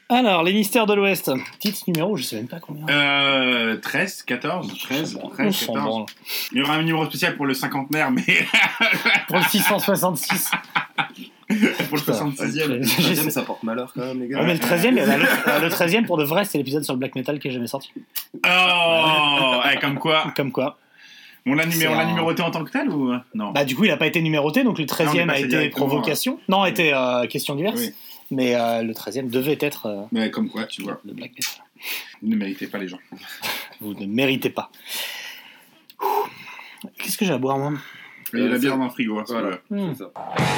Alors, les mystères de l'Ouest. Titre numéro, je sais même pas combien. 13, 14, 13, On 13, s'en 14. branle. Il y aura un numéro spécial pour le cinquantenaire, mais Pour le 666. pour le 66e. Le 13e, ça porte malheur quand même, les gars. Ouais, mais le 13e, le 13e, pour de vrai, c'est l'épisode sur le black metal qui est jamais sorti. Oh, comme quoi. Comme quoi. On l'a C'est numéroté en tant que tel ou non? Bah, du coup, il a pas été numéroté, donc le 13e a été directement, provocation. Non, a été question diverse. Oui. Mais le 13e devait être Mais comme quoi, tu vois, le black metal. vous ne méritez pas les gens. Vous ne méritez pas. Qu'est-ce que j'ai à boire, moi? Il y a la bière dans le frigo. Hein, Voilà. Hmm. C'est ça.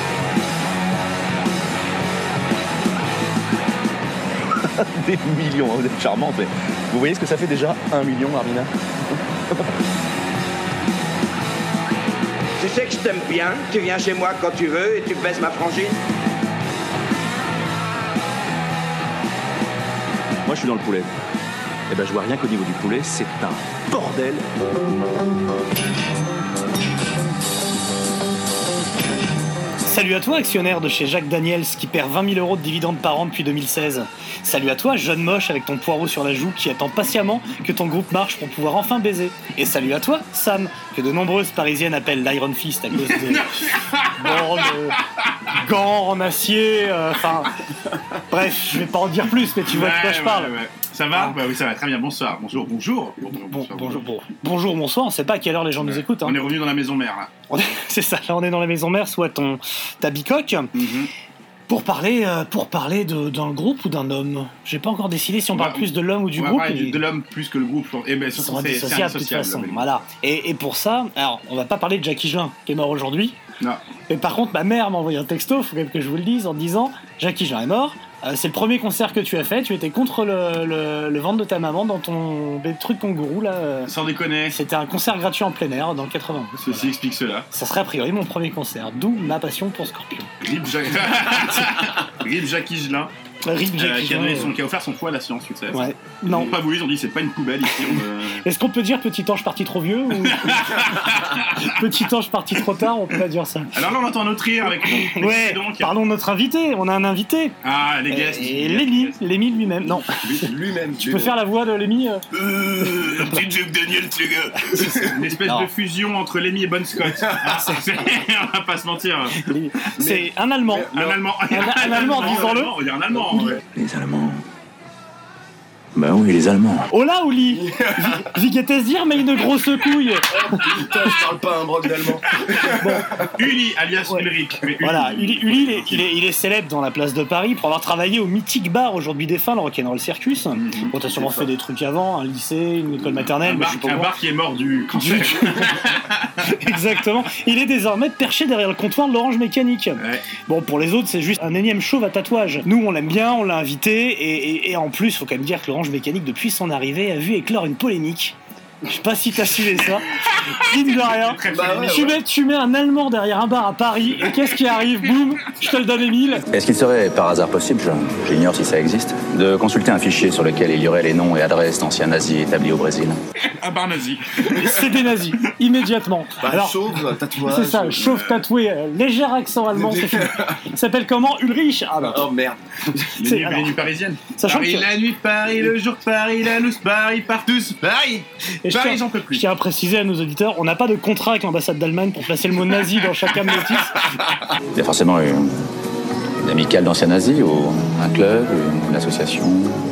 Des millions, vous êtes charmante. Mais vous voyez ce que ça fait déjà 1 million, Armina? Tu sais que je t'aime bien, tu viens chez moi quand tu veux et tu baisses ma frangine. Moi, je suis dans le poulet. Eh ben, je vois rien qu'au niveau du poulet, c'est un bordel. Salut à toi, actionnaire de chez Jacques Daniels qui perd 20 000 € de dividendes par an depuis 2016. Salut à toi, jeune moche avec ton poireau sur la joue qui attend patiemment que ton groupe marche pour pouvoir enfin baiser. Et salut à toi, Sam, que de nombreuses parisiennes appellent l'Iron Fist à cause des gants en acier, bref, je vais pas en dire plus, mais tu vois de quoi je parle. Ouais. Ça va? Bah oui, ça va très bien. Bonsoir. Bonjour. Bonjour, bonsoir, on sait pas à quelle heure les gens nous écoutent. Hein. On est revenu dans la maison mère là. C'est ça, là on est dans la maison mère, soit ta bicoque. Pour parler d'un groupe ou d'un homme. J'ai pas encore décidé si on parle plus de l'homme ou du groupe. De l'homme plus que le groupe. Et ben, Ça sera c'est dissociable de toute façon. oui. Voilà. Et pour ça, alors on va pas parler de Jackie Gelin qui est mort aujourd'hui. Non. Mais par contre, ma mère m'a envoyé un texto, faut quand même que je vous le dise, en disant Jackie Gelin est mort. C'est le premier concert que tu as fait. Tu étais contre le ventre de ta maman dans ton truc kangourou là. Sans déconner. C'était un concert gratuit en plein air dans le 92. Ceci Voilà. explique cela. Ça serait a priori mon premier concert, d'où ma passion pour Scorpion. Rip Jackie Gelin. Rip Jackie Qui Gelin. a offert son foie à la science, tu sais. Ouais. Ils Non. n'ont pas voulu, ils ont dit c'est pas une poubelle ici. Est-ce qu'on peut dire petit ange parti trop vieux ou petit ange parti trop tard? On peut pas dire ça. Alors là, on entend notre rire avec nous. Ouais. Donc. Pardon, notre invité. On a un invité. Ah, les guests. Et Lémi lui-même. Non. Lui-même. Tu peux faire la voix de Lémi Petit Jacques Daniels, les gars. Une espèce Non. de fusion entre Lemmy et Bon Scott. On va pas se mentir. C'est un Allemand. Un Allemand. Un Allemand, disons-le. On va dire un Allemand. Ouais. Les Allemands. Ben oui, les Allemands. Oh là, Ouli Wie geht es dire, mais une grosse couille. Putain, je parle pas un broc d'allemand. Uli, alias Ulrich. Mais Voilà, Uli, il est célèbre dans la place de Paris pour avoir travaillé au mythique bar aujourd'hui défunt, le Rock'n'Roll Circus. Bon, t'as sûrement fait des trucs avant, un lycée, une école maternelle, mais je suis pas au Un courant. bar qui est mort du cancer. Exactement. Il est désormais perché derrière le comptoir de l'Orange Mécanique. Ouais. Bon, pour les autres, c'est juste un énième chauve à tatouage. Nous, on l'aime bien, on l'a invité, et en plus, faut quand même dire que l'Orange Mécanique, depuis son arrivée, a vu éclore une polémique. Je sais pas si t'as suivi ça. Mine de rien. Bah ouais, Tu mets un Allemand derrière un bar à Paris, et qu'est-ce qui arrive? Boum, je te le donne, Émile. Est-ce qu'il serait par hasard possible, j'ignore si ça existe, de consulter un fichier sur lequel il y aurait les noms et adresses d'anciens nazis établis au Brésil? Un bar nazi. C'est des nazis, immédiatement. Alors, chauve, tatouage. c'est ça, chauve tatoué, léger accent allemand, c'est fini. Il s'appelle comment? Ulrich? Ah bah. Oh merde. C'est- Les nuits parisiennes. Sachant Paris que- la nuit, Paris le jour, Paris la loose, Paris partout. Paris. Et Paris, j'en peux je plus. tiens à préciser à nos auditeurs, on n'a pas de contrat avec l'ambassade d'Allemagne pour placer le mot nazi dans chacun de nos titres. Il y a forcément une amicale d'anciens nazis, ou un club, une association,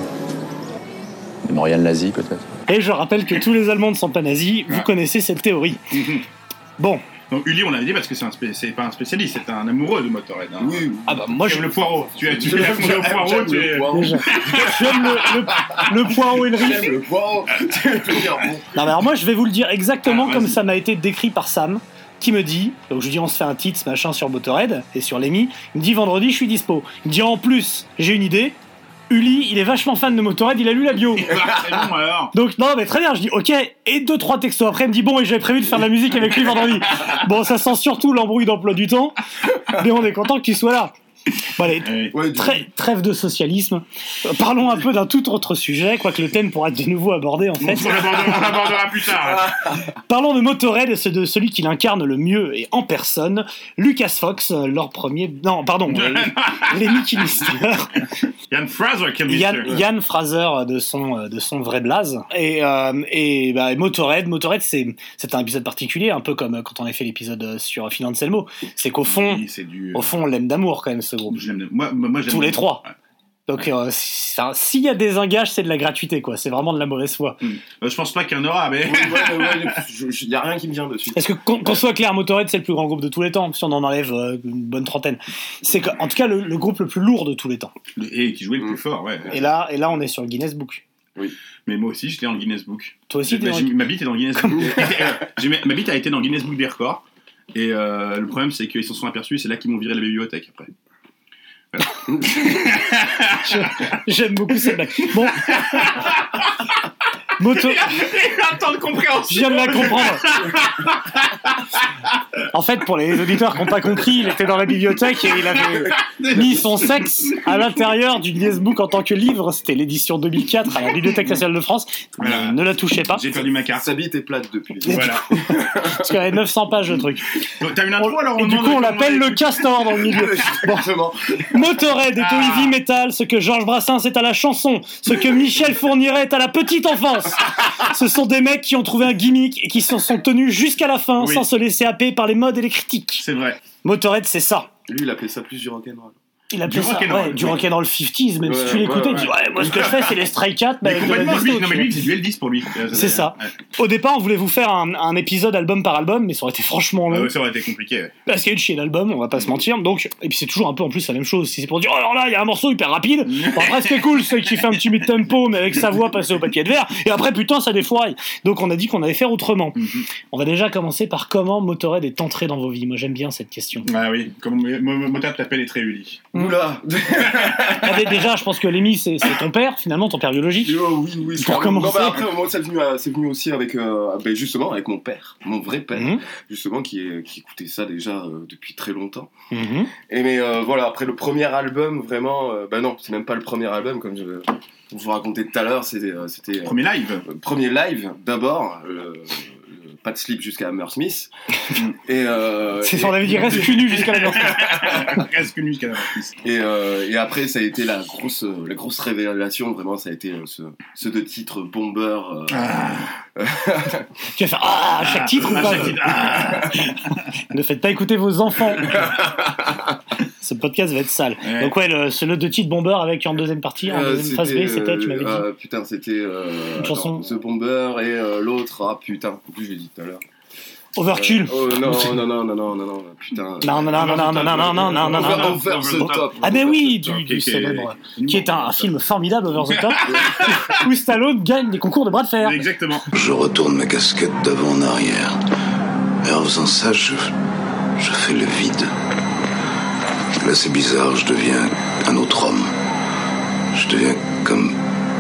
mémorial nazi peut-être. Et je rappelle que tous les Allemands ne sont pas nazis, vous connaissez cette théorie. Bon, Donc Uli, on l'avait dit parce que c'est pas un spécialiste, c'est un amoureux de Motorhead. Hein. Oui. ah bah moi Tu je aimes le poireau. Tu es fondé au poireau. J'aime Tu le es... poireau. déjà. J'aime le poireau et le riz. J'aime le poireau. Tu veux dire bon. Non mais alors moi je vais vous le dire exactement Ah, comme vas-y. ça m'a été décrit par Sam, qui me dit, donc je lui dis on se fait un titre machin sur Motorhead et sur Lemmy, il me dit vendredi je suis dispo. Il me dit en plus j'ai une idée, Uli il est vachement fan de Motorhead, il a lu la bio. C'est bon alors. Donc non mais très bien, je dis ok, et 2-3 textos après, il me dit bon et j'avais prévu de faire de la musique avec lui vendredi. Bon ça sent surtout l'embrouille d'emploi du temps, mais on est content que tu sois là. Bon, allez, trêve de socialisme. Parlons un peu d'un tout autre sujet, quoique le thème pourra être de nouveau abordé en fait. On l'abordera plus tard. Parlons de Motorhead et de celui qui l'incarne le mieux et en personne, Lucas Fox, leur premier... Non, pardon, Lemmy Kilmister. Yann Fraser Yann Fraser de son vrai blaze. Et Motorhead, c'est un épisode particulier, un peu comme quand on a fait l'épisode sur Phil Anselmo. C'est qu'au fond, on l'aime d'amour quand même ce groupe. Moi, j'aime tous les trois. Ouais. Donc s'il y a des engages, c'est de la gratuité, quoi. C'est vraiment de la mauvaise foi. Je pense pas qu'il y en aura, mais... Il y a rien qui me vient dessus. Parce que qu'on soit clair, Motorhead, c'est le plus grand groupe de tous les temps, si on en enlève une bonne trentaine. C'est en tout cas le groupe le plus lourd de tous les temps. Et qui jouait le plus fort, ouais. Et là, on est sur le Guinness Book. Oui. Mais moi aussi, j'étais dans le Guinness Book. Toi aussi, ma bite est dans le Guinness Book. Ma bite a été dans le Guinness Book des records. Et le problème, c'est qu'ils s'en sont aperçus, et c'est là qu'ils m'ont viré de la bibliothèque après. Voilà. J'aime beaucoup cette blague. Bon. Il a un temps de compréhension. Je viens de la comprendre. En fait, pour les auditeurs qui n'ont pas compris, il était dans la bibliothèque et il avait mis son sexe à l'intérieur du Guinness Book en tant que livre. C'était l'édition 2004 à la Bibliothèque nationale de France. Voilà. Ne la touchez pas. J'ai perdu ma carte. Sa bite est plate depuis. Voilà. Parce qu'il y avait 900 pages le truc. Donc, t'as une intro alors? Et du coup, on l'appelle le castor dans le milieu. Bon. Motorhead est au heavy metal ce que Georges Brassens est à la chanson, ce que Michel Fourniret est à la petite enfance. Ce sont des mecs qui ont trouvé un gimmick et qui s'en sont tenus jusqu'à la fin sans se laisser happer par les modes et les critiques. C'est vrai. Motorhead, c'est ça. Lui, il appelait ça plus du rock'n'roll. Il appelait ça du rock'n'roll 50s, même si tu l'écoutais, tu dis moi ce que je fais c'est les Stray Cats, mais avec de la disco. Non mais lui c'est du Elvis pour lui. C'est ça. Ouais. Au départ on voulait vous faire un épisode album par album, mais ça aurait été franchement long. Ça aurait été compliqué. Ouais. Parce qu'il y a eu de chier d'album, on va pas se mentir. Donc, et puis c'est toujours un peu en plus la même chose. Si c'est pour dire alors là il y a un morceau hyper rapide, bon, après ce qui est cool c'est qu'il fait un petit mid-tempo mais avec sa voix passée au papier de verre, et après putain ça défouraille. Donc on a dit qu'on allait faire autrement. On va déjà commencer par comment Motorhead est entré dans vos vies. Moi j'aime bien cette question. Ah oui, comment Motorhead t'appelle les Tréuli. Oula. Déjà, je pense que Lemmy, c'est ton père, finalement, ton père biologique. Oui. Pour commencer. Après, moi, c'est venu aussi avec, justement, avec mon père, mon vrai père, justement, qui écoutait ça déjà depuis très longtemps. Et mais voilà, après le premier album, vraiment, non, c'est même pas le premier album, comme je vous racontais tout à l'heure, c'était premier live. Premier live, d'abord. Pas de slip jusqu'à Hammersmith. On avait dit reste cul nu jusqu'à la Reste cul nu jusqu'à Hammersmith. Et après, ça a été la grosse révélation, vraiment, ça a été ce deux titres Bomber. Tu vas faire à chaque titre ou pas Ne faites pas écouter vos enfants. Ce podcast va être sale. Ouais. Donc c'est le deux titres Bomber avec en deuxième partie, en deuxième phase B, c'était, tu m'avais dit. Putain, c'était une chanson. The Bomber et l'autre, putain, en plus je l'ai dit tout à l'heure. Overkill. Non, putain. Non. Over the Top. Ah ben oui, du célèbre, qui est un film formidable, Over the Top, où Stallone gagne des concours de bras de fer. Exactement. Je retourne ma casquette d'avant en arrière. Et en faisant ça, je fais le vide. Là, c'est bizarre, je deviens un autre homme. Je deviens comme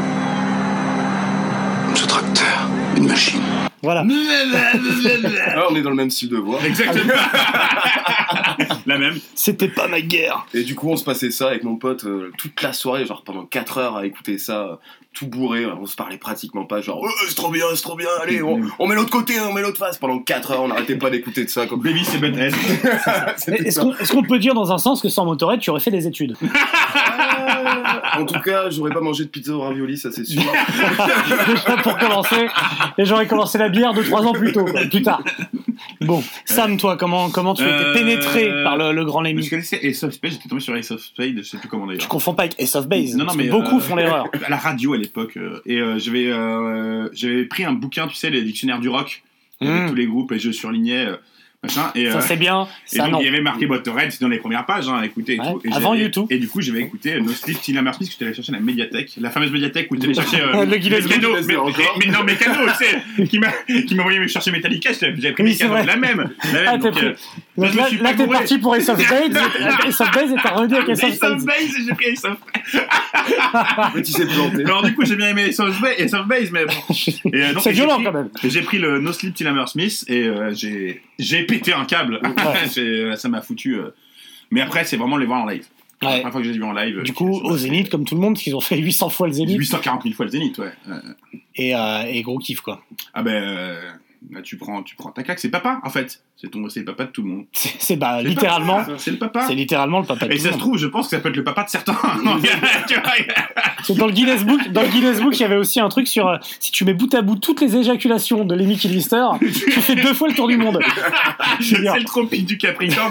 ce tracteur, une machine. Voilà. On est dans le même style de voix. Exactement. La même. C'était pas ma guerre. Et du coup, on se passait ça avec mon pote toute la soirée, genre pendant 4 heures à écouter ça, tout bourré. On se parlait pratiquement pas, genre c'est trop bien, allez, on met l'autre côté, on met l'autre face. Pendant 4 heures, on n'arrêtait pas d'écouter de ça. Comme Baby, c'est Butthead. Est-ce qu'on peut dire dans un sens que sans Motorhead, tu aurais fait des études? En tout cas, j'aurais pas mangé de pizza au ravioli, ça c'est sûr. Déjà pour commencer, et j'aurais commencé la bière 2-3 ans plus tôt, plus tard. Bon, Sam, toi, comment tu étais pénétré par le grand Lemmy? Je connaissais Ace of Spades, j'étais tombé sur Ace of Spades, je sais plus comment d'ailleurs. Tu confonds pas avec Ace of Base, non, mais beaucoup font l'erreur. À la radio à l'époque, et j'avais pris un bouquin, tu sais, les dictionnaires du rock, avec tous les groupes, et je surlignais... machin, et, ça c'est bien, ça donc, non. Il y avait marqué Motorhead, c'était dans les premières pages, à écouter et tout. Et avant YouTube. Et du coup, j'avais écouté No Sleep Till Hammersmith, que j'étais allé chercher à la médiathèque, la fameuse médiathèque où tu allais chercher le Guinness Book. Mes cadeaux, tu sais, qui m'a envoyé chercher Metallica, j'avais pris mes cadeaux, la même. Donc là t'es parti pour Ace of Base, Ace of Base et t'as revenu avec Ace of Base. Et j'ai pris Ace of Mais tu sais planter. Alors du coup, j'ai bien aimé Ace of Base, mais bon. C'est violent quand même. J'ai pris le No Sleep Till Hammersmith et j'ai pété un câble. Ça m'a foutu. Mais après, c'est vraiment les voir en live. La première fois que je les ai vus en live. Du coup, au Zénith, comme tout le monde, ils ont fait 800 fois le Zénith. 840 000 fois le Zénith, ouais. Et gros kiff, quoi. Ah ben, là, tu prends ta claque, c'est papa, en fait. C'est le papa de tout le monde. C'est littéralement. C'est le papa. C'est littéralement le papa de tout le monde. Et ça se trouve, je pense que ça peut être le papa de certains. C'est dans le Guinness Book, il y avait aussi un truc sur si tu mets bout à bout toutes les éjaculations de Lemmy Kilmister, tu fais 2 fois le tour du monde. C'est le tropique du Capricorne.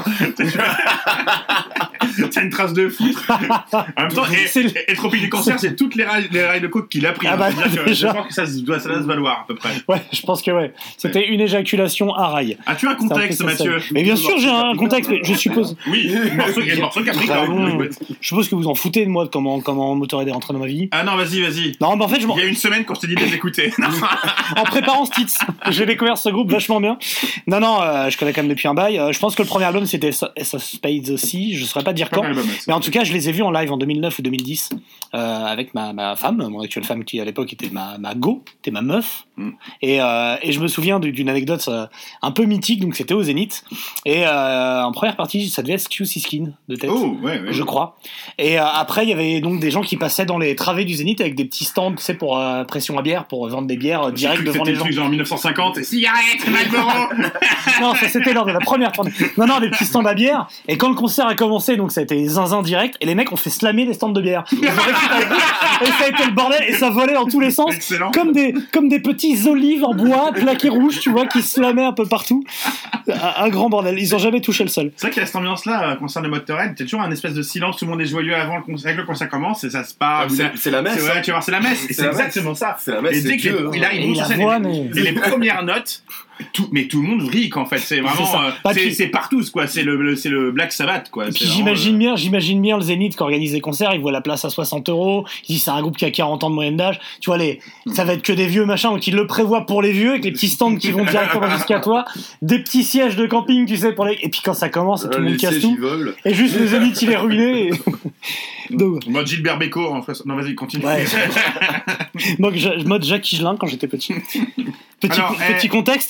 T'as une trace de foutre. En même temps, et le tropique du Cancer, c'est toutes les rails de coke qu'il a pris. Je pense que ça doit se valoir à peu près. Ouais, je pense que ouais. C'était une éjaculation à rail. As-tu un contexte, Mathieu? Mais bien sûr, j'ai un contexte. Je suppose. Oui, le morceau Capricorne. Je suppose que vous en foutez de moi de comment Motorhead est rentré dans ma vie. Ah non, vas-y. Non, mais en fait, il y a une semaine quand je t'ai dit de les écouter. En préparant Stitz, j'ai découvert ce groupe vachement bien. Non, je connais quand même depuis un bail. Je pense que le premier album c'était Ace of Spades aussi. Je saurais pas dire quand. Mais en tout cas, je les ai vus en live en 2009 ou 2010 avec ma femme, mon actuelle femme qui à l'époque était ma go, était ma meuf. Et je me souviens d'une anecdote un peu mythique. Donc c'était au Zénith. Et en première partie, ça devait être QC Skin de tête, je crois. Et après, il y avait donc des gens qui passaient dans les travées du Zénith avec des petits stands, tu sais, pour pression à bière, pour vendre des bières direct devant les gens. C'était genre 1950, cigarettes, Marlboro. Non, ça c'était lors de la première tournée. Non, des petits stands à bière. Et quand le concert a commencé, donc ça a été zinzin direct, et les mecs ont fait slammer les stands de bière. Ils ont récupéré et ça a été le bordel, et ça volait dans tous les sens. Excellent. Comme des petits olives en bois plaqués rouges, tu vois, qui slammaient un peu partout. Un grand bordel. Ils ont jamais touché le sol. C'est vrai qu'il y a cette ambiance-là, concert de Motorhead, t'as toujours un espèce de silence, tout le monde est joyeux avant le concert commence, et ça se passe. C'est la messe. Tu vas voir, c'est la messe. Et c'est exactement ça. C'est la messe. Et dès qu'il arrive sur scène, et les premières notes, tout le monde vrille, en fait. C'est vraiment, c'est partout, quoi. C'est le Black Sabbath, quoi. Et puis j'imagine bien le Zénith qui organise des concerts, il voit la place à 60€, il dit c'est un groupe qui a 40 ans de moyenne d'âge, tu vois, ça va être que des vieux machins, donc il le prévoit pour les vieux, avec les petits stands qui vont directement jusqu'à toi, des petits sièges de camping, tu sais, et puis quand ça commence, tout le monde casse tout, et juste le Zénith il est ruiné. Donc, mode Gilbert Bécaud, non vas-y, continue. Ouais. Mode Jacques Higelin quand j'étais petit. Petit contexte.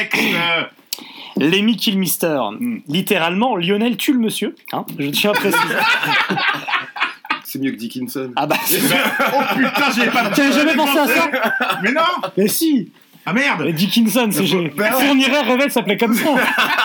Lemmy Kilmister, littéralement Lionel tue le monsieur, hein, je tiens à préciser. C'est mieux que Dickinson. Ah bah oh putain, j'avais pas. T'avais jamais pensé à ça? Mais non. Mais si. Ah merde. Mais Dickinson, c'est génial. Fournirait Révèle s'appelait comme ça.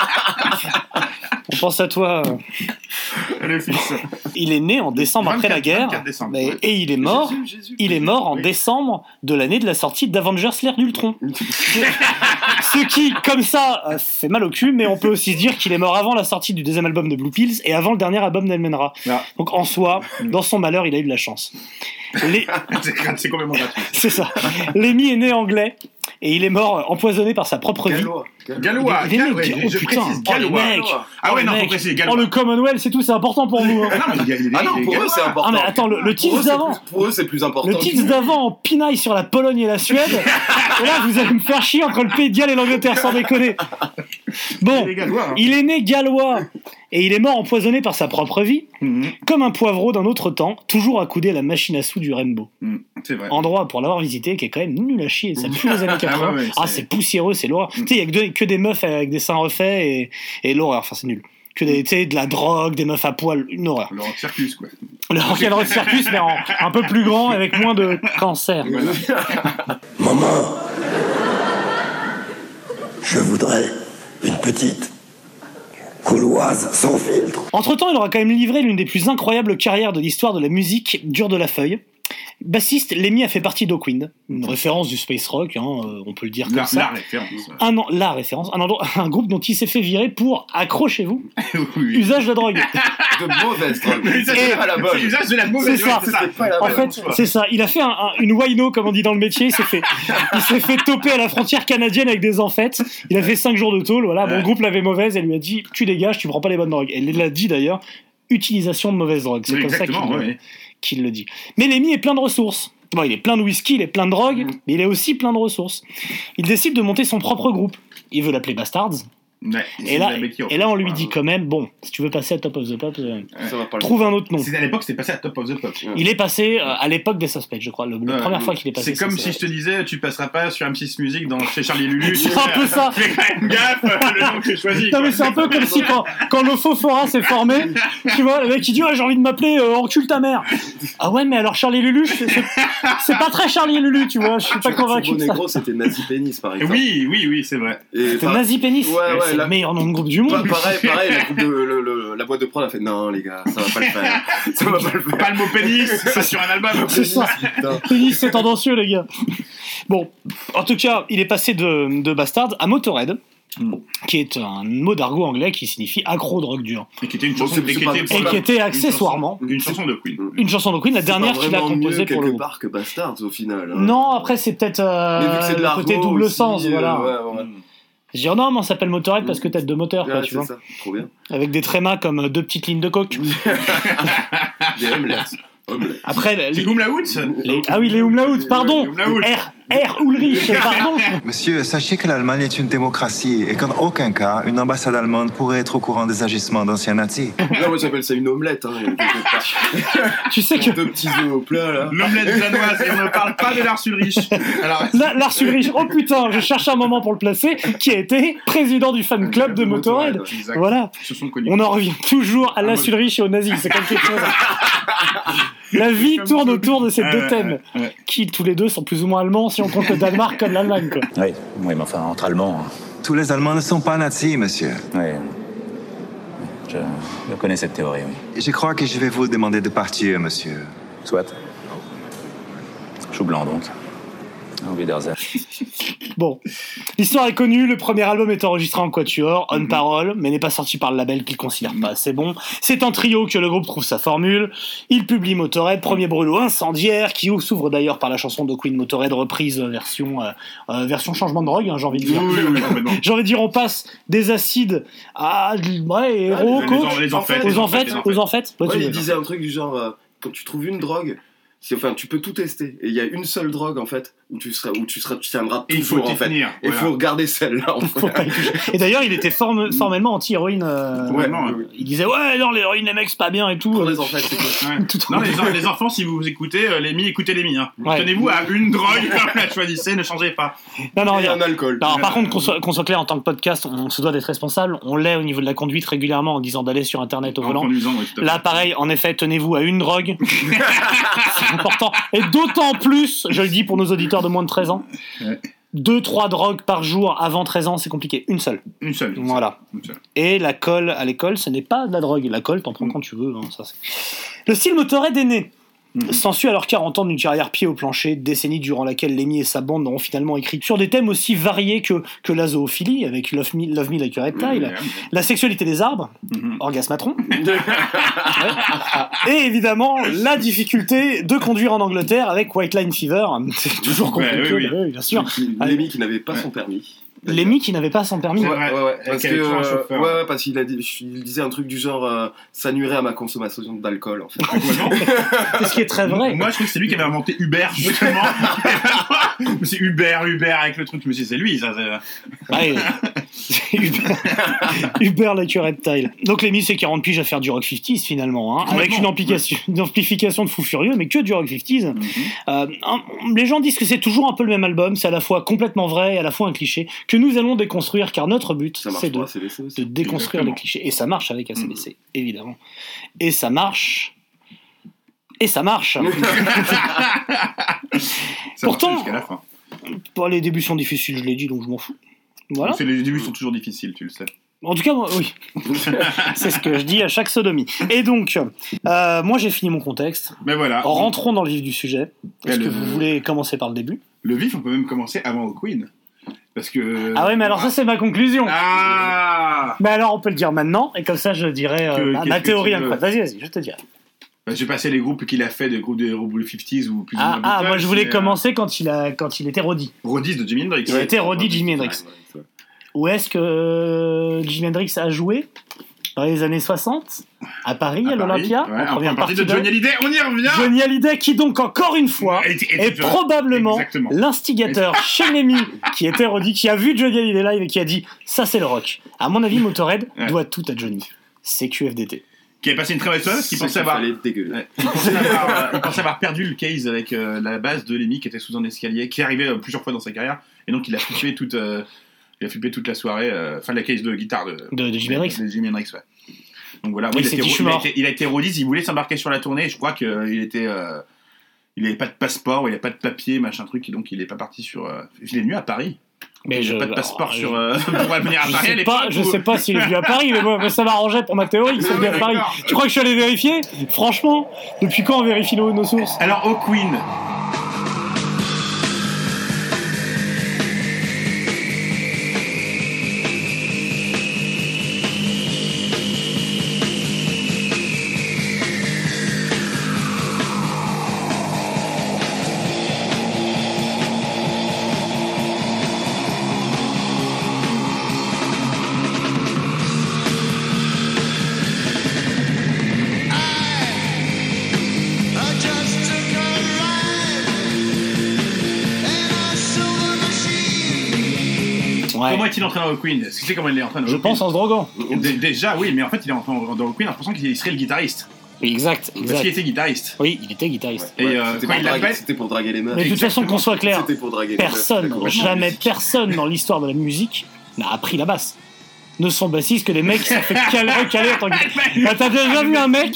On pense à toi. Le fils. Il est né en décembre après la guerre, et il est mort. Il est mort en décembre de l'année de la sortie d'Avengers l'ère d'Ultron. Ce qui, comme ça, fait mal au cul, mais on peut aussi se dire qu'il est mort avant la sortie du deuxième album de Blue Pills et avant le dernier album d'Elmenra. Donc en soi, dans son malheur, il a eu de la chance. C'est complètement gratuit. C'est ça. Lemmy est né anglais et il est mort empoisonné par sa propre vie. Gallois. Je précise Gallois. Ah ouais, non, faut préciser Gallois. Le Commonwealth, c'est tout, c'est important pour nous. Ah non, pour eux, c'est important. Ah mais attends, le titre d'avant. Pour eux, c'est plus important. Le titre d'avant en pinaille sur la Pologne et la Suède. Et là, vous allez me faire chier entre le Pays de Galles et l'Angleterre, sans déconner. Bon, il est né gallois. Et il est mort empoisonné par sa propre vie, comme un poivreau d'un autre temps, toujours accoudé à la machine à sous du Rainbow. C'est vrai. Endroit, pour l'avoir visité, qui est quand même nul à chier. Ça pue les années 80. C'est poussiéreux, c'est l'horreur. Tu sais, il y a que des meufs avec des seins refaits et l'horreur. Enfin, c'est nul. Que de la drogue, des meufs à poil, une horreur. Le Rock Circus, quoi. Le Rock Circus, mais un peu plus grand, avec moins de cancer. Maman, je voudrais une petite gauloise sans filtre. Entre-temps, il aura quand même livré l'une des plus incroyables carrières de l'histoire de la musique dure de la feuille. Bassiste, Lemmy a fait partie d'Hawkwind, une référence du space rock, on peut le dire comme ça. La référence. Un groupe dont il s'est fait virer pour, accrochez-vous, usage de drogue. De mauvaise drogue. Usage de la mauvaise drogue. C'est ça. En fait, c'est ça. Il a fait une wino, comme on dit dans le métier. Il s'est fait toper à la frontière canadienne avec des enfêtes. Il a fait 5 jours de tôle. Voilà. Bon, le groupe l'avait mauvaise. Elle lui a dit, tu dégages, tu prends pas les bonnes drogues. Elle l'a dit d'ailleurs. Utilisation de mauvaise drogue. C'est comme ça qu'il le dit. Mais Lemmy est plein de ressources. Bon, il est plein de whisky, il est plein de drogue, mais il est aussi plein de ressources. Il décide de monter son propre groupe. Il veut l'appeler Bastards. Ouais, Et là, on lui dit quand même, bon, si tu veux passer à Top of the Pop, Ça va pas le trouve un autre nom. À l'époque, c'était passé à Top of the Pop. Il est passé à l'époque des Suspects, je crois. La première fois qu'il est passé. C'est comme si je te disais, tu passeras pas sur M6 Music chez Charlie Lulu. C'est un peu ça. Fais quand même gaffe, le nom que j'ai choisi. Non, mais c'est un peu comme si quand le faux Fora s'est formé, tu vois, le mec il dit, j'ai envie de m'appeler Encule ta mère. Ah ouais, mais alors Charlie Lulu, c'est pas très Charlie Lulu, tu vois, je suis pas convaincu de ça. C'était Nazi Pénis, par exemple. Oui, c'est vrai. C'était Nazi Pénis. C'est le meilleur nom de groupe du monde. Pareil, la boîte de prod a fait non les gars, ça va pas le faire. Ça va pas le faire. Pas le mot pénis, c'est sur un album. C'est ça. Pénis, c'est tendancieux les gars. Bon, en tout cas, il est passé de Bastard à Motorhead. Qui est un mot d'argot anglais qui signifie accro drogue dure. Et qui était une chanson qui était accessoirement une chanson de Queen. Une chanson de Queen, la dernière qu'il a composée pour le groupe. C'est part que Bastards au final. Non, après c'est peut-être le côté double sens, voilà. Ouais. Je dis non, mais on s'appelle Motorhead parce que tête de moteur, quoi, tu vois. Ça. Trop bien. Avec des trémas comme 2 petites lignes de coke. Des omelettes. Après, les Umlauts. Ah oui, les Umlauts, pardon. R. Ulrich, pardon. Monsieur, sachez que l'Allemagne est une démocratie et qu'en aucun cas, une ambassade allemande pourrait être au courant des agissements d'anciens nazis. Non, moi j'appelle ça une omelette. Tu sais que... 2 petits œufs au plat, là. L'omelette danoise, et on ne parle pas de Lars Ulrich. Lars Ulrich, oh putain, je cherche un moment pour le placer, qui a été président du fan club de Motorhead. Voilà. On en revient toujours à Lars Ulrich et aux nazis, c'est comme quelque chose. La vie tourne autour de ces deux thèmes, qui tous les deux sont plus ou moins allemands si on compte le Danemark comme l'Allemagne, quoi. Oui, mais enfin, entre Allemands... Tous les Allemands ne sont pas nazis, monsieur. Oui, je connais cette théorie, oui. Je crois que je vais vous demander de partir, monsieur. Soit. Chou blanc, donc. Au Wiedersehen. Bon, l'histoire est connue, le premier album est enregistré en quatuor, on parole, mais n'est pas sorti par le label qu'il considère pas assez bon. C'est en trio que le groupe trouve sa formule. Il publie Motorhead, premier brûlot incendiaire, qui s'ouvre d'ailleurs par la chanson de Queen Motorhead, reprise version changement de drogue, hein, j'ai envie de dire. J'ai envie de dire, on passe des acides à héros, aux en fait. Il disait un truc du genre, quand tu trouves une drogue, tu peux tout tester. Et il y a une seule drogue, en fait, où tu tiendras toujours, en fait. Il faut regarder celle-là, en fait. Et d'ailleurs, il était formellement anti-héroïne. Il disait, ouais, non, l'héroïne, les mecs, c'est pas bien et tout. Pour les enfants, c'est quoi. Non, les enfants, si vous écoutez écoutez Lémi. Hein. Tenez-vous à une drogue, comme la choisissez, ne changez pas. Non, il y a un alcool. Alors, par contre, qu'on soit clair, en tant que podcast, on se doit d'être responsable. On l'est au niveau de la conduite régulièrement en disant d'aller sur Internet au volant. Là, pareil, en effet, tenez-vous à une drogue. C'est important. Et d'autant plus, je le dis pour nos auditeurs de moins de 13 ans, 2-3 drogues par jour avant 13 ans, c'est compliqué. Une seule. Voilà. Et la colle à l'école, ce n'est pas de la drogue. La colle, t'en prends quand tu veux. Hein, ça, c'est... Le style Motorhead est né. S'ensuit alors 40 ans d'une carrière pied au plancher, décennie durant laquelle Lemmy et sa bande ont finalement écrit sur des thèmes aussi variés que la zoophilie, avec Love Me Like a Reptile, la sexualité des arbres, orgasmatron, et évidemment la difficulté de conduire en Angleterre avec White Line Fever, c'est toujours compliqué, bien sûr. Lemmy qui n'avait pas son permis. Lemmy qui n'avait pas son permis. Parce qu'il disait un truc du genre ça nuirait à ma consommation d'alcool en fait. C'est ce qui est très vrai. Moi je trouve que c'est lui qui avait inventé Uber justement. C'est Uber avec le truc, je me suis dit c'est lui ça. Uber like a reptile. Donc Lemmy c'est 40 piges à faire du rock 50s finalement, hein, avec une amplification de fou furieux, mais que du rock 50s. Les gens disent que c'est toujours un peu le même album, c'est à la fois complètement vrai et à la fois un cliché que nous allons déconstruire, car notre but c'est de déconstruire les clichés. Et ça marche avec ACDC, évidemment. Et ça marche. Pourtant, les débuts sont difficiles, je l'ai dit, donc je m'en fous. Voilà. Les débuts sont toujours difficiles, tu le sais. En tout cas, oui. C'est ce que je dis à chaque sodomie. Et donc, moi j'ai fini mon contexte. Mais voilà. Rentrons dans le vif du sujet. Est-ce que vous voulez commencer par le début ? Le vif, on peut même commencer avant au Queen. Parce que... Ah ouais, mais alors ça c'est ma conclusion. Mais alors on peut le dire maintenant, et comme ça je dirais ma théorie incroyable. Vas-y, je te dirai. J'ai passé les groupes qu'il a fait, des groupes de 50s ou plus ou moins. Moi je voulais commencer quand il était Roddy. Roddy de Jimi Hendrix. Il était Roddy Jimi Hendrix. Où est-ce que Jimi Hendrix a joué ? dans les années 60, à Paris, à l'Olympia, ouais, en première partie de Johnny Hallyday, on y revient. Johnny Hallyday, qui donc, encore une fois, est probablement l'instigateur chez Lemmy, qui était Roddy, qui a vu Johnny Hallyday live et qui a dit « ça c'est le rock ». À mon avis, Motorhead doit tout à Johnny. C'est QFDT. Qui avait passé une très mauvaise soirée parce qu'il pensait avoir perdu le case avec la base de Lemmy qui était sous un escalier, qui est arrivé plusieurs fois dans sa carrière, et donc il a flippé toute la soirée, enfin la case de guitare de Jimi Hendrix. De Jimi Hendrix, ouais. Donc voilà, oui, il a été Roddy, il voulait s'embarquer sur la tournée, et je crois qu'il n'avait pas de passeport, il n'avait pas de papier, machin truc, et donc il n'est pas parti sur. Il est venu à Paris. Mais il n'a pas de passeport pour venir à Paris. Je sais pas s'il est venu à Paris, mais moi, ça m'arrangeait pour ma théorie qu'il soit venu à Paris. Tu crois que je suis allé vérifier ? Franchement, depuis quand on vérifie nos sources ? Alors, au Queen. Comment est-il entré dans le Queen ? Est-ce que tu sais comment il est entré dans le Queen ? Je pense en se droguant. Déjà, oui, mais en fait, il est entré dans le Queen en pensant qu'il serait le guitariste. Exact. Parce qu'il était guitariste. Oui, il était guitariste. Ouais, c'était pour draguer les meufs. Mais de toute façon, qu'on soit clair, personne dans l'histoire de la musique n'a appris la basse. Ne sont bassistes que des mecs qui s'en fait caler en tant que... T'as déjà vu un mec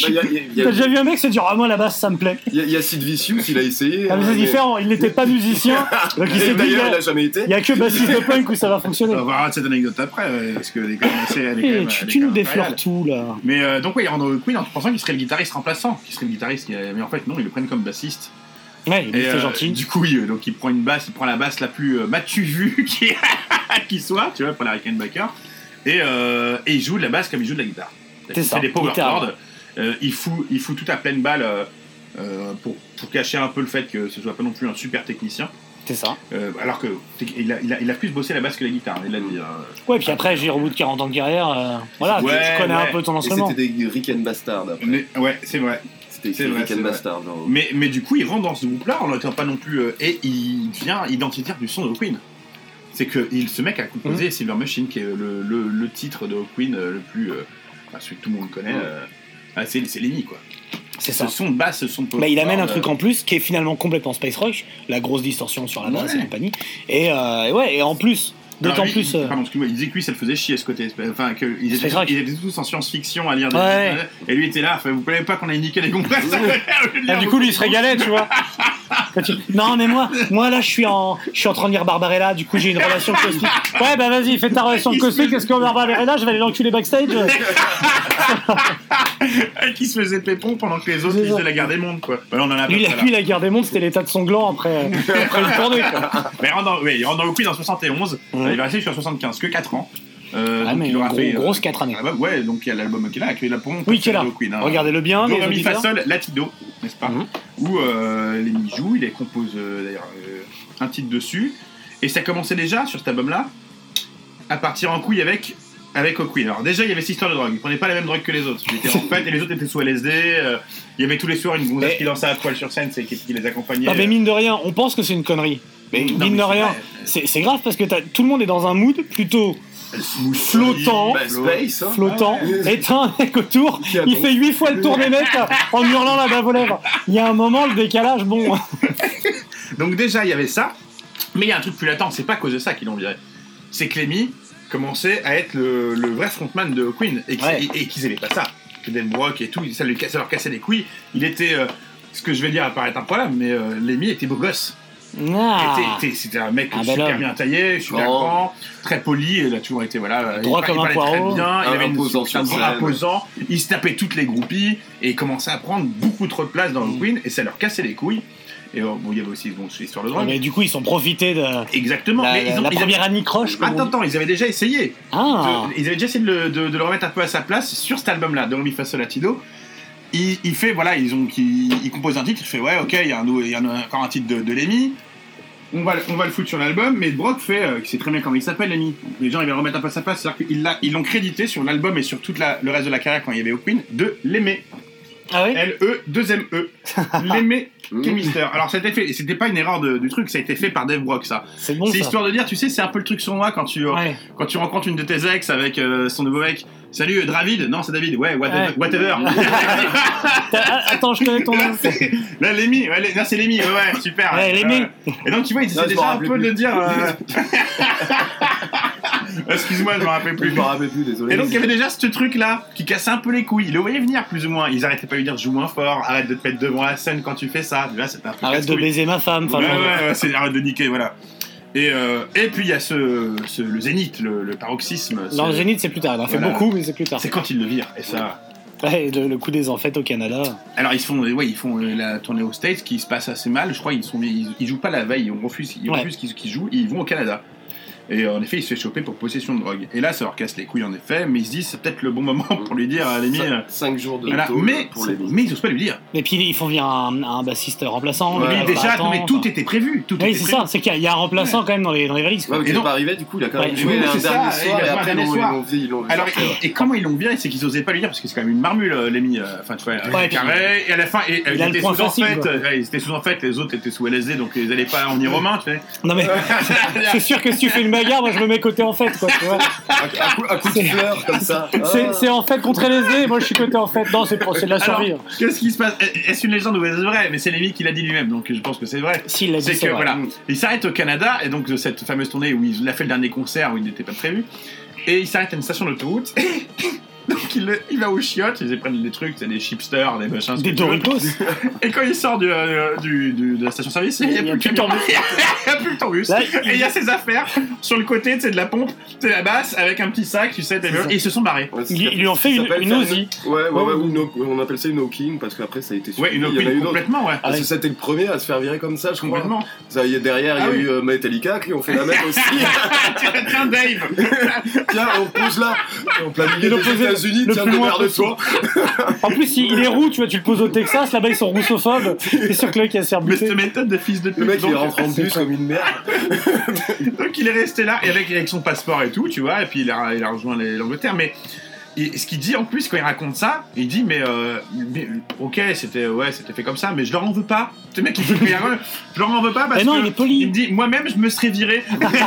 se dire « Ah, moi, la basse, ça me plaît ». Il y a Sid Vicious, il a essayé. Ah, mais c'est différent, il n'était pas musicien. Donc il s'est dit, il a jamais été. Il n'y a que bassiste de punk où ça va fonctionner. On va voir cette anecdote après, parce que tu nous déflores tout, là. Mais donc, oui, il rentre dans le Queen en pensant qu'il serait le guitariste remplaçant. Mais en fait, non, ils le prennent comme bassiste. Ouais, il était gentil. Du coup, donc il prend la basse la plus m'as-tu vu qui soit, tu vois, pour la Rickenbacker. Et il joue de la basse comme il joue de la guitare. Il fait des power chords. Il fout tout à pleine balle pour cacher un peu le fait que ce soit pas non plus un super technicien. C'est ça. Alors que il a plus bossé la basse que la guitare, il l'a dit. Ouais, puis après, j'ai au bout de 40 ans de carrière, voilà, tu connais un peu ton instrument. Et c'était des Rickenbastard après. Ouais, c'est vrai. C'était Rickenbastard. Mais du coup, il rentre dans ce groupe-là en n'étant pas non plus. Et il devient identitaire du son de Queen. C'est que ce mec a composé Silver Machine, qui est le titre de Queen le plus. Celui que tout le monde connaît. C'est Lemmy, quoi. C'est ça. Ce son de basse, ce son de power. Mais il amène un truc en plus qui est finalement complètement space rock, la grosse distorsion sur la basse et compagnie. Et en plus. D'autant plus. Pardon, excuse-moi, il disait que lui ça le faisait chier ce côté. Enfin, qu'ils étaient tous en science-fiction à lire des. Et lui était là, vous plaît pas qu'on ait niqué les compresse. Du coup, lui il se régalait, tu vois. Non, mais moi là je suis en train de lire Barbarella, du coup j'ai une relation cosmique. Ouais, bah vas-y, fais ta relation cosmique, est-ce qu'on Barbarella, je vais aller l'enculer backstage. Qui se faisait pépon pendant que les autres faisaient la guerre des mondes, quoi. Bah, on en a lui, la guerre des mondes, c'était l'état de son gland après une tournée, quoi. Mais il rentre dans le Queen en 71. Il va rester jusqu'à 75, que 4 ans. Mais il aura fait grosse 4 années. Ouais, donc il y a l'album qui est là, pour mon qui est là. Queen, hein. Regardez-le bien. Do, Ré, Mi, Fa, Sol, Latido, n'est-ce pas, où Lemmy joue, il compose d'ailleurs un titre dessus, et ça commençait déjà sur cet album-là à partir en couille avec Queen. Alors déjà il y avait cette histoire de drogue, ils prenaient pas la même drogue que les autres. Et les autres étaient sous LSD. Il y avait tous les soirs une gonzesse qui dansait à poil sur scène, qui les accompagnait. Mais mine de rien, on pense que c'est une connerie. Mais mine de rien, c'est grave parce que tout le monde est dans un mood plutôt flottant, et t'as un mec autour, il fait 8 fois le tour des mecs en hurlant la bave aux lèvres. Il y a un moment, le décalage, bon. Donc déjà il y avait ça, mais il y a un truc plus latent, c'est pas à cause de ça qu'ils l'ont viré. C'est que Lemmy commençait à être le vrai frontman de Queen, et qu'ils aimaient pas ça. Que Dave Brock et tout, ça leur cassait les couilles. Il était, ce que je vais dire apparaît improbable, mais Lemmy était beau gosse. C'était un mec super bien taillé, super grand, très poli, il a toujours été droit comme un poireau, très bien, il avait imposant, il se tapait toutes les groupies et il commençait à prendre beaucoup trop de place dans le Queen, et ça leur cassait les couilles. Et il y avait aussi l'histoire de drogue. Mais du coup, ils ont profité de. Exactement. La première Annie Croche. Attends, ils avaient déjà essayé. Ils avaient déjà essayé de le remettre un peu à sa place sur cet album-là, Do, Ré, Mi, Fa, Sol, Latido. Il fait, il compose un titre, il fait, ouais, ok, il y a encore un titre de Lemmy. on va le foutre sur l'album, mais Brock fait, c'est très bien comment il s'appelle, l'ami. Les gens ils vont le remettre un peu à sa place, c'est-à-dire qu'ils l'ont crédité sur l'album et sur tout le reste de la carrière quand il y avait au Queen de l'aimer. Ah oui. L-E-2-M-E. L'aimer Chemister. Alors c'était pas une erreur du truc, ça a été fait par Dave Brock, ça. C'est bon, c'est ça. histoire de dire, tu sais, c'est un peu le truc sournois quand tu rencontres une de tes ex avec son nouveau mec. Salut David, non c'est David, ouais, whatever. Attends, je connais ton nom. Là, Lémi, là c'est Lémi, ouais, super. Ouais, Lémi. Et donc tu vois, ils essaient déjà un peu de le dire. Excuse-moi, je me rappelle plus. Désolé. Et donc il y avait déjà ce truc-là qui cassait un peu les couilles. Ils le voyaient venir plus ou moins. Ils arrêtaient pas de lui dire joue moins fort, arrête de te mettre devant la scène quand tu fais ça. Là, c'était un peu arrête de baiser ma femme. Ouais, c'est arrête de niquer, voilà. Et puis il y a le zénith, le paroxysme. Non, le zénith c'est plus tard. Il en fait beaucoup, mais c'est plus tard. C'est quand ils le virent. Et ça. Ouais, le coup des enfêtes au Canada. Alors ils font la tournée aux States qui se passe assez mal. Je crois ils jouent pas la veille. Ils refusent qu'ils jouent. Ils vont au Canada. Et en effet, il se fait choper pour possession de drogue. Et là, ça leur casse les couilles, en effet. Mais ils se disent, c'est peut-être le bon moment pour lui dire, Lémi. 5 jours de voilà. tôle pour Lémi. Mais ils osent pas lui dire. Et puis, ils font venir un bassiste remplaçant. Ouais, déjà, mais tout était prévu. Oui, c'est ça. C'est qu'il y a un remplaçant quand même dans les valises. Ouais, mais il n'est pas arrivé, du coup, il a quand même joué un dernier soir. Et après, ils l'ont alors, et comment ils l'ont viré, c'est qu'ils osaient pas lui dire, parce que c'est quand même une marmule, Lémi. Enfin, tu vois, carré. Et à la fin, il était sous en fait. Ils étaient sous en fait, les autres étaient sous LSD, donc ils allaient pas en romain, tu sais. Non, mais c'est sûr que si tu fais une bagarre, moi je me mets côté en fait, quoi, tu vois. Un coup de fleur, comme ça. C'est en fait contre LSD, moi je suis côté en fait. Non, c'est de la survie. Alors, qu'est-ce qui se passe? Est-ce une légende ou est-ce vrai? Mais c'est Lémi qui l'a dit lui-même, donc je pense que c'est vrai. S'il l'a dit, c'est que voilà, il s'arrête au Canada, et donc de cette fameuse tournée où il a fait le dernier concert où il n'était pas prévu, et il s'arrête à une station d'autoroute. Donc il va aux chiottes, ils prennent des trucs, c'est des chipsters, des machins. Des Doritos. Et quand il sort de la station-service, il n'y a plus le tourbus. Et il y a ses affaires sur le côté, c'est de la pompe, c'est la basse, avec un petit sac, tu sais, et ils se sont barrés. Ouais, ils lui ont fait une Ozzy. Ouais, on appelle ça une Hawking, parce qu'après ça a été suivi. Ouais, une Hawking complètement, ouais. Parce que c'était le premier à se faire virer comme ça, je crois. Complètement. Derrière, il y a eu Metallica qui ont fait la même aussi. Tiens, Dave. Tiens, on pose là, en plein milieu des États-Unis, tiens, démerde-toi. En plus, il est roux, tu vois, tu le poses au Texas, là-bas ils sont russophobes. C'est sûr que là, il va se faire buter. Mais cette méthode de fils de pute. Le mec, il rentre en bus comme une merde. Donc il est resté là, et avec son passeport et tout, tu vois, et puis il a rejoint l'Angleterre, mais. Et ce qu'il dit en plus quand il raconte ça, il dit mais ok c'était fait comme ça, mais je leur en veux pas. Ce mec il dit je leur en veux pas parce que il est poli. Il me dit moi-même je me serais viré.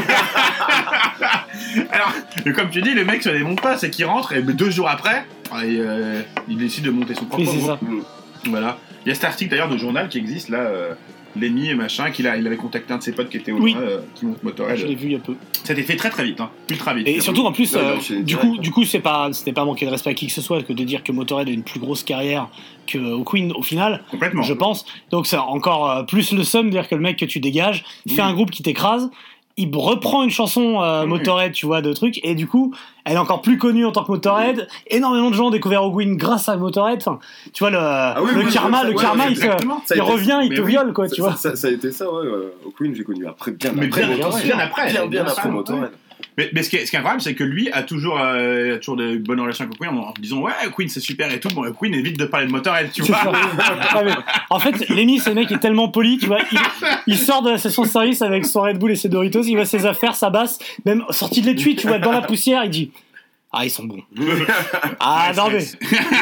Alors comme tu dis le mec se démonte pas, c'est qu'il rentre et 2 jours après il décide de monter son propre groupe. Voilà. Il y a cet article d'ailleurs de journal qui existe là. Lémi et machin, il avait contacté un de ses potes qui était au loin, qui monte Motorhead. Je l'ai vu il y a peu. Ça a été fait très très vite, ultra vite. Et surtout en plus, du coup, c'était pas manquer de respect à qui que ce soit que de dire que Motorhead a une plus grosse carrière que Queen au final. Complètement. Je pense. Donc c'est encore plus le seum de dire que le mec que tu dégages, il fait un groupe qui t'écrase. Il reprend une chanson Motorhead, tu vois, de trucs, et du coup, elle est encore plus connue en tant que Motorhead. Énormément de gens ont découvert Queen grâce à Motorhead. Enfin, tu vois, le karma, il revient, il te viole, quoi, tu vois. Ça a été ça, ouais. Queen, j'ai connu après, bien après Motorhead. Mais ce qui est incroyable, c'est que lui a toujours des bonnes relations avec Queen en disant ouais Queen c'est super et tout. Bon, Queen évite de parler de Motorhead, tu vois. En fait, Lémi, c'est le mec qui est tellement poli, tu vois. Il sort de la station de service avec son Red Bull et ses Doritos, il voit ses affaires, sa basse, même sorti de l'étui, tu vois, dans la poussière, il dit ah ils sont bons. Ah non mais.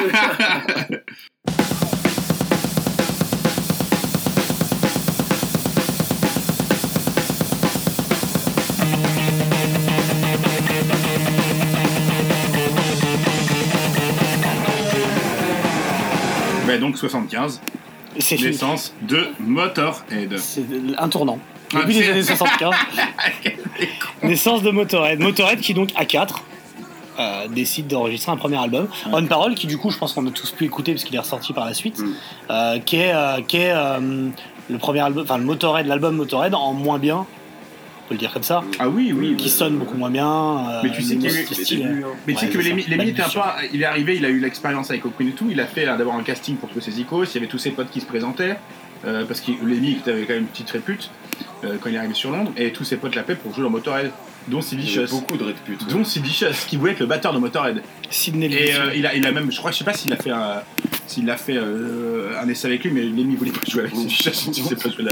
Donc 75, c'est naissance de Motorhead. C'est un tournant. Début des années 75. Naissance de Motorhead. Motorhead qui donc à 4 décide d'enregistrer un premier album. On Parole qui du coup je pense qu'on a tous pu écouter parce qu'il est ressorti par la suite. Qui est le premier album, enfin le Motorhead, l'album Motorhead en moins bien. On peut le dire comme ça. Ah oui. Qui sonne beaucoup moins bien. Mais tu sais que Lémi était un peu. Il est arrivé, il a eu l'expérience avec Queen et tout. Il a fait d'abord un casting pour tous ses icônes. Il y avait tous ses potes qui se présentaient. Parce que Lémi avait quand même une petite répute quand il est arrivé sur Londres. Et tous ses potes l'appelaient pour jouer dans Motorhead. Dont Sid Vicious. Beaucoup de réputes. Dont Sid Vicious, qui voulait être le batteur de Motorhead. Sidney et il a même. Je sais pas s'il a fait s'il a fait un essai avec lui, mais Lemmy voulait pas jouer avec lui. Je sais pas jouer là.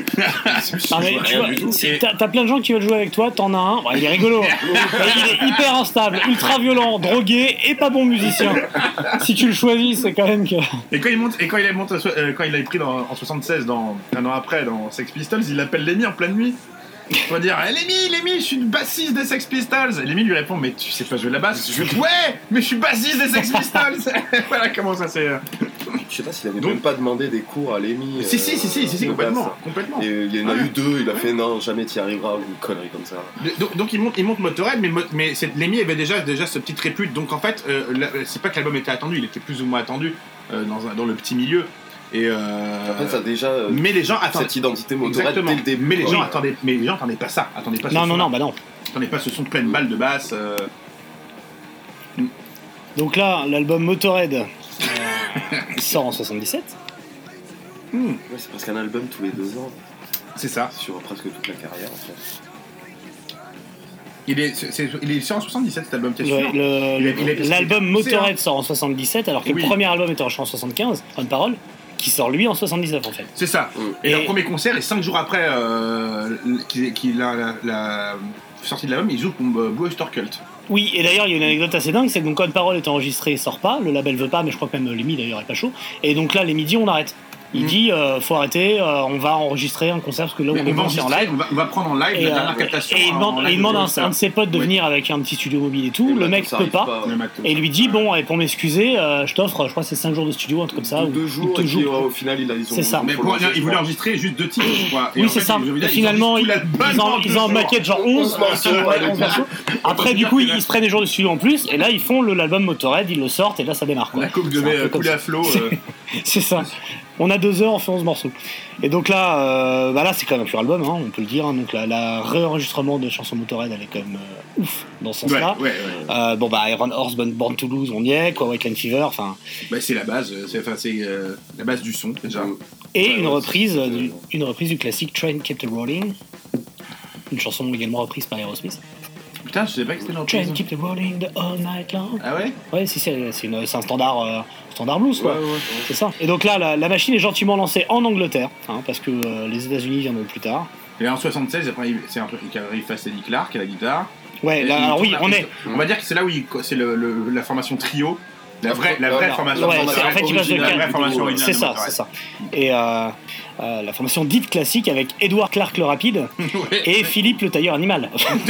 T'as plein de gens qui veulent jouer avec toi, t'en as un, il est rigolo. Il est hyper instable, ultra violent, drogué et pas bon musicien. Si tu le choisis, c'est quand même que. Et quand il a pris en 76, un an après, dans Sex Pistols, il appelle Lemmy en pleine nuit. On va dire Lemmy, je suis le bassiste des Sex Pistols. Et Lemmy lui répond, mais tu sais pas jouer la basse. Ouais, mais je suis bassiste des Sex Pistols. Voilà comment ça s'est. Je sais pas s'il avait même pas demandé des cours à Lemmy. Si, complètement. Et il y en a eu 2, il a fait non, jamais t'y arriveras, ou une connerie comme ça. Donc il monte Motorhead, mais Lemmy avait déjà ce petite répute. Donc en fait, c'est pas que l'album était attendu, il était plus ou moins attendu dans le petit milieu. Et en fait, ça a déjà mais les gens attendaient cette identité Motorhead dès le début. Mais les gens attendaient pas ça. Non. Attendaient pas ce son de pleine balle de basse. Donc là, l'album Motorhead sort en 77. Ouais, c'est presque un album tous les 2 ans. C'est ça. Sur presque toute la carrière, en fait. Il est en 77 cet album, t'es sûr? L'album Motorhead sort en 77, alors que le premier album était en 75, On Parole, qui sort lui en 79 en fait. C'est ça. Et leur premier concert, et 5 jours après la sortie de l'album, ils jouent pour Blue Oyster Cult. Oui, et d'ailleurs il y a une anecdote assez dingue, c'est que donc On Parole est enregistré, il sort pas, le label veut pas, mais je crois que même Lemmy d'ailleurs est pas chaud, et donc là Lemmy dit on arrête. Il dit faut arrêter, on va enregistrer un concert parce que là on est en live. On va prendre en live la dernière captation. Et il demande à un de ses potes de venir avec un petit studio mobile et tout. Le mec peut pas. Et il lui dit bon, et pour m'excuser, je t'offre, je crois que c'est 5 jours de studio, un truc comme ça. 2 jours. Et puis, au final, c'est ça. Mais il voulait enregistrer juste 2 titres, je crois. Oui, c'est ça. Et finalement, ils ont en maquette genre 11 morceaux. Après, du coup, ils se prennent des jours de studio en plus. Et là, ils font l'album Motorhead, ils le sortent et là, ça démarre. La coke devait couler à flot. C'est ça. On a 2 heures, on fait 11 morceaux. Et donc là, là c'est quand même un pur album, hein, on peut le dire. Hein. Donc la réenregistrement de chansons Motorhead, elle est quand même ouf dans ce sens-là. Ouais. Iron Horse, Born to Lose, on y est, quoi, White Line Fever, enfin. C'est la base, c'est la base du son déjà. Et une reprise du classique Train Kept Rolling, une chanson également reprise par Aerosmith. Putain, je savais pas que c'était une reprise. Train Kept Rolling the all night long. Ah ouais? Ouais, c'est un standard blues, quoi. Ouais. C'est ça. Et donc là, la machine est gentiment lancée en Angleterre, hein, parce que les États-Unis viendront plus tard. Et en 76, après, c'est un peu qui arrive face à Eddie Clark à la guitare. Ouais, là, alors oui, on va dire que c'est là où c'est la formation trio. La vraie formation. Ouais, en fait, il passe de la vraie formation originale. C'est ça. Et la formation dite classique avec Edward Clark le rapide et Philippe le tailleur animal.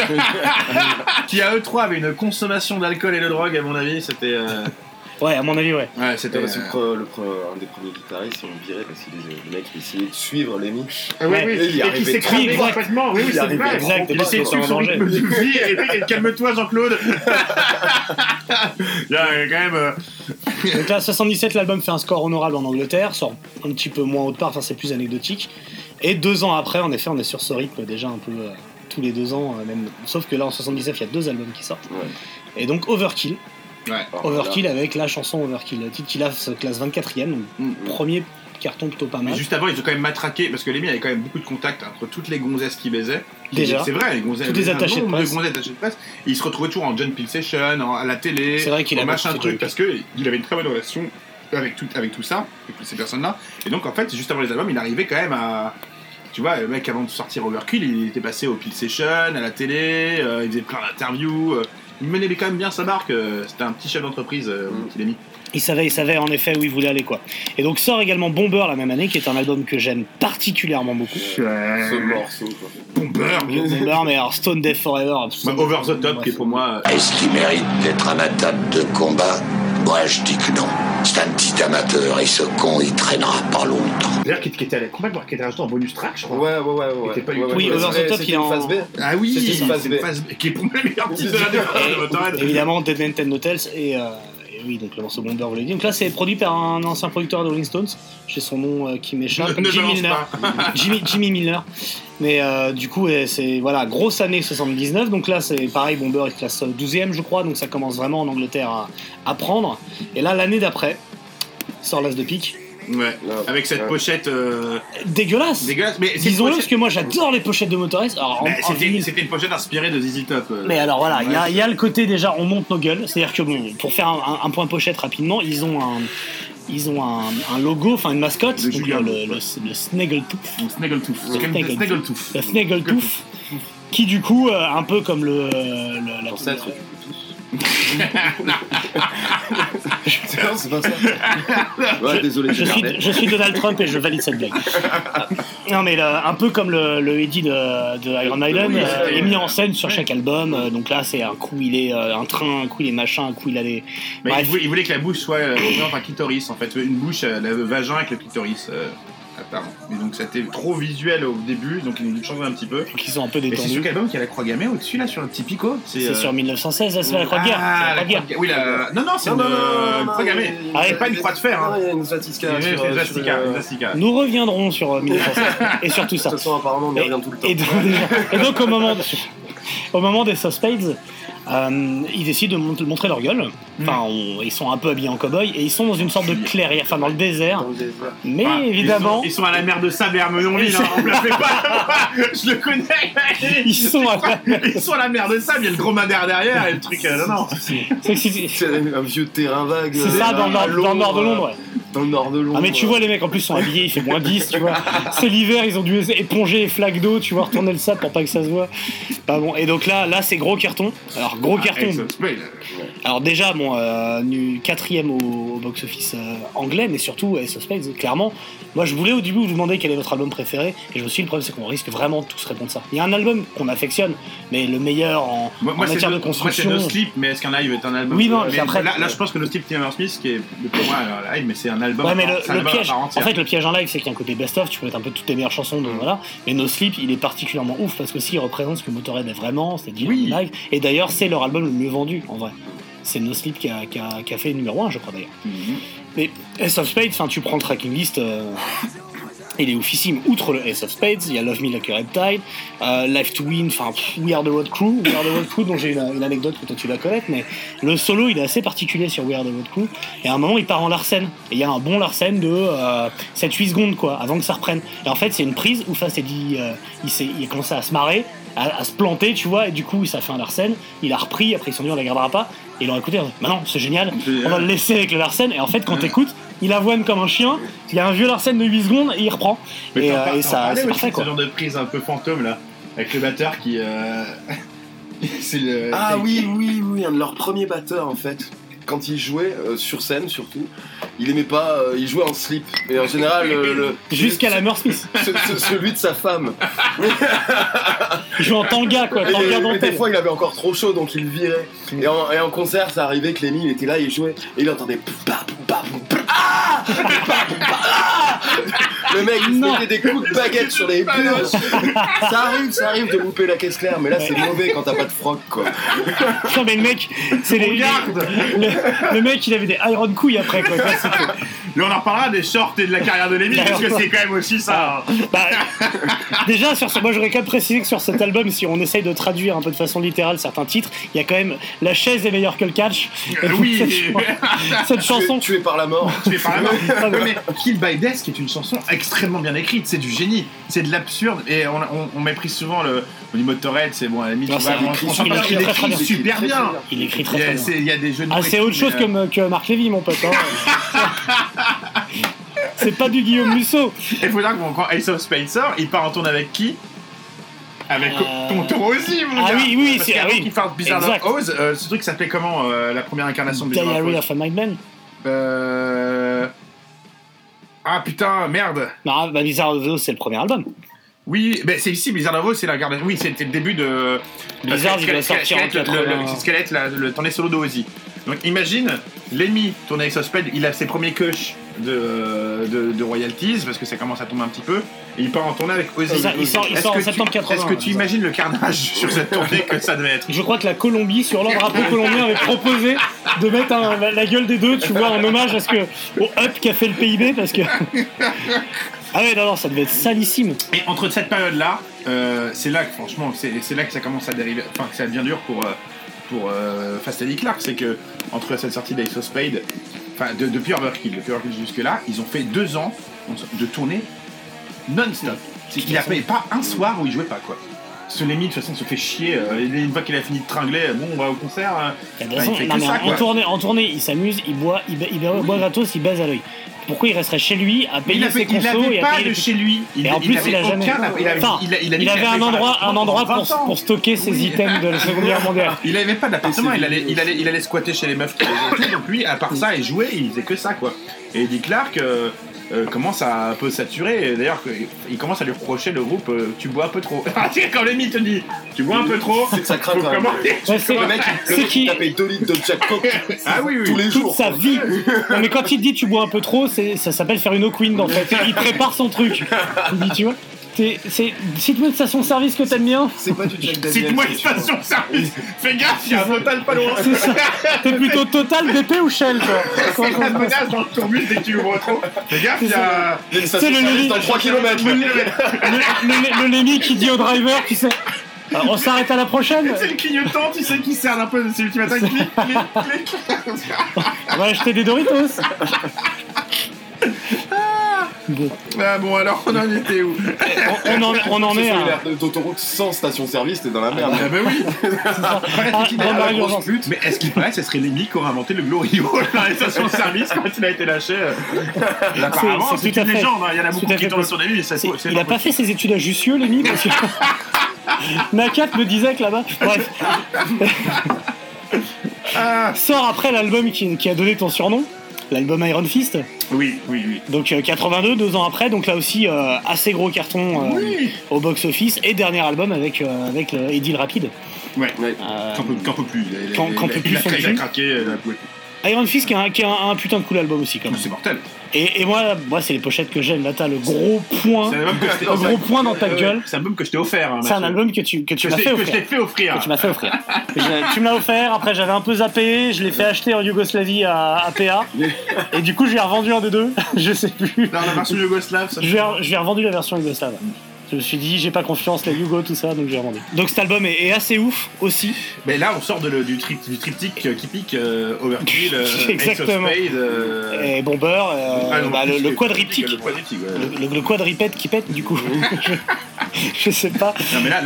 Qui à eux trois avaient une consommation d'alcool et de drogue, à mon avis, c'était. Ouais, à mon avis, ouais. C'était un des premiers guitaristes, on dirait, parce que les mecs essayaient de suivre Lemmy. Et qui s'est cramé complètement. Oui, c'est vrai. Exact. Il essayait de suivre son rythme de vie. Et calme-toi, Jean-Claude. Il y a quand même. Donc là, 77, l'album fait un score honorable en Angleterre, sort un petit peu moins haut de part, enfin c'est plus anecdotique. Et 2 ans après, en effet, on est sur ce rythme déjà un peu tous les 2 ans, même. Sauf que là, en 77, il y a 2 albums qui sortent. Ouais. Et donc Overkill. Ouais. Overkill avec la chanson Overkill. Le titre qui se classe 24e, donc premier carton plutôt pas mal. Mais juste avant, ils ont quand même matraqué, parce que Lemmy avait quand même beaucoup de contacts entre toutes les gonzesses qui baisaient. Déjà. C'est vrai, les gonzesses. Toutes les attachées de presse. Et ils se retrouvaient toujours en John Peel Session, à la télé, c'est vrai qu'il a machin truc, parce qu'il avait une très bonne relation avec tout ça, avec toutes ces personnes-là. Et donc, en fait, juste avant les albums, il arrivait quand même à. Tu vois, le mec, avant de sortir Overkill, il était passé au Peel Session, à la télé, il faisait plein d'interviews. Il menait quand même bien sa barque, c'était un petit chef d'entreprise qu'il a mis. Il savait en effet où il voulait aller, quoi. Et donc sort également Bomber la même année, qui est un album que j'aime particulièrement beaucoup. Ce morceau, quoi. Bomber, mais alors Stone Death Forever. Over the Top, qui est pour moi. Est-ce qu'il mérite d'être un athlète de combat? Ouais, je dis que non. C'est un petit amateur et ce con, il traînera pas longtemps. D'ailleurs, qui était rajouté en bonus track, je crois. Ouais. Oui, Over the Top, il est en phase B. Ah oui, c'est une phase B. Qui est pour moi le meilleur titre de la Motorhead. Évidemment, Dead Man Ten Hotels et oui, donc le morceau Bomber, vous l'avez dit. Donc là, c'est produit par un ancien producteur de Rolling Stones. J'ai son nom qui m'échappe. Jimmy Milner. Mais du coup, c'est grosse année 79. Donc là, c'est pareil, Bomber il classe 12e, je crois. Donc ça commence vraiment en Angleterre à prendre. Et là, l'année d'après, sort l'As de pique. Ouais, avec cette pochette dégueulasse. Mais disons-le, parce que moi j'adore les pochettes de Motorhead. C'était une pochette inspirée de ZZ Top. Mais alors voilà, il y a le côté déjà, on monte nos gueules. C'est-à-dire que bon, pour faire un point pochette rapidement, ils ont ils ont un logo, enfin une mascotte, donc le Snaggletooth. Le Snaggletooth, qui du coup, un peu comme l'ancêtre du c'est pas ça. Ouais, désolé. Je suis Donald Trump et je valide cette blague. Non mais un peu comme le Eddie de Iron Maiden est mis en scène sur chaque album. Donc là c'est un coup il est un train, un coup il est machin, un coup il a des. Il voulait que la bouche soit genre un clitoris en fait, une bouche, le vagin avec le clitoris. Mais donc c'était trop visuel au début, donc ils ont dû changer un petit peu. Donc ils sont un peu détendus. Et c'est sur quel album qu'il y a la croix gammée au-dessus là sur le petit picot. C'est sur 1916, là c'est la croix de guerre. La croix de guerre. Oui, non, c'est une croix gammée. C'est pas une croix de fer. Il y a une svastika. Nous reviendrons sur 1916 et sur tout ça. De toute façon, apparemment, on y revient tout le temps. Et donc au moment des Suspects, ils décident de montrer leur gueule. Enfin, ils sont un peu habillés en cow-boy et ils sont dans une sorte de clairière, enfin dans le désert. Mais évidemment, ils sont à la mer de Sable et Armenonville. On me le fait pas. Je le connais. Ils sont à la mer de Sable. Il y a le dromadaire derrière et le truc. Non. C'est un vieux terrain vague. C'est ça dans le nord de Londres. Dans le nord de Londres. Ah mais tu vois les mecs en plus sont habillés, il fait moins 10, tu vois. C'est l'hiver, ils ont dû éponger les flaques d'eau, tu vois, retourner le sable pour pas que ça se voit. Bah bon, et donc là c'est gros carton. Alors gros carton. Alors déjà bon 4ème au box-office anglais, mais surtout Suspects, clairement. Moi je voulais au début vous demander quel est votre album préféré et je me suis dit le problème c'est qu'on risque vraiment de tous répondre ça. Il y a un album qu'on affectionne, mais le meilleur en matière de construction. Moi c'est No Sleep, mais est-ce qu'un live est un album? Oui non, mais après là je pense que No Sleep Tim Smith qui est pour moi un live, mais c'est un album. Ouais mais le piège, en fait le piège en live c'est qu'il y a un côté best-of, tu peux mettre un peu toutes tes meilleures chansons de voilà, mais No Sleep il est particulièrement ouf parce que s'il représente ce que Motorhead est vraiment, c'est-à-dire live, et d'ailleurs c'est leur album le mieux vendu en vrai. C'est No Sleep qui a fait numéro 1 je crois d'ailleurs. Mais Ace of Spades, tu prends le tracking list, il est oufissime. Outre le Ace of Spades, il y a Love Me Like a Reptile, Life to Win, We Are the Road Crew, dont j'ai une anecdote que toi tu la connais, mais le solo il est assez particulier sur We Are the Road Crew, et à un moment il part en Larsen, et il y a un bon Larsen de 7-8 secondes quoi, avant que ça reprenne. Et en fait c'est une prise où Fast Eddie il a commencé à se marrer, à se planter, tu vois, et du coup ça fait un Larsen, il a repris, après ils se sont dit on la gardera pas, et ils l'ont écouté, bah non c'est génial, on va le laisser avec le Larsen, et en fait quand t'écoutes, il avoine comme un chien, il y a un vieux Larsen de 8 secondes et il reprend. Et ça c'est parfait quoi. Ce genre de prise un peu fantôme là, avec le batteur qui c'est le. Ah oui, un de leurs premiers batteurs en fait. Quand il jouait sur scène surtout, il aimait pas, il jouait en slip. Et en général, jusqu'à la Smith. Celui de sa femme. Il jouait en tanga quoi, tanga dentelle. Des fois il avait encore trop chaud donc il virait. Et en concert ça arrivait que Lemmy il était là, il jouait et il entendait le mec il se mettait des coups de baguette sur les bûches. Ça arrive de louper la caisse claire, mais là c'est mauvais quand t'as pas de froc quoi. Non mais le mec, c'est le mec il avait des iron couilles après quoi. Mais on en reparlera des shorts et de la carrière de Lemmy parce que c'est quand même aussi ça. Déjà moi j'aurais quand même précisé que sur cet album, si on essaye de traduire un peu de façon littérale certains titres, il y a quand même la chaise est meilleure que le catch. Oui. Cette chanson tué par la mort. Mais Kill by Death qui est une chanson extrêmement bien écrite, c'est du génie, c'est de l'absurde et on méprise souvent le Motorhead, c'est bon à la limite il écrit super bien. Il écrit très bien. Il y a des jeux de c'est autre chose que Marc Lévy mon pote. C'est pas du Guillaume Musso. Il faut dire que quand Ace of Spades sort, il part en tourne avec qui? Avec Tonton aussi, mon gars. Oui, parce qu'avant qu'il fasse Bizarre of Oz, ce truc s'appelait comment la première incarnation de Bizarre Diary of a Madman. Ah putain, merde. Non, Bizarre of Oz c'est le premier album. Oui, c'est ici Bizarre of Oz, c'est l'incarnation. Oui, c'était le début de. Bizarre, il va sortir en 80. C'est ce qu'allait être le tournée solo d'Ozzy. Donc imagine, Lemmy, tourné avec Suspect, il a ses premiers cushs de royalties parce que ça commence à tomber un petit peu et il part en tournée avec Ozzy. Il sort en septembre 80. Est-ce que tu imagines le carnage sur cette tournée que ça devait être? Je crois que la Colombie, sur leur drapeau colombien, avait proposé de mettre la gueule des deux, tu vois, en hommage au Up qui a fait le PIB parce que. Ah ouais, non, ça devait être salissime. Et entre cette période-là, c'est là que franchement, c'est là que ça commence à dériver, enfin que ça devient dur pour Fast Eddie Clarke, c'est que entre cette sortie d'Ace of Spades, enfin depuis Overkill jusque-là, ils ont fait 2 ans de tournée non-stop. Il n'y a pas un soir où ils jouaient pas quoi. Ce Lemmy, de toute façon, se fait chier. Une fois qu'il a fini de tringler, bon, on va au concert. De toute façon, en tournée, il s'amuse, il boit gratos, il baise à l'œil. Pourquoi il resterait chez lui à payer ses consos et à payer chez lui. Et en plus, il a jamais. Il avait un endroit pour stocker ses items de la Seconde Guerre mondiale. Il avait pas d'appartement, il allait squatter chez les meufs qui les donc lui, à part ça, il jouait, il faisait que ça, quoi. Et Eddie Clark commence à un peu saturer, et d'ailleurs, il commence à lui reprocher le groupe tu bois un peu trop. Quand Lemmy te dit tu bois un peu trop, c'est que ça craque quand même. Le mec, il tapait 2 litres de Jack Coke tous les jours. Toute sa vie. Non, mais quand il te dit tu bois un peu trop, ça s'appelle faire une O'Quinn en fait. Il prépare son truc. Il dit, tu vois. Cite-moi une station-service que t'aimes bien. C'est pas du Jack Daniels. Cite-moi une station-service. Fais gaffe, il y a un Total pas loin. C'est ça. T'es plutôt Total, BP ou Shell, toi. C'est la menace dans le tourbus dès que tu ouvres trop. Fais gaffe, il y a une station-service dans 3 km. Le Lemmy qui dit au driver, tu sais. On s'arrête à la prochaine. C'est le clignotant, tu sais, qui sert un peu. C'est l'ultimatum. Clic. On va acheter des Doritos. Bon, alors on en était où? On en est à... D'autoroute sans station-service, t'es dans la merde. Ah bah oui. Mais est-ce qu'il paraît que ce serait Lemmy qui aurait inventé le Glorio dans les stations-service quand il a été lâché? Apparemment, c'est une légende. Il y en a beaucoup qui tournent sur des livres. Il a pas fait ses études à Jussieu, Lemmy, parce que... Nakat me disait que là-bas... Bref. Sort après l'album qui a donné ton surnom, l'album Iron Fist. Oui. Donc 82, 2 ans après, donc là aussi assez gros carton au box-office, et dernier album avec Eddie le Rapide. Ouais. Qu'en peut plus. Il a craqué. Iron Fist qui a un putain de cool album aussi quand même. C'est mortel. Et moi c'est les pochettes que j'aime. Là t'as le gros point, dans ta gueule. C'est un album que je t'ai offert. C'est un album que tu m'as fait offrir. Que je t'ai fait offrir. Que tu m'as fait offrir. Tu me l'as offert. Après j'avais un peu zappé. Je l'ai fait acheter en Yougoslavie à PA. Et du coup je lui ai revendu un des deux. Je sais plus. Non, la version yougoslave. Je lui ai revendu la version yougoslave. Je me suis dit, j'ai pas confiance, la Yugo, tout ça, donc j'ai revendu. Donc cet album est assez ouf aussi. Mais là, on sort du triptyque qui pique Overkill, exactement. Ace of Spades, et Bomber, le quadriptyque. Le quadripède qui pète, du coup. Je sais pas. Non, mais là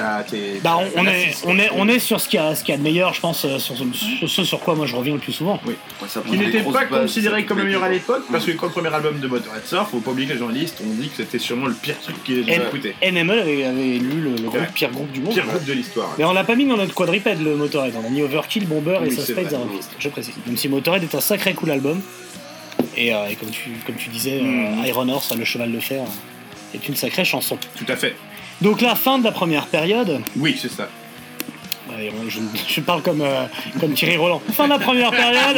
on est sur ce qu'il y a de meilleur, je pense, ce sur quoi moi je reviens le plus souvent. Oui. Qui n'était pas considéré comme le meilleur à l'époque, parce que quand le premier album de Motorhead sort, faut pas oublier que les journalistes ont dit que c'était sûrement le pire truc qu'ils avaient écouté. NME avait élu le pire groupe du monde. Pire groupe de l'histoire. Mais on l'a pas mis dans notre quadripède, le Motorhead. On a mis Overkill, Bomber et Ace of Spades, Iron Fist, je précise. Même si Motorhead est un sacré cool album. Et comme tu disais, Iron Horse, le cheval de fer, est une sacrée chanson. Tout à fait. Donc la fin de la première période. Oui, c'est ça. Ouais, je parle comme Thierry Roland. Fin de la première période.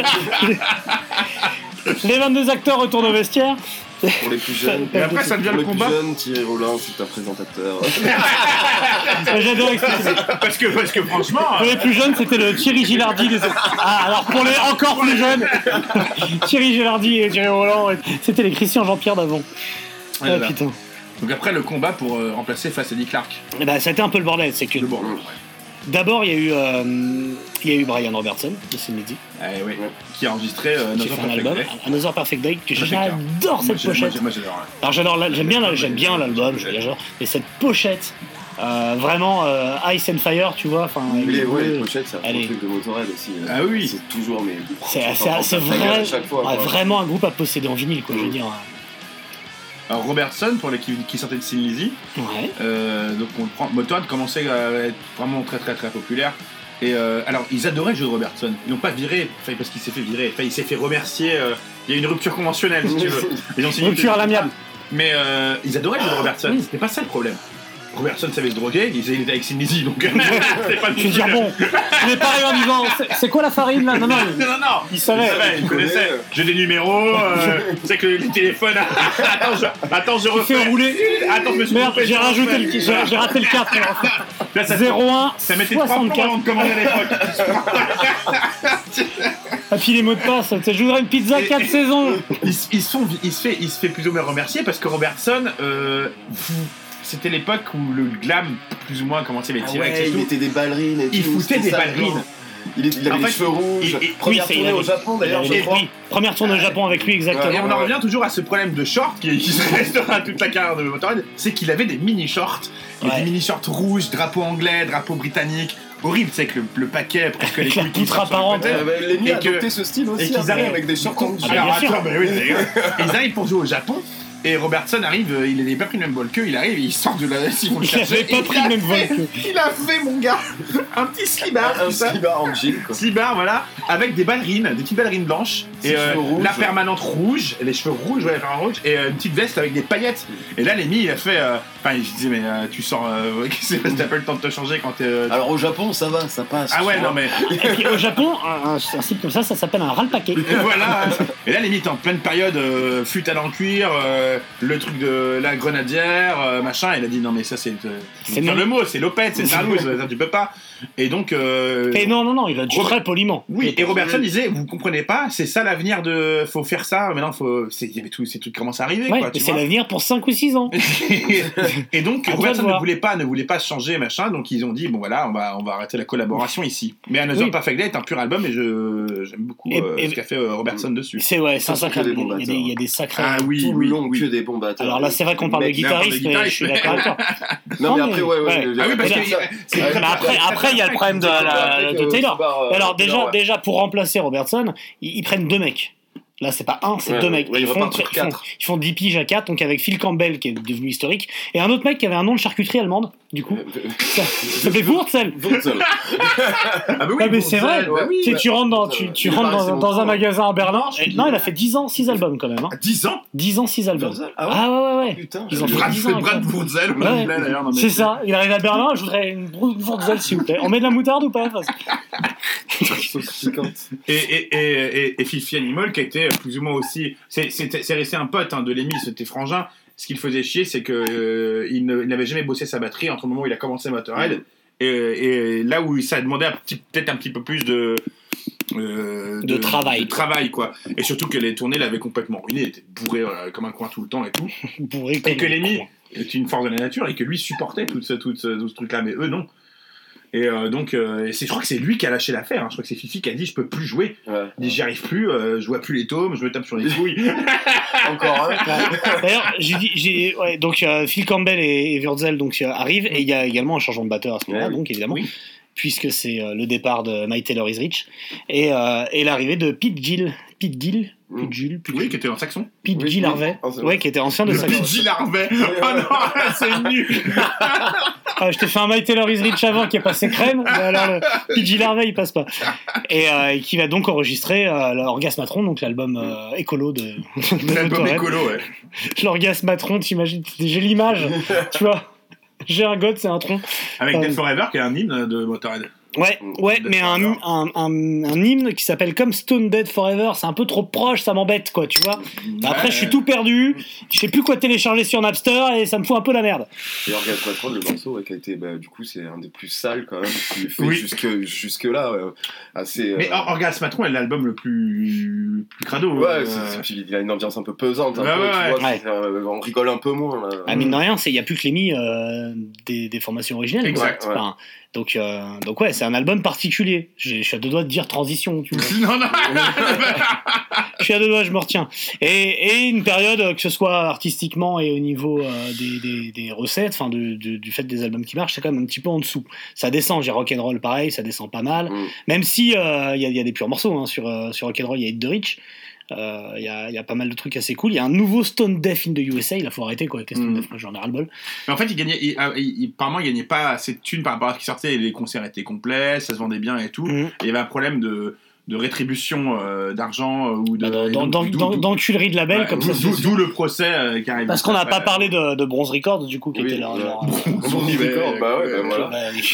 Les 22 acteurs retournent au vestiaire. Pour les plus jeunes. Et après, ça devient le combat. Pour les plus jeunes, Thierry Roland, c'est un présentateur. J'adore expliquer. Parce que franchement. Pour les plus jeunes, c'était le Thierry Gilardi. Alors pour les encore plus jeunes, Thierry Gilardi et Thierry Roland, c'était les Christian Jean-Pierre d'avant. Ah putain. Donc après le combat pour remplacer face à Eddie Clark. Et bah ça a été un peu le bordel, c'est que. D'abord il y a eu Brian Robertson de Sin Lizzy. Oui. Qui a enregistré Another Perfect Day, que j'adore cette pochette. Moi j'adore. Alors j'aime bien l'album, et cette pochette. Vraiment Ice and Fire, tu vois. Les pochettes, c'est un truc de Motorhead aussi. Ah oui. C'est toujours c'est vraiment un groupe à posséder en vinyle, quoi. Je veux dire. Alors Robertson, pour les qui sortaient de Sin Lizzy, donc on prend, Motorhead commençait à être vraiment très très très populaire. Et alors ils adoraient le jeu de Robertson. Ils n'ont pas viré, parce qu'il s'est fait virer. Il s'est fait remercier. Il y a une rupture conventionnelle, si tu veux. Rupture à l'amiable. Mais ils adoraient le jeu de Robertson. C'était pas ça le problème. Robertson savait se droguer, il était avec Sin Lizzy, donc c'était pas je veux dire, bon, il est pareil en disant, c'est quoi la farine là? Non, il savait. Il connaissait. J'ai des numéros, tu sais que les téléphones. Attends, je refais. Il fait rouler. Attends, je me suis trompé. J'ai raté le 4. Là, 01 ça mettait 3 points avant de commander à l'époque. Et puis les mots de passe, je voudrais une pizza 4 saisons. Il se fait plus ou moins remercier parce que Robertson, c'était l'époque où le glam, plus ou moins, commençait à les tirer. Il mettait des ballerines et il foutait des ballerines. Il avait les cheveux rouges. Première tournée au Japon d'ailleurs, je crois. Oui, première tournée au Japon avec lui, exactement. Et on en revient toujours à ce problème de short qui restera toute la carrière de Motorhead, c'est qu'il avait des mini-shorts. Il y a des mini-shorts rouges, drapeau anglais, drapeau britannique. Horrible, c'est que le paquet, presque les couilles qui poutre apparente. Lemmy a adopté ce style aussi, ils arrivent avec des shorts en ils arrivent pour jouer au Japon. Et Robertson arrive, il n'avait pas pris le même vol qu'eux, il arrive, il sort de la ils vont le chercher. Il avait pas pris le même vol qu'eux. Il a fait, mon gars, un petit slibard. Un slibard en jean, quoi. Slibard, voilà, avec des ballerines, des petites ballerines blanches. Et la permanente rouge, les cheveux rouges, ouais, la permanente rouge, et une petite veste avec des paillettes. Et là, Lemmy, il a fait. Enfin, je disais, mais tu sors. Qu'est-ce que t'as pas le temps de te changer quand t'es. Alors au Japon, ça va, ça passe. Ah ouais, non, mais. Et puis au Japon, un site comme ça s'appelle un râle-paquet. Et voilà. Et là, Lemmy était en pleine période fut à l'encuir, le truc de la grenadière, machin. Il a dit, non, mais ça, c'est le mot, c'est Lopez, c'est Sarlouz, ça, tu peux pas. Et donc. Et non, il a dit très poliment. Oui, et Robertson disait, vous comprenez pas, c'est ça l'avenir de. Faut faire ça, maintenant, il y avait tous ces trucs qui commencent à arriver, ouais, quoi. C'est l'avenir pour 5 ou 6 ans. Et donc, Robertson ne voulait pas changer, machin, donc ils ont dit, bon voilà, on va arrêter la collaboration ici. Mais Another Perfect Day est un pur album et j'aime beaucoup ce qu'a fait Robertson dessus. C'est un sacré. Il y a des sacrés. Ah oui, tout le long, que des bons batteurs. Alors là, c'est vrai qu'on parle de guitariste, mais je suis d'accord avec toi. Non, mais après, Ah oui, parce que. Après, il y a le problème de Taylor. Alors, déjà, pour remplacer Robertson, ils prennent 2 mecs. Là, c'est pas un, c'est 2 mecs. Ils font 10 piges à 4, donc avec Phil Campbell, qui est devenu historique, et un autre mec qui avait un nom de charcuterie allemande, du coup. Ça s'appelait Wurzel. Ah bah oui, mais c'est vrai. Tu rentres dans un magasin à Berlin. Non, il a fait 10 ans, 6 albums quand même. 10 ans 10 ans, 6 albums. Ah ouais. Putain. Ils ont fait 10 ans. Brad Wurzel, d'ailleurs. C'est ça. Il arrive à Berlin, je voudrais une Wurzel, s'il vous plaît. On met de la moutarde ou pas? Et Filthy Animal, qui a été plus ou moins aussi. C'est resté un pote de Lemmy, c'était frangin. Ce qui le faisait chier, c'est qu'il n'avait jamais bossé sa batterie entre le moment où il a commencé Motorhead et là où ça demandait peut-être un petit peu plus de travail, quoi. Et surtout que les tournées l'avaient complètement ruiné, il était bourré comme un coin tout le temps et tout. Et que Lemmy est une force de la nature et que lui supportait tout ce truc-là, mais eux non. Et donc, je crois que c'est lui qui a lâché l'affaire. Je crois que c'est Fifi qui a dit je peux plus jouer. Il dit j'y arrive plus, je vois plus les tomes, je me tape sur les couilles. Encore un. D'ailleurs, donc Phil Campbell et Wurzel donc arrivent et il y a également un changement de batteur à ce moment-là, donc évidemment. Oui. Puisque c'est le départ de My Taylor Is Rich et l'arrivée de Pete Gill, oui, qui était en saxon. Pete Gill Harvey, qui était ancien de saxon. Pete Gill Harvey, oh non, c'est nul. Je t'ai fait un My Taylor Is Rich avant qui est passé crème, mais alors Pete Gill Harvey il passe pas. Et qui va donc enregistrer l'Orgasmatron, donc l'album écolo de l'album écolo, ouais. L'Orgasmatron, t'imagines, j'ai l'image, tu vois. J'ai un god, c'est un tronc. Avec Dead Forever, qui est un hymne de Motorhead. Ouais, mais un hymne qui s'appelle comme Stone Dead Forever, c'est un peu trop proche, ça m'embête, quoi, tu vois. Après, je suis tout perdu, je sais plus quoi télécharger sur Napster et ça me fout un peu la merde. Et Orgasmatron, le morceau qui a été, du coup, c'est un des plus sales quand même, qui fait jusque-là, assez. Mais Orgasmatron est l'album le plus crado. Ouais, il a une ambiance un peu pesante, tu vois, on rigole un peu moins. Là. Mine de rien, il n'y a plus que Lemmy des formations originales. Exact. Enfin, donc ouais, c'est un album particulier. Je suis à 2 doigts de dire transition, tu vois. Non. Je suis à 2 doigts, je me retiens. Et une période, que ce soit artistiquement et au niveau des recettes, enfin du fait des albums qui marchent, c'est quand même un petit peu en dessous. Ça descend, j'ai Rock'n'Roll pareil, ça descend pas mal. Même si il y a des purs morceaux sur Rock'n'Roll, il y a Hit the Rich. Il y a pas mal de trucs assez cool. Il y a un nouveau Stone Deaf in the USA. Il faut arrêter avec les Stone Deaf. Moi, j'en ai ras-le-bol. Mais en fait, apparemment, il gagnait pas assez de thunes par rapport à ce qui sortait. Les concerts étaient complets, ça se vendait bien et tout. Et il y avait un problème de rétribution d'argent ou d'enculerie de label comme ça. D'où le procès qui arrive. Parce qu'on n'a pas parlé de Bronze Records du coup qui était là. Bronze Records, voilà.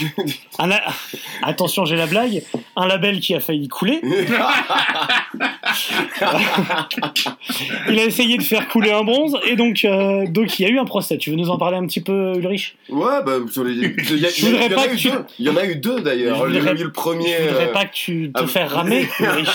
Attention, j'ai la blague. Un label qui a failli couler. Il a essayé de faire couler un bronze et donc il y a eu un procès. Tu veux nous en parler un petit peu, Ulrich? Ouais, il y en a eu 2 d'ailleurs. Il y a eu le premier. Je voudrais pas que tu te fasses ramer, Ulrich.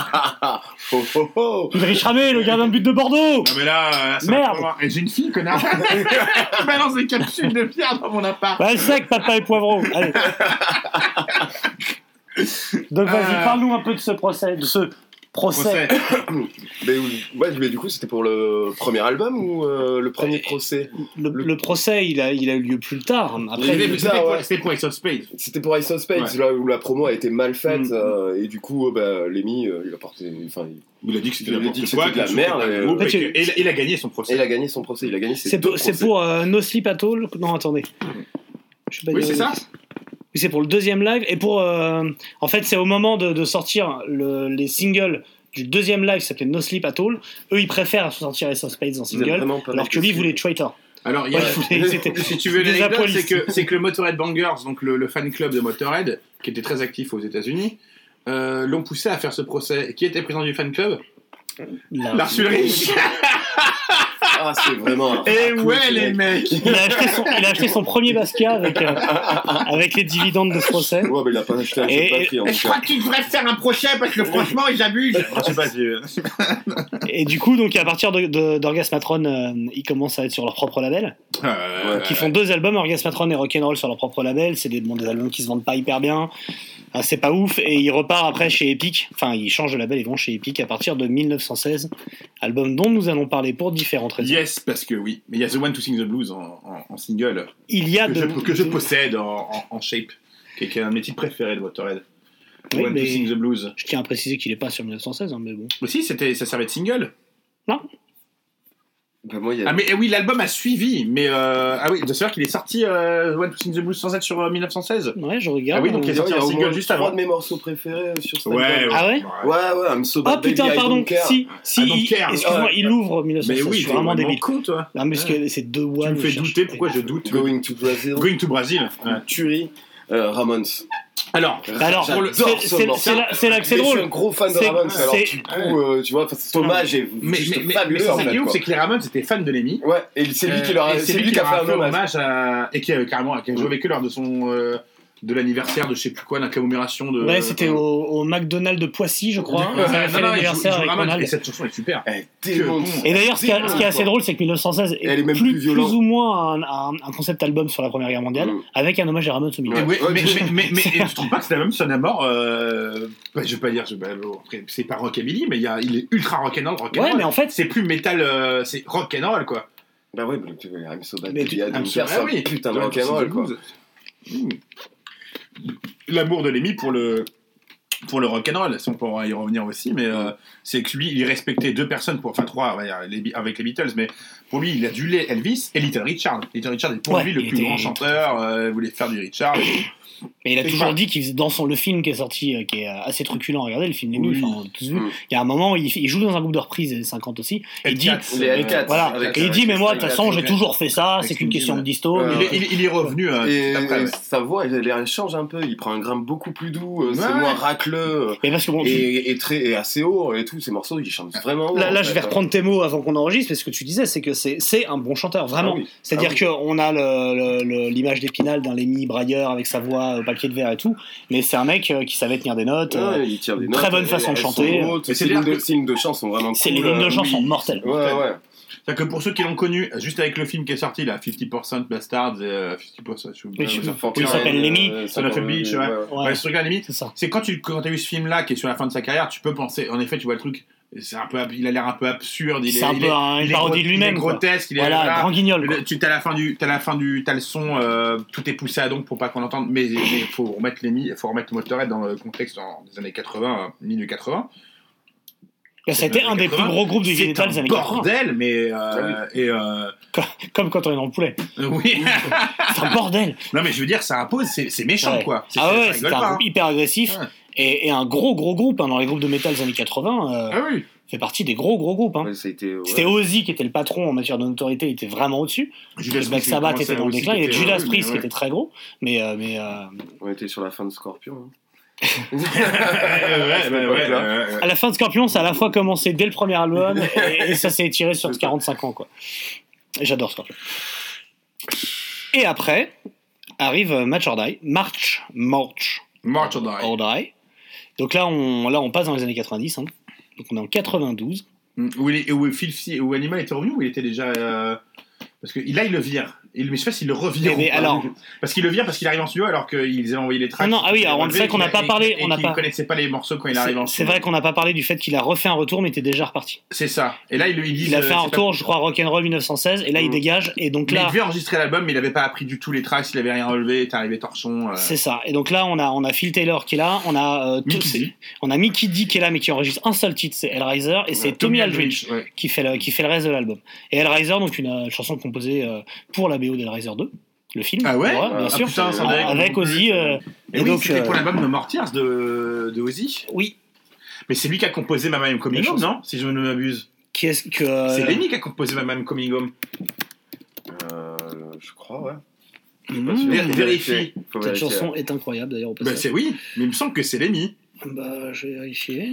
Ulrich Ramé, le gardien de but de Bordeaux. Non mais là merde. Et j'ai une fille, connard. Je balance des capsules de pierre dans mon appart. Sec, papa et poivreau. Allez. Donc vas-y, parle-nous un peu de ce procès. mais du coup, c'était pour le premier album ou le premier procès? Le procès, il a eu lieu plus tard. Après, c'était pour Ace of Spades. C'était pour Ace of Spades, là où la promo a été mal faite, et du coup, Lemmy, il a porté. Il a dit que c'était de la merde. Et il a gagné son procès. Il a gagné ses deux procès. C'est pour No Sleep At All. Non, attendez. Oui, c'est ça. C'est pour le deuxième live et pour en fait c'est au moment de sortir les singles du deuxième live qui s'appelait No Sleep At All. Eux ils préfèrent sortir Ace of Spades en single alors que lui voulait Traitor. Alors si tu veux l'anecdote, c'est que le Motorhead Bangers, donc le fan club de Motorhead qui était très actif aux États-Unis, l'ont poussé à faire ce procès. Qui était président du fan club? Lars Ulrich. Ah, c'est vraiment. Et ouais, les mecs. Il a acheté son premier Basquiat avec les dividendes de ce procès. Ouais, mais il a pas acheté un papier. Je crois que tu devrais faire un procès parce que franchement, ils abusent. Je sais pas si. Et du coup, donc à partir d'Orgasmatron, ils commencent à être sur leur propre label. Qui font 2 albums, Orgasmatron et Rock'n'Roll sur leur propre label. C'est des albums qui se vendent pas hyper bien. C'est pas ouf. Et ils repartent après chez Epic. Enfin, ils changent de label, ils vont chez Epic à partir de 1916. Album dont nous allons parler pour différentes raisons. Yes, parce que oui. Mais il y a The One to Sing the Blues en single. Il y a que je possède en shape. Qui est un de mes titres préférés de Motorhead. The One to Sing the Blues. Je tiens à préciser qu'il est pas sur 1916, mais bon. Aussi, ça servait de single. Non. Mais oui, l'album a suivi, mais de savoir qu'il est sorti One to Sing the Blues sans être sur 1916. Ouais, je regarde. Ah oui, donc il est sorti un single juste avant. 3 de mes morceaux préférés sur cet album. Ah ouais. Ouais, I'm so bad. Ah putain, pardon. Si, excuse-moi, il ouvre 1916. Mais oui, je suis vraiment débile. Con, toi. Non, mais c'est 2 One. Tu me fais douter. Pourquoi je doute? Going to Brazil. Tuerie. Ramones. Alors c'est là que c'est drôle. Je suis un gros fan de Ramones. Alors du coup, tu vois, cet hommage est juste fabuleux. Mais c'est qui ouf, c'est que les Ramones étaient fans de Lemmy. Ouais, et c'est lui qui a fait un hommage et qui a joué avec eux lors de son de l'anniversaire de je sais plus quoi, la commémoration de. Ouais, c'était au McDonald's de Poissy, je crois. L'anniversaire avec Ronald. Et cette chanson est super. Et d'ailleurs, ce qui est assez drôle, c'est que 1916 est plus ou moins un concept album sur la Première Guerre mondiale, avec un hommage à Ramones au milieu. Mais je trouve pas que cet album sonne à mort. Je vais pas dire, c'est pas rockabilly, mais il est ultra rock'n'roll. Ouais, mais en fait, c'est plus métal, c'est rock'n'roll quoi. Bah ouais, mais I'm so bad. Putain de rock'n'roll quoi. L'amour de Lemmy pour le rock'n'roll, si on peut y revenir aussi, mais c'est que lui, il respectait 2 personnes, enfin 3 avec les Beatles, mais pour lui, il adulait Elvis et Little Richard. Little Richard est pour lui le plus grand chanteur, voulait faire du Richard. Mais il a toujours dit qu'il dans le film qui est sorti, qui est assez truculent, regardez le film Lemmy, il y a un moment où il joue dans un groupe de reprises des 50 aussi, et il dit mais moi de toute façon j'ai toujours fait ça, c'est qu'une question de disto. Il est revenu après. Sa voix elle change un peu, il prend un grain beaucoup plus doux, c'est moins racleux et assez haut et tout, ces morceaux ils chantent vraiment haut. Là je vais reprendre tes mots avant qu'on enregistre, parce que tu disais c'est que c'est un bon chanteur vraiment, c'est-à-dire qu'on a l'image d'Épinal d'un Lemmy brailleur avec sa voix au papier de verre et tout, mais c'est un mec qui savait tenir des notes, il tire des notes, très bonne façon de chanter. Ces lignes de chant sont vraiment cool. Les lignes de chant sont mortelles. Ouais. C'est-à-dire que pour ceux qui l'ont connu, juste avec le film qui est sorti, là, 50% Bastards et 50%. Il s'appelle Lemmy. Son of a Beach, ouais. Ce truc-là, Lemmy, c'est quand t'as vu ce film-là qui est sur la fin de sa carrière, tu peux penser, en effet, tu vois le truc. Il a l'air un peu absurde. C'est un peu une parodie de lui-même. Il est grotesque. Grand guignol. T'as le son, tout est poussé à donc pour pas qu'on l'entende. Mais il faut remettre Motorhead dans le contexte des années 80, milieu 80. Ça a été un des plus gros groupes du metal des années 80. Bordel, mais comme quand on est dans le poulet. Oui. C'est un bordel. Non mais je veux dire, ça impose, c'est méchant quoi. C'est un groupe hyper agressif. Et un gros groupe dans les groupes de métal des années 80 fait partie des gros groupes. C'était Ozzy qui était le patron en matière de notoriété, il était vraiment au-dessus. Black Sabbath était dans le déclin, il y avait Judas Priest qui était très gros, mais on était sur la fin de Scorpion. À la fin de Scorpion, ça a à la fois commencé dès le premier album et ça s'est étiré sur 45 ans quoi. Et j'adore Scorpion. Et après arrive March or Die. Donc là on passe dans les années 90, donc on est en 92. Où Animal était revenu, ou il était déjà parce que là il le vire Mais je sais pas s'il le revient ou pas. Alors... Parce qu'il le vient parce qu'il arrive en studio alors qu'ils avaient envoyé les tracks. Non, alors c'est vrai qu'on n'a pas parlé. On ne connaissait pas les morceaux quand il arrive en studio. C'est vrai qu'on n'a pas parlé du fait qu'il a refait un retour mais était déjà reparti. C'est ça. Et là, il a fait un retour, je crois, Rock'n'Roll 1916, et là il dégage. Et donc là. Il devait enregistrer l'album, mais il n'avait pas appris du tout les tracks, il avait rien relevé, il est arrivé torchon. C'est ça. Et donc là, on a Phil Taylor qui est là, on a Mickey D qui est là, mais qui enregistre un seul titre, c'est Hellraiser, et c'est Tommy Aldridge qui fait le reste de l'album. Et Hellraiser, donc une chanson composée pour la BO d'Hellraiser 2. Le film, ah ouais, bien sûr, putain, avec Ozzy. Et oui, donc c'était pour l'album No More Tears de Ozzy. Oui. Mais c'est lui qui a composé Mama I'm Coming Home, non? Si je ne m'abuse. C'est Lemmy qui a composé Mama I'm Coming Home. Je crois, ouais. Vérifie. Cette chanson est incroyable d'ailleurs au passage. Oui, mais il me semble que c'est Lemmy. Je vais vérifier.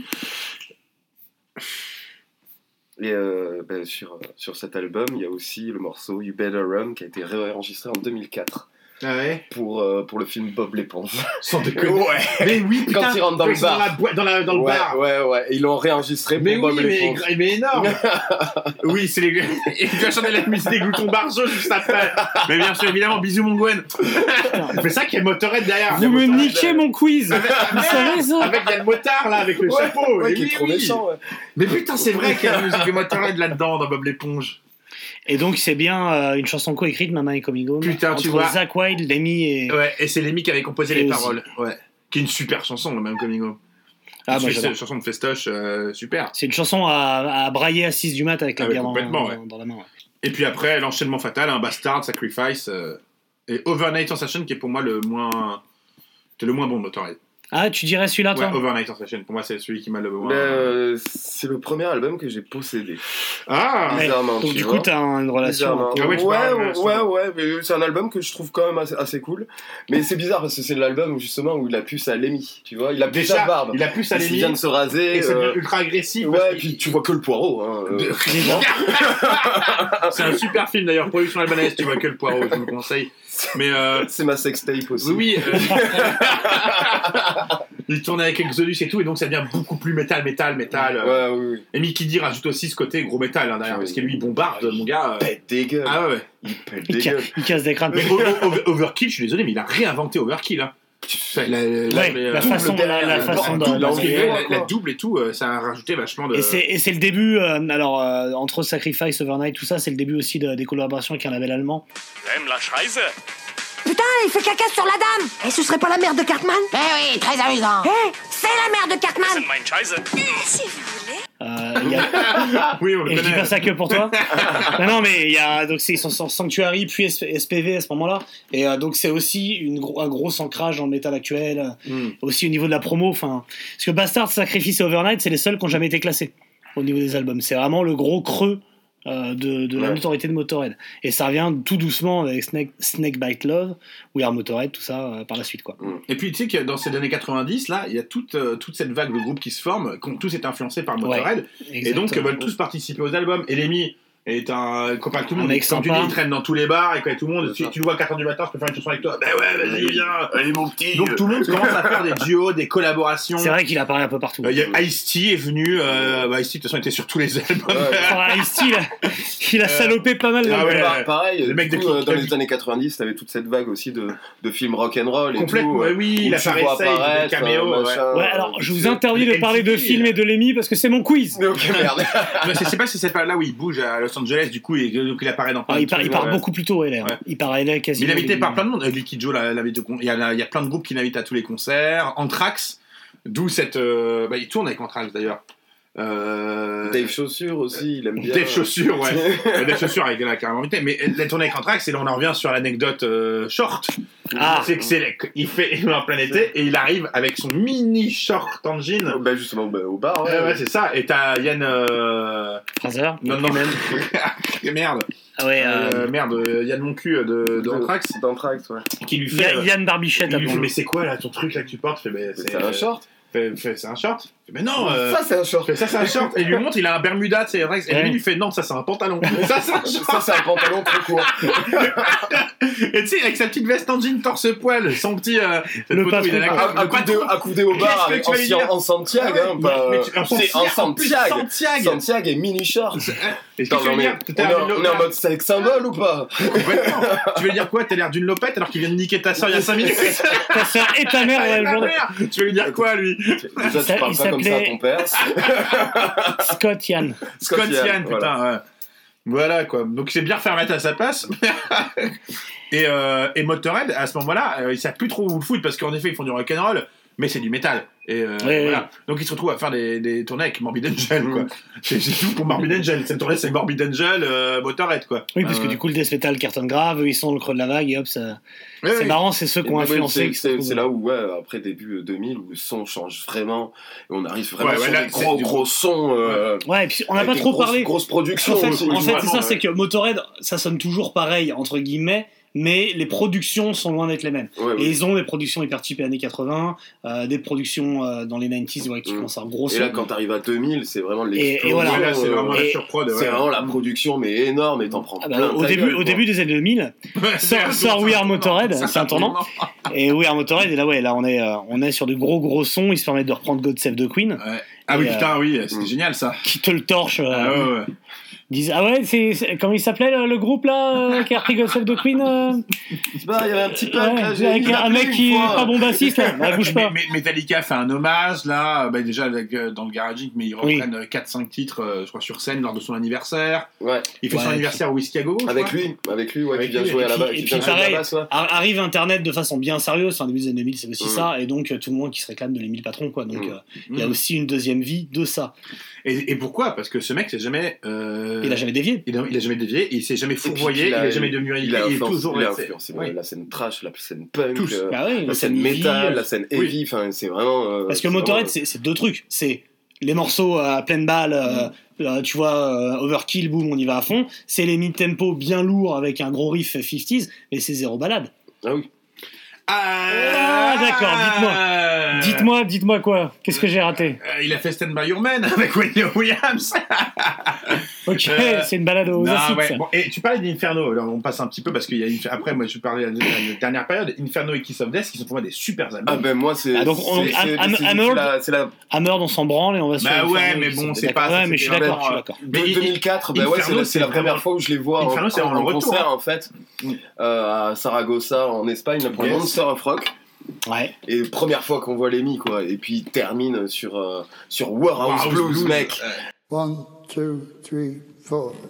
Et sur cet album, il y a aussi le morceau You Better Run qui a été réenregistré en 2004. Ah ouais. Pour le film Bob l'éponge. Sans déconner. Ouais. Mais oui, putain, quand ils rentrent dans le bar. Dans le bar. Ouais. Ils l'ont réenregistré pour Bob l'éponge. Mais énorme. Oui, c'est les. Et tu as chanté la musique des gloutons Barjo juste après. Mais bien sûr, évidemment, bisous mon Gwen. C'est ça qu'il y a Motorhead derrière. Vous me niquez mon quiz. Vous savez ça? Avec il y a le motard là, avec le chapeau. Qui est trop méchant. Mais putain, c'est vrai qu'il y a la musique de Motorhead là-dedans dans Bob l'éponge. Et donc c'est bien une chanson coécrite, Mama et Coming Home, putain, entre tu vois. Zakk Wylde, Lemmy et... Ouais, et c'est Lemmy qui avait composé les paroles. Ouais. Qui est une super chanson, Mama et Coming Home. C'est une chanson de festoche, super. C'est une chanson à brailler à 6 du mat avec la bière dans la main. Ouais. Et puis après, l'enchaînement fatal, un Bastard, Sacrifice, et Overnight Sensation qui est pour moi le moins bon de Motorhead. Ah, tu dirais celui-là, toi? Ouais, Overnight Sensation, pour moi, c'est celui qui m'a le moins... c'est le premier album que j'ai possédé. Ah! Bizarrement, donc du coup, t'as une relation... Ouais, mais c'est un album que je trouve quand même assez cool. Mais c'est bizarre, parce que c'est l'album, justement, où il a plus à Lemmy, tu vois? Il a plus sa barbe. Il a plus à Lemmy. Il vient de se raser. Et c'est ultra agressif. Ouais, et puis tu vois que le poireau. Hein, c'est un super film, d'ailleurs, production albanaise, tu vois que le poireau, je vous le conseille. Mais c'est ma sextape aussi. Oui. Il tournait avec Exodus et tout, et donc ça devient beaucoup plus métal. Ouais, oui. Et Mickey D rajoute aussi ce côté gros métal derrière, parce que lui il bombarde, mon gars. Il pète des gueules. Ah ouais. Il pète des gueules. Il casse des crânes. Mais Overkill, je suis désolé, mais il a réinventé Overkill. Hein. La façon la double et tout, ça a rajouté vachement de. Et c'est le début, entre Sacrifice, Overnight, tout ça, c'est le début aussi des collaborations avec un label allemand. J'aime la Scheiße. Putain, il fait caca sur la dame. Et ce serait pas la mère de Cartman? Eh oui, très amusant. C'est la mère de Cartman. C'est meine Scheiße. Si vous voulez. Oui, on le et connaît. je dis pas ça que pour toi. non, mais il y a donc ils sont sur Sanctuary puis SPV à ce moment-là, et donc c'est aussi un gros ancrage dans le métal actuel, aussi au niveau de la promo. Enfin, parce que Bastard, Sacrifice et Overnight, c'est les seuls qui ont jamais été classés au niveau des albums. C'est vraiment le gros creux de la notoriété de Motorhead, et ça revient tout doucement avec Snakebite Love, We Are Motorhead, tout ça par la suite, quoi. Et puis tu sais que dans ces années 90 là, il y a toute cette vague de groupes qui se forment, qui ont tous été influencés par Motorhead, et donc veulent tous participer aux albums. Et Lemmy est un copain de tout le monde, il traîne dans tous les bars, il connaît tout le monde. Tu le vois à 4h du matin, je peux faire une chanson avec toi. Ben ouais, vas-y, viens. Allez mon petit. Donc tout le monde commence à faire des duos, des collaborations. C'est vrai qu'il apparaît un peu partout. Ice-T est venu, Ice-T de toute façon était sur tous les albums. Ice-T il a salopé pas mal. Pareil, le mec dans les années 90, t'avais toute cette vague aussi de films rock'n'roll et tout. Oui, il apparaissait, des caméos. Ouais, alors je vous interdis de parler de films et de Lemmy parce que c'est mon quiz. Ok, merde. Je sais pas si c'est pas là où il bouge à Los Angeles, du coup, il apparaît dans plein de trucs. Il part beaucoup plus tôt, LA. Il part à LA quasiment. Il est invité par plein de monde. Liquid Joe l'invite il y a plein de groupes qui l'invitent à tous les concerts. Anthrax, d'où cette. Il tourne avec Anthrax d'ailleurs. Dave Chaussure aussi, il aime bien. Dave Chaussure, ouais. Dave Chaussure avec la carrément invité. Mais la tournée avec Anthrax, et là on en revient sur l'anecdote short. C'est que il est en plein été et il arrive avec son mini short en jean. Justement au bar. Ouais, c'est ça. Et t'as Yann Fraser. Non. Merde. Ah ouais. Merde, Yann Moncu d'Anthrax. D'Anthrax, ouais. Qui lui fait. Yann Barbichette. Mais c'est quoi là ton truc là que tu portes? C'est un short. C'est un short. Mais non, ça c'est un short. Ça c'est un short. Et il lui montre, il a un Bermuda, c'est vrai. Et lui il fait non, ça c'est un pantalon. Ça c'est un short. Ça c'est un pantalon trop court. Et tu sais, avec sa petite veste en jean torse-poil, son petit. Le patron, accoudé au bar en Santiago. C'est en Santiago. Santiago et mini short. On est en mode sex symbole ou pas? Complètement. Tu veux dire quoi? T'as l'air d'une lopette alors qu'il vient de niquer ta soeur il y a 5 minutes. Ta soeur et ta mère dans la journée. Tu veux lui dire quoi, lui? Déjà, tu parles pas comme ça à ton père. Scott Yann, putain, ouais. Voilà, quoi. Donc, c'est bien refaire mettre à sa place. Et Motorhead, à ce moment-là, ils savent plus trop où le foutre parce qu'en effet, ils font du rock'n'roll, mais c'est du métal. Et voilà. Donc, ils se retrouvent à faire des tournées avec Morbid Angel, quoi. C'est tout pour Morbid Angel. Cette tournée, c'est Morbid Angel, Motorhead, quoi. Oui, parce que du coup, le death metal cartonne grave, eux, ils sont le creux de la vague, et hop, ça. C'est marrant, c'est ceux qui ont influencé. C'est là où, après début 2000, où le son change vraiment, et on arrive vraiment sur des gros sons. Ouais, et puis on n'a pas trop parlé. Grosse production. En fait, c'est ça, c'est que Motorhead, ça sonne toujours pareil, entre guillemets, mais les productions sont loin d'être les mêmes. Et ils ont des productions hyper cheap années 80, des productions dans les 90s qui commencent à grossir. Et là, quand t'arrives à 2000, c'est vraiment l'explosion. Et voilà, là, c'est vraiment la surprod. C'est vraiment la production, mais énorme, et t'en prends plein. Au début des années 2000, sort We Are Motorhead, c'est un tournant. Et We Are Motorhead, et là, on est sur de gros sons, ils se permettent de reprendre God Save the Queen. Ah oui, putain, oui, c'était génial, ça. Qui te le torche. C'est comment il s'appelait le groupe là qui a repris God Save the Queen il y avait un petit peu avec un mec qui est pas bon bassiste là, bouge pas. Metallica fait un hommage là, déjà dans le garaging, mais ils reprennent 4-5 titres je crois sur scène lors de son anniversaire. Il fait son anniversaire au Whisky à Gogo avec lui qui vient jouer à la basse. Et puis pareil, arrive internet de façon bien sérieuse, c'est un début des années 2000, c'est aussi ça, et donc tout le monde qui se réclame de l'Émile Patron, quoi. Donc il y a aussi une deuxième vie de ça. Et pourquoi? Parce que ce mec, c'est jamais. Il a jamais dévié. Il a jamais dévié, il s'est jamais fourvoyé, il a jamais devenu ridicule. Il est toujours influencé la scène trash, la scène punk, la scène metal, la scène heavy, enfin c'est vraiment. Parce que Motorhead, c'est deux trucs. C'est les morceaux à pleine balle, tu vois, overkill, boom, on y va à fond. C'est les mid-tempo bien lourds avec un gros riff 50s, mais c'est zéro balade. Ah oui. D'accord, dites-moi quoi? Qu'est-ce que j'ai raté? Il a fait Stand By Your Man avec Wendy Williams. Ok, c'est une balade aux acides. Ouais. Bon, et tu parlais d'Inferno, alors on passe un petit peu parce qu'il y a après moi je parlais de la dernière période, Inferno et Kiss of Death qui sont pour moi des super albums. Ah ben moi c'est Hammered on s'en branle et on va se faire. Bah ouais, mais bon, c'est pas. Ouais, mais je suis d'accord. Mais 2004, c'est la première fois où je les vois en concert en fait, à Saragossa en Espagne pour le Monster of Rock. Ouais. Et première fois qu'on voit Lemmy quoi, et puis il termine sur Warhouse Blues, mec. 1, 2, 3, 4.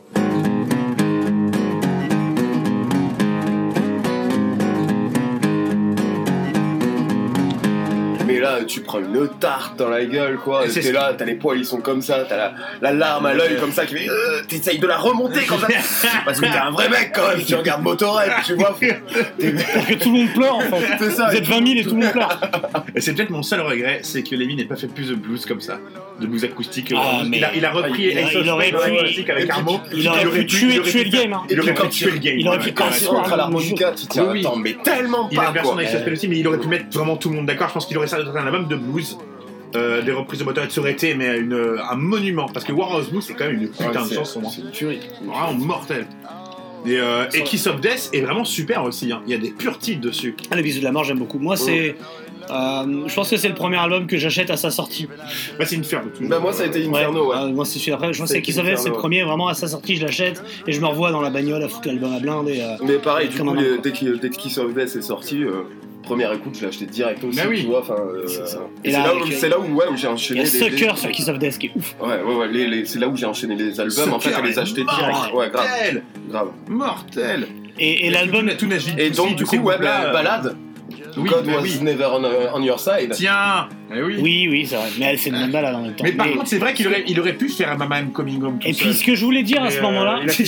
Mais là, tu prends une tarte dans la gueule, quoi. T'es là, t'as les poils, ils sont comme ça, t'as la larme à l'œil comme ça qui fait. T'essayes de la remonter comme ça. Parce que t'es un vrai mec quand même. Tu regardes Motorhead, tu vois. Parce que tout le monde pleure en fait. C'est ça. Vous êtes 20 000 et tout le monde pleure. Et c'est peut-être mon seul regret, c'est que Lemmy n'ait pas fait plus de blues comme ça, de blues acoustique. Il a repris il aurait pu avec Armo. Il aurait pu tuer le game. Il aurait pu tuer le game. Il aurait pu casser à l'harmonica. Tu tiens, attends, mais tellement pas. Il a une version d'Axel aussi, mais il aurait pu mettre vraiment tout le monde d'accord. Je pense qu'il aurait servi un album de blues. Des reprises de Motorhead, ça aurait été mais un monument parce que Warhouse Blues c'est quand même une putain de chanson, c'est une tuerie, vraiment mortelle. Et Kiss of Death est vraiment super aussi, hein. Il y a des purs titres dessus. Les bisous de la mort j'aime beaucoup. Moi c'est je pense que c'est le premier album que j'achète à sa sortie. Bah c'est Inferno. Bah moi ça a été Inferno. Moi c'est celui d'après. Je pense que Kiss of Death c'est le premier vraiment à sa sortie, je l'achète et je me revois dans la bagnole à foutre l'album à blinde. Mais pareil, du coup dès que Kiss of Death est sorti. Première écoute, je l'ai acheté direct aussi, tu vois. Et c'est là où j'ai enchaîné. Il y a Sucker sur Kiss of Death qui est ouf. Ouais, c'est là où j'ai enchaîné les albums. Sucker, en fait, je les achetais direct. Ouais, grave. Mortel. Et l'album. Et donc, du coup, balade. God was never on your side. Tiens. Oui, c'est vrai. Mais c'est une bonne balade en même temps. Mais par contre, c'est vrai qu'il aurait pu faire Mama I'm Coming Home. Et puis, ce que je voulais dire à ce moment-là, c'est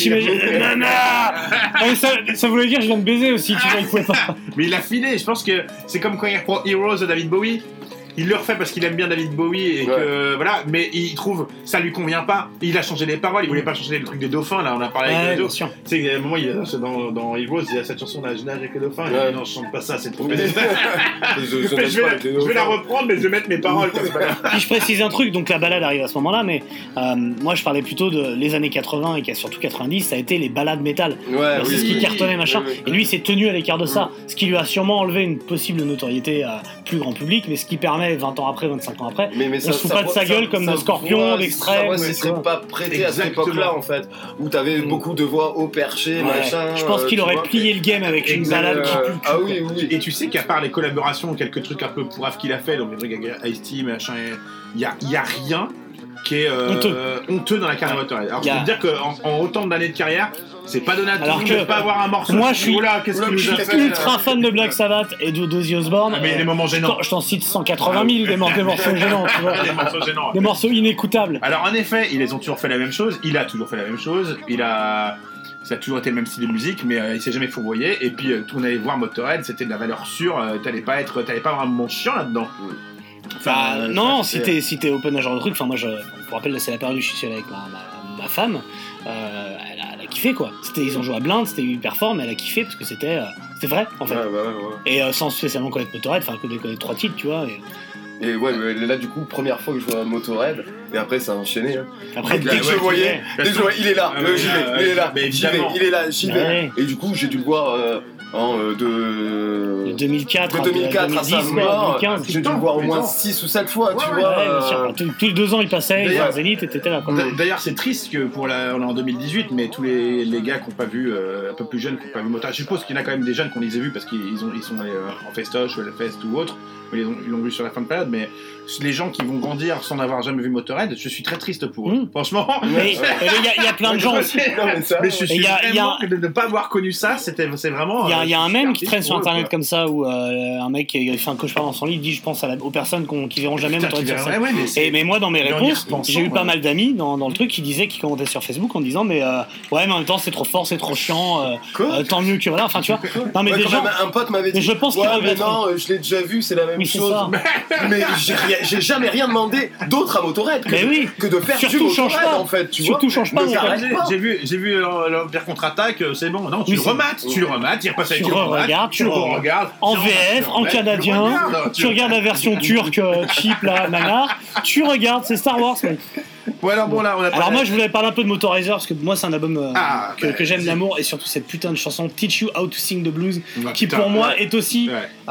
ça voulait dire je viens de baiser aussi, tu vois, il pouvait pas. Mais il a filé. Je pense que c'est comme quand il reprend Heroes de David Bowie. il le refait parce qu'il aime bien David Bowie et que voilà, mais il trouve ça lui convient pas. Il a changé les paroles, il voulait pas changer le truc des dauphins. Là, on a parlé avec les dauphins. Tu sais, il y a un moment, dans Heroes, il y a cette chanson là, je nage avec les dauphins. Il dit non, je chante pas ça, c'est trop pénible. Je vais la reprendre, mais je vais mettre mes paroles. Puis je précise un truc, donc la balade arrive à ce moment-là, mais moi je parlais plutôt de les années 80 et surtout 90, ça a été les balades métal. C'est ce qui cartonnait machin. Et lui, il s'est tenu à l'écart de ça, ce qui lui a sûrement enlevé une possible notoriété à plus grand public, mais ce qui permet 20 ans après, 25 ans après, on se fout pas de sa gueule comme de Scorpion, d'Extrême. Moi, ce serait pas prêté à cette époque-là en fait, où t'avais beaucoup de voix haut perché, machin. Je pense qu'il aurait plié le game avec une balade qui pue. Ah oui. Et tu sais qu'à part les collaborations, quelques trucs un peu pourraves qu'il a fait, donc les trucs avec Ice-T, machin, il y a rien qui est honteux dans la carrière de Motorhead. Alors je peux te dire qu'en autant d'années de carrière, c'est pas donné à tout le monde de pas avoir un morceau. Moi je suis ultra fan de Black Sabbath et d'Ozzy Osbourne. Mais il y a des moments gênants. Je t'en cite 180 000 des morceaux gênants, tu vois. Des morceaux inécoutables. Alors en effet, ils ont toujours fait la même chose. Il a toujours fait la même chose. Ça a toujours été le même style de musique, mais il s'est jamais fourvoyé. Et puis, on allait voir Motorhead, c'était de la valeur sûre. T'allais pas avoir un moment chiant là-dedans. Enfin, non, si t'es open à genre de truc, enfin, moi, je vous rappelle, c'est la période où je suis allé avec ma femme. Elle a kiffé, quoi. Ils ont joué à Blind, c'était hyper fort, mais elle a kiffé parce que c'était vrai, en fait. Et sans spécialement connaître Motorhead, enfin, que connaître 3 titres, tu vois. Et ouais, mais là, du coup, première fois que je vois Motorhead, et après, ça a enchaîné. Hein. Après, dès que je voyais, il est là, j'y vais, il est là, il est là, j'y vais. Et du coup, j'ai dû le voir de 2004 à 2010, sa mort, j'ai dû le voir au moins 6 ou 7 fois, tu vois. Ouais, bien sûr. Tous les 2 ans, il passait, il faisait Zénith, et t'étais là. D'ailleurs, c'est triste que on est en 2018, mais tous les gars qui n'ont pas vu, un peu plus jeunes, qui n'ont pas vu Motorhead, je suppose qu'il y en a quand même des jeunes qui les a vus parce qu'ils sont allés en festoche, ou à la fest ou autre, ils l'ont vu sur la fin de période, mais les gens qui vont grandir sans n'avoir jamais vu Motorhead, je suis très triste pour eux. Franchement. Mais il y a plein de gens aussi. Mais je suis vraiment de ne pas avoir connu ça, c'est vraiment. Il y a un mème qui traîne sur internet comme ça où un mec qui a fait un cauchemar dans son lit, il dit je pense aux personnes qui verront jamais Motorhead sur scène. Mais moi dans mes réponses, j'ai eu pas mal d'amis dans le truc qui disaient, qui commentaient sur Facebook en disant mais ouais, mais en même temps c'est trop fort, c'est trop chiant, tant mieux que voilà, enfin tu vois. Non mais des gens, un pote m'avait dit. Mais je pense qu'il regrette. Non, je l'ai déjà vu, c'est la même chose. Mais j'ai jamais rien demandé d'autre à Motorhead que de faire du Motorhead en fait, tu vois. Surtout change pas. J'ai vu l'Empire contre-attaque, c'est bon. Non, tu le remates, il repasse avec tu regardes en VF, en canadien, tu regardes la version turque cheap là, nana, tu regardes, c'est Star Wars mec. Voilà, bon là, alors moi je voulais parler un peu de Motorizer parce que moi c'est un album que j'aime d'amour, et surtout cette putain de chanson Teach You How to Sing the Blues qui pour moi est aussi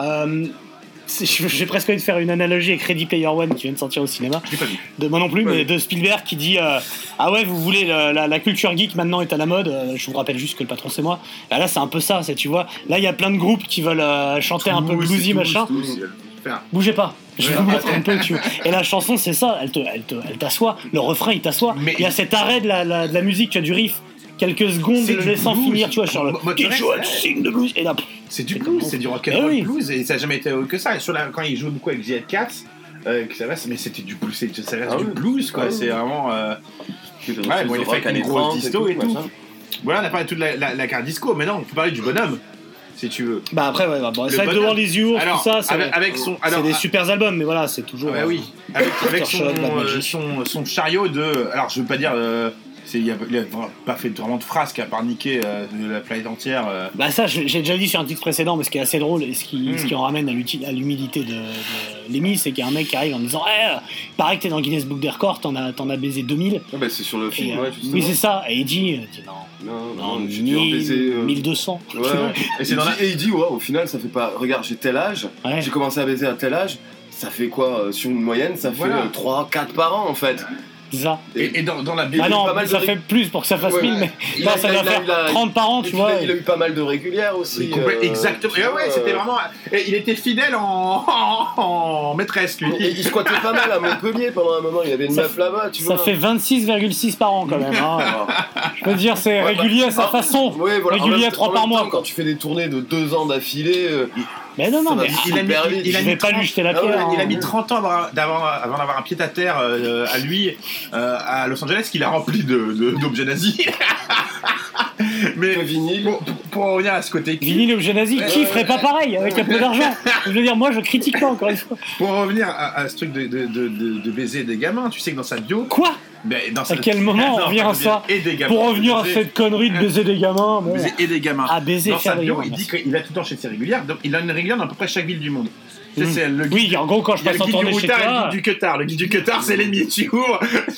j'ai presque envie de faire une analogie avec Ready Player One qui vient de sortir au cinéma. Moi non plus, mais de Spielberg qui dit ah ouais, vous voulez la culture geek maintenant est à la mode. Je vous rappelle juste que le patron c'est moi. Et là c'est un peu ça, tu vois. Là il y a plein de groupes qui veulent chanter un peu bluesy machin. Bougez pas. Je vais vous montrer un peu, tu vois. Et la chanson c'est ça, elle t'assoit. Le refrain il t'assoit. Il y a cet arrêt de la musique, tu as du riff. Quelques secondes le laissant finir, tu vois, sur le sing the blues, et là c'est du blues, c'est du rock'n'roll blues, et ça n'a jamais été que ça. Quand il joue beaucoup avec The Cats, mais c'était du blues, ça reste du blues quoi. C'est vraiment il a fait avec une grosse disto et tout. Voilà, on a parlé de toute la carte disco, mais non, on peut parler du bonhomme si tu veux. Bah après Side the World Is Yours, tout ça, c'est des super albums, mais voilà, c'est toujours avec son chariot de, alors je veux pas dire il a pas fait vraiment de frasque à part niquer de la planète entière. Bah ça, j'ai déjà dit sur un titre précédent, mais ce qui est assez drôle et ce qui en ramène à l'humilité de l'émission, c'est qu'il y a un mec qui arrive en disant il paraît que t'es dans Guinness Book des Records, t'en as baisé 2000. Bah c'est sur le film, justement. Oui c'est ça, et il dit non, j'ai dû en baiser 1200. Et il dit au final ça fait pas, regarde j'ai tel âge, j'ai commencé à baiser à tel âge, ça fait quoi sur une moyenne, ça fait 3-4 par an en fait. Ça. Et dans la Bible, ah non, ça fait plus pour que ça fasse 1000, mais ça doit faire 30 par an, tu vois. Il a eu pas mal de régulières aussi. Exactement. Et c'était vraiment. Il était fidèle en maîtresse, lui. Il squattait pas mal à Montpellier pendant un moment, il y avait une meuf là-bas, tu vois. Ça fait 26,6 par an quand même. Je peux dire, c'est régulier à sa façon. Régulier à 3 par mois. Quand tu fais des tournées de 2 ans d'affilée. Mais non, mais je vais pas lui jeter la pierre. Il a mis 30 ans avant d'avoir un pied-à-terre à lui à Los Angeles qu'il a rempli d'objets nazis. Mais pour revenir à ce côté vinyle et objet nazi, qui ferait pas pareil avec un peu d'argent? Je veux dire, moi je critique pas encore une fois. Pour revenir à ce truc de baiser des gamins, tu sais que dans sa bio. Quoi? À quel moment on revient à ça? Pour revenir à cette connerie de baiser des gamins. Bon. Baiser et des gamins. Ah, baiser dans sa bio, gamins, il dit qu'il a tout le temps chez ses régulières, donc il a une régulière dans à peu près chaque ville du monde. C'est le guide, oui, en gros, quand je passe en tournée chez toi... le guide du Qatar. Le guide du Qatar, c'est l'ennemi. Tu ouvres...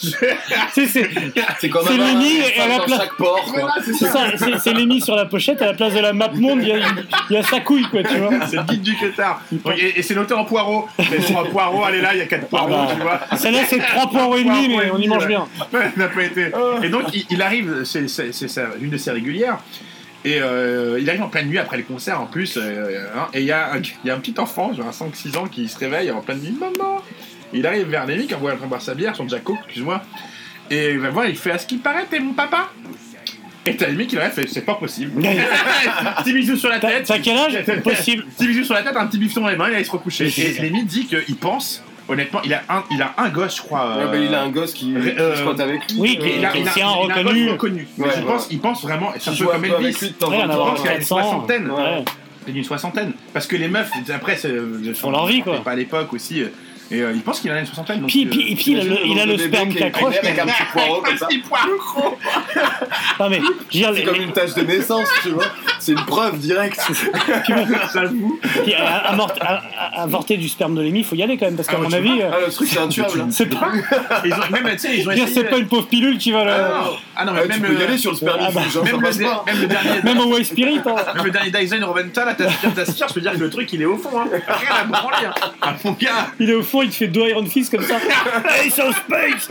c'est comme l'ennemi et à la place... chaque port. Voilà, c'est l'ennemi sur la pochette, à la place de la map monde, il y a sa couille, quoi, tu vois. C'est le guide du Qatar. Et c'est noté en poireaux. Mais pour un poireau, elle est là, il y a 4 poireaux, tu vois. Celle-là, c'est 3 poireaux et demi, mais on y mange bien. Ouais, n'a pas été. Et donc, il arrive, c'est une de ses régulières. Et il arrive en pleine nuit après les concerts en plus. Et il y a un petit enfant, genre 5-6 ans, qui se réveille en pleine nuit. Maman! Il arrive vers Lémi, quand on voit boire sa bière, son Jacko, excuse-moi. Et il va voir, il fait: à ce qu'il paraît, t'es mon papa? Et t'as Lémi qui le fait: c'est pas possible. Petit bisou sur la tête. T'as quel âge? C'est possible. Petit bisou sur la tête, un petit bifton dans les mains, il allait se recoucher. Et Lémi dit qu'il pense. Honnêtement, il a un gosse, je crois. Il a un gosse qui squatte avec lui. Oui, il a un gosse reconnu. Mais il pense vraiment, et ça peut comme Elvis. Je pense qu'il a une soixantaine. Il a une soixantaine. Parce que les meufs, après, font leur vie, quoi. Pas à l'époque aussi. Et il pense qu'il en a une soixantaine. Donc, puis il a le sperme qui accroche. Avec un petit poireau comme ça. Un petit poireau. Non mais, c'est comme une tâche de naissance, tu vois. C'est une preuve directe. J'avoue. Avorter du sperme de Lémi, il faut y aller quand même, parce qu'à mon avis. Le truc, c'est intuable. C'est pas. Même, tu sais, ils ont essayé. C'est pas une pauvre pilule qui va là. Ah non, mais même. Tu peux y aller sur le sperme. Même le dernier. Même au White Spirit. Même le dernier Dyson Roventa, là, t'aspires, je peux dire que le truc, il est au fond. Rien à branler. Mon gars. Il est au fond, il te fait 2 Iron Fist comme ça. Ace of Space.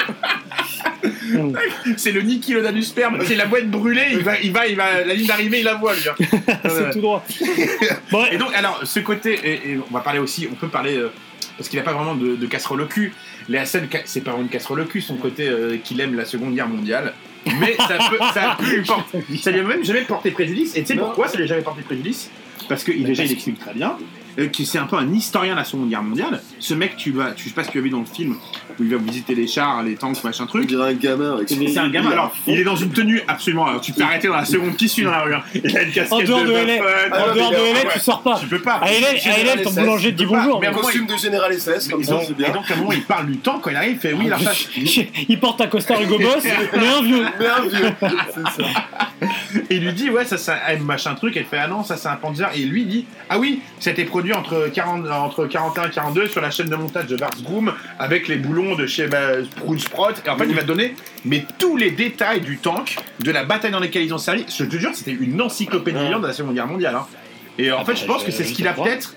C'est le Niki Loda du sperme, c'est la boîte brûlée, il va, la ligne d'arrivée, il la voit, lui. C'est tout droit. Bon, et donc, alors, ce côté, et on va parler aussi, on peut parler, parce qu'il n'a pas vraiment de casserole au cul. Léa Seydoux, c'est pas vraiment une casserole au cul, son côté qu'il aime la Seconde Guerre mondiale. Mais ça lui a même jamais porté préjudice. Et tu sais pourquoi ça lui a jamais porté préjudice? Parce qu'il explique très bien. C'est un peu un historien de la Seconde Guerre mondiale. Ce mec, je sais pas si tu as vu dans le film, où il va visiter les chars, les tanks, machin truc. Il dirait un gamin avec C'est un gamin, alors il est dans une tenue absolument. Alors, tu peux arrêter dans la seconde qui suit dans la rue. Hein. Il a une casquette en dehors de LA, tu sors pas. Tu peux pas. À LA, ton boulanger te dit bonjour. Mais un costume de général SS, comme ça, c'est bien. Et donc à un moment, il parle du tank, quand il arrive, il fait oui, la face. Il porte un costard Hugo Boss, mais un vieux. C'est ça. Et il lui dit, ouais, ça aime machin truc. Elle fait, ah non, ça c'est un Panzer. Et lui dit, ah oui, ça a été produit entre 41 et 42 sur la chaîne de montage de Varsgroom avec les boulons de chez Sprott. Et en fait, il va donner tous les détails du tank, de la bataille dans laquelle ils ont servi. Je te jure, c'était une encyclopédie de la Seconde Guerre mondiale. Hein. Et en fait, je pense que c'est ce qu'il a peut-être.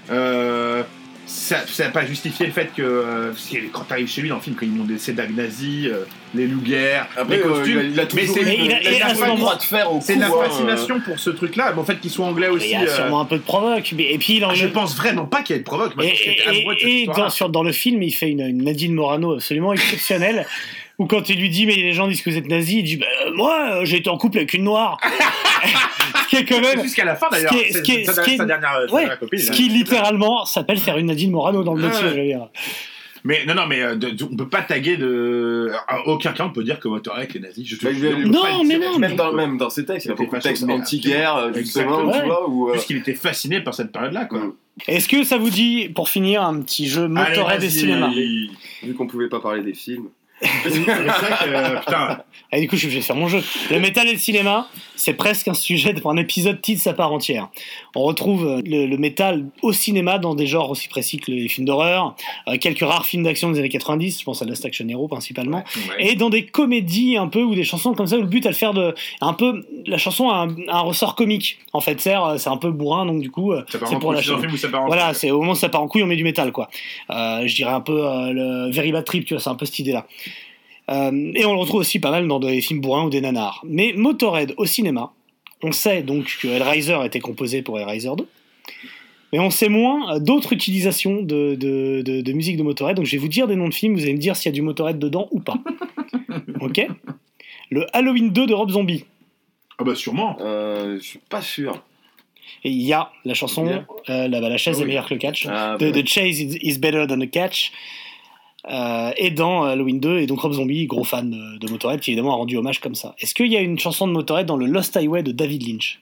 Ça n'a pas justifié le fait que quand t'arrives chez lui dans le film, quand ils montent des sédags nazis, les loups-guerres, les costumes, il a toujours c'est la fascination pour ce truc-là. En fait, qu'il soit anglais aussi. Il y a sûrement un peu de provoque. Et puis je pense vraiment pas qu'il y ait de provoque. Et dans le film, il fait une Nadine Morano absolument exceptionnelle. Où quand il lui dit, mais les gens disent que vous êtes nazi, il dit, moi, j'ai été en couple avec une noire. Ce qui est quand même. Jusqu'à la fin d'ailleurs. Sa dernière copine. Ce qui littéralement s'appelle faire une Nadine Morano dans le métier, je veux dire. Mais non, mais on peut pas taguer à aucun cas on peut dire que Motorhead est nazi. Même dans ses textes, il y a beaucoup de textes anti-guerre, justement, tu vois. Puisqu'il était fasciné par cette période-là, quoi. Est-ce que ça vous dit, pour finir, un petit jeu Motorhead et cinéma? Vu qu'on pouvait pas parler des films. C'est vrai que, putain. Ah, du coup, je suis obligé de faire mon jeu. Le métal et le cinéma, c'est presque un sujet pour un épisode titre à part entière. On retrouve le métal au cinéma dans des genres aussi précis que les films d'horreur, quelques rares films d'action des années 90, je pense à Last Action Hero principalement, et dans des comédies un peu ou des chansons comme ça où le but est de faire un peu la chanson a un ressort comique. En fait, c'est un peu bourrin, donc du coup, c'est pour la chanson. Voilà, c'est au moment où ça part en couille, on met du métal, quoi. Je dirais un peu le Very Bad Trip, tu vois, c'est un peu cette idée-là. Et on le retrouve aussi pas mal dans des films bourrins ou des nanars. Mais Motorhead au cinéma, on sait donc que Hellraiser a été composé pour Hellraiser 2, mais on sait moins d'autres utilisations de musique de Motorhead. Donc je vais vous dire des noms de films, vous allez me dire s'il y a du Motorhead dedans ou pas. Ok. Le Halloween 2 de Rob Zombie. Ah bah sûrement. Je suis pas sûr. Et il y a la chanson la chaise est meilleure que le catch. The chase is better than the catch. Et dans Halloween 2, et donc Rob Zombie, gros fan de Motorhead, qui évidemment a rendu hommage comme ça. Est-ce qu'il y a une chanson de Motorhead dans le Lost Highway de David Lynch?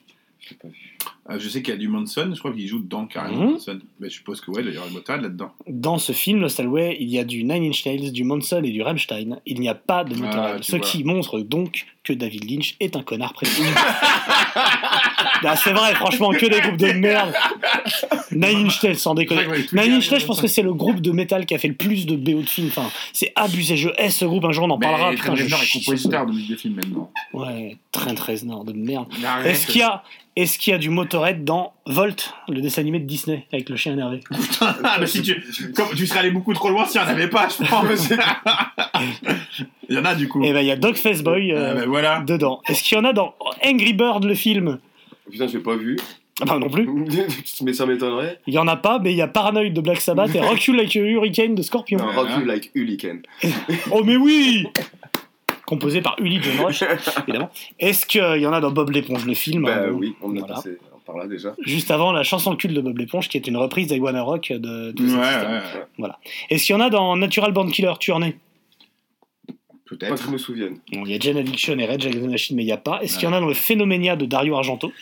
l'ai pas vu. Je sais qu'il y a du Manson, je crois qu'il joue dedans carrément. Manson. Mais je suppose que ouais, il y aura le Motorhead là-dedans. Dans ce film, Lost Highway, il y a du Nine Inch Nails, du Manson et du Rammstein. Il n'y a pas de Motorhead. Ce qui montre donc que David Lynch est un connard précis. Bah, c'est vrai, franchement, que des groupes de merde. Nine Inch Nails, sans déconner. Nine Inch Nails, je pense que c'est le groupe de métal qui a fait le plus de BO de films. Enfin, c'est abusé. Je hais ce groupe, un jour on en parlera. Trent Reznor est compositeur de musique de film maintenant. Ouais, Trent Reznor de merde. Est-ce qu'il y a du Motorhead dans Volt, le dessin animé de Disney, avec le chien énervé? Putain, mais si tu serais allé beaucoup trop loin s'il n'y en avait pas, je pense. Il y en a du coup. Et ben il y a Dogface Boy voilà. dedans. Est-ce qu'il y en a dans Angry Bird, le film? Putain, j'ai pas vu. Ah bah non plus. Mais ça m'étonnerait. Il y en a pas, mais il y a Paranoid de Black Sabbath et Rock You Like a Hurricane de Scorpion. Non, Rock You Like Hurricane. Oh mais oui. Composé par Uli John Roche, évidemment. Est-ce qu'il y en a dans Bob l'éponge, le film? Oui, on a passé par là déjà. Juste avant, la chanson culte de Bob l'éponge, qui était une reprise d'I Wanna Rock de Voilà. Est-ce qu'il y en a dans Natural Born Killer, Tuernay? Peut-être. Pas que je me souvienne. Bon, il y a Jane Addiction et Rage Against the Machine, mais il n'y a pas. Est-ce qu'il y en a dans le Phénoménia de Dario Argento?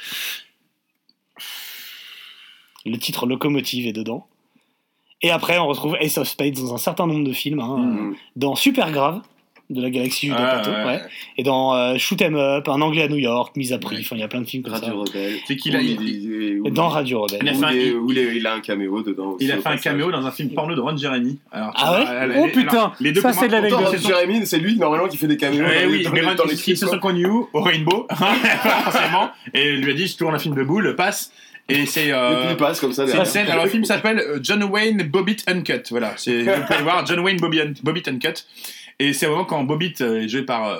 Le titre Locomotive est dedans. Et après, on retrouve Ace of Spades dans un certain nombre de films. Dans Super Grave, de la galaxie Judas Pato, et dans Shoot 'em Up, Un Anglais à New York, Mise à prix, enfin il y a plein de films comme Radio ça. Rebelle. C'est qu'il a et dans Radio Rebelle. Il a un caméo dedans aussi. Il a fait un caméo dans un film porno de Ron Jeremy. Alors, oh putain, les deux ça c'est de l'anecdote. Ron Jeremy, c'est lui normalement qui fait des caméos dans les films. Ils se sont connus au Rainbow, forcément, et lui a dit je tourne un film de boule, passe. Et c'est et puis il passe comme ça c'est une scène. Alors le film s'appelle John Wayne Bobbitt Uncut. Voilà, vous pouvez voir John Wayne Bobbitt Uncut. Et c'est vraiment quand Bobbitt est joué par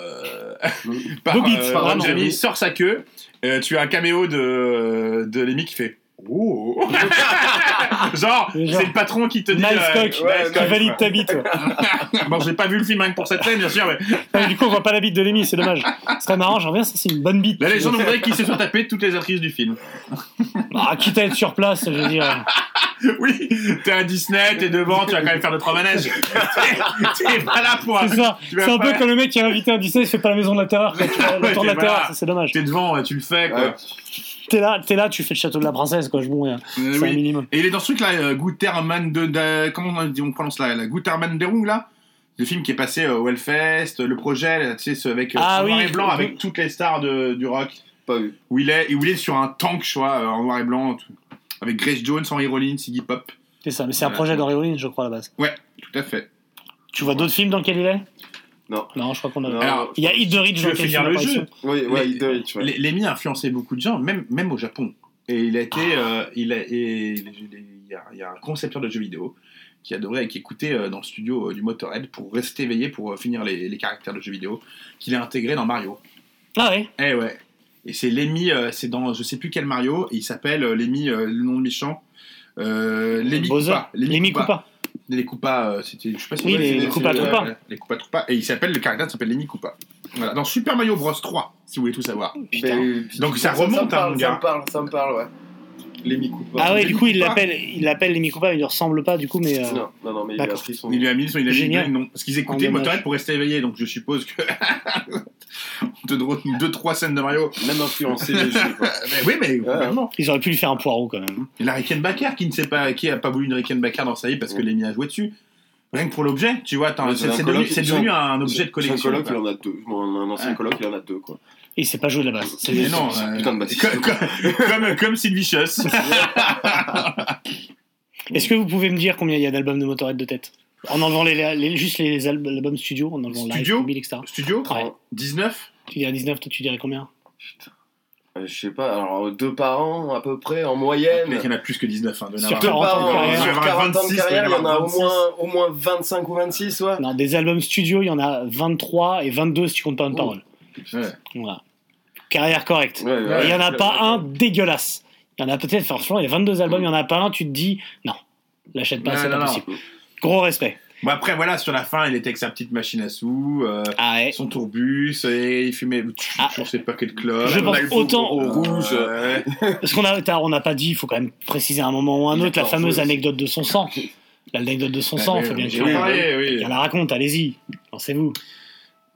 Ron Jeremy sort sa queue, tu as un caméo de Lemmy qui fait oh. genre c'est le patron qui te dit nice cock, qui valide ta bite. Bon, j'ai pas vu le film rien que pour cette scène, bien sûr, mais du coup on voit pas la bite de Lemmy, c'est dommage. Ce serait marrant, j'en reviens, ça c'est une bonne bite. La légende voudrait qu'ils se soient tapés toutes les actrices du film. Quitte à être sur place, je veux dire. Oui, t'es à Disney, t'es devant, tu vas quand même faire 2-3 manèges. T'es pas là pour. C'est ça. C'est un peu comme le mec qui est invité à Disney, il fait pas la maison de la terreur. Le tour de la terreur, c'est dommage. T'es devant, tu le fais, quoi. T'es là, tu fais le château de la princesse, quoi. C'est un minimum. Et il est dans ce truc là, Gutermann comment on prononce là, la Gutermann Derung là, le film qui est passé au Hellfest, le projet, là, tu sais, avec en noir et blanc, avec toutes les stars du rock. Pas vu. Où il est sur un tank, je crois, en noir et blanc, avec Grace Jones, Henry Rollins, Iggy Pop. C'est ça, mais c'est un projet d'Henry Rollins, je crois, à la base. Ouais, tout à fait. Tu vois d'autres films dans lesquels il est? Non, je crois qu'on a. Alors, il y a Hit the Rich dans lequel finir le jeu. Oui, Hit the Rich. Lemmy a influencé beaucoup de gens, même au Japon. Et il a été, il y a un concepteur de jeux vidéo qui adorait et qui écoutait dans le studio du Motorhead pour rester éveillé pour finir les caractères de jeux vidéo qu'il a intégré dans Mario. Ah ouais. Eh ouais. Et c'est Lemmy, c'est dans je sais plus quel Mario, et il s'appelle Lemmy, le nom de méchant. Lemmy Koopa. Lemmy Koopa. Les Koopa, c'était, je sais pas si les Koopa Troopa. Les Koopa Troopa. Et le caractère s'appelle Lemmy Koopa. Voilà, dans Super Mario Bros 3, si vous voulez tout savoir. Putain. Donc ça remonte à mon gars. Ça me parle, ouais. Lemmy Koopa. Ah ouais, du coup il l'appelle Lemmy Koopa, il lui ressemble pas du coup, mais. Non, mais il a pris son. Il lui a mis le nom. Parce qu'ils écoutaient Motorhead pour rester éveillés, donc je suppose que. 2-3 scènes de Mario. Même influencé les jeux, quoi. Oui, mais vraiment. Ils auraient pu lui faire un poireau quand même. Et la Rickenbacker qui a pas voulu une Rickenbacker dans sa vie parce que Lemmy a joué dessus. Rien que pour l'objet, tu vois, c'est devenu un objet de collection. Un coloc, il en a 2. Un ancien coloc, il en a 2, quoi. Et il sait pas jouer de la basse. C'est non, putain de bassiste. Comme Sylvie Schuss. Est-ce que vous pouvez me dire combien il y a d'albums de Motorhead de tête? En enlevant juste les albums studio, en enlevant live, etc. Studio ouais. 19. Tu dirais 19, toi tu dirais combien? Putain. Je sais pas, alors 2 par an à peu près en moyenne. Il y en a plus que 19. Hein, sur 40 ans de carrière, sur 40 ans de carrière, il y en a au moins 25 ou 26, ouais. Non, des albums studio, il y en a 23 et 22 si tu comptes pas une parole. Ouais. Voilà. Carrière correcte. Ouais, il n'y en a pas un dégueulasse. Il y en a peut-être, franchement, il y a 22 albums, il n'y en a pas un, tu te dis, non, l'achète pas, c'est pas possible. Gros respect. Bon après voilà, sur la fin il était avec sa petite machine à sous, son tourbus, et il fumait je sais pas quel club. Je pense autant au rouge. Parce qu'on n'a pas dit, il faut quand même préciser à un moment ou un autre la fameuse anecdote de son sang. L'anecdote de son sang, il faut bien que tu la raconte, allez-y, lancez-vous.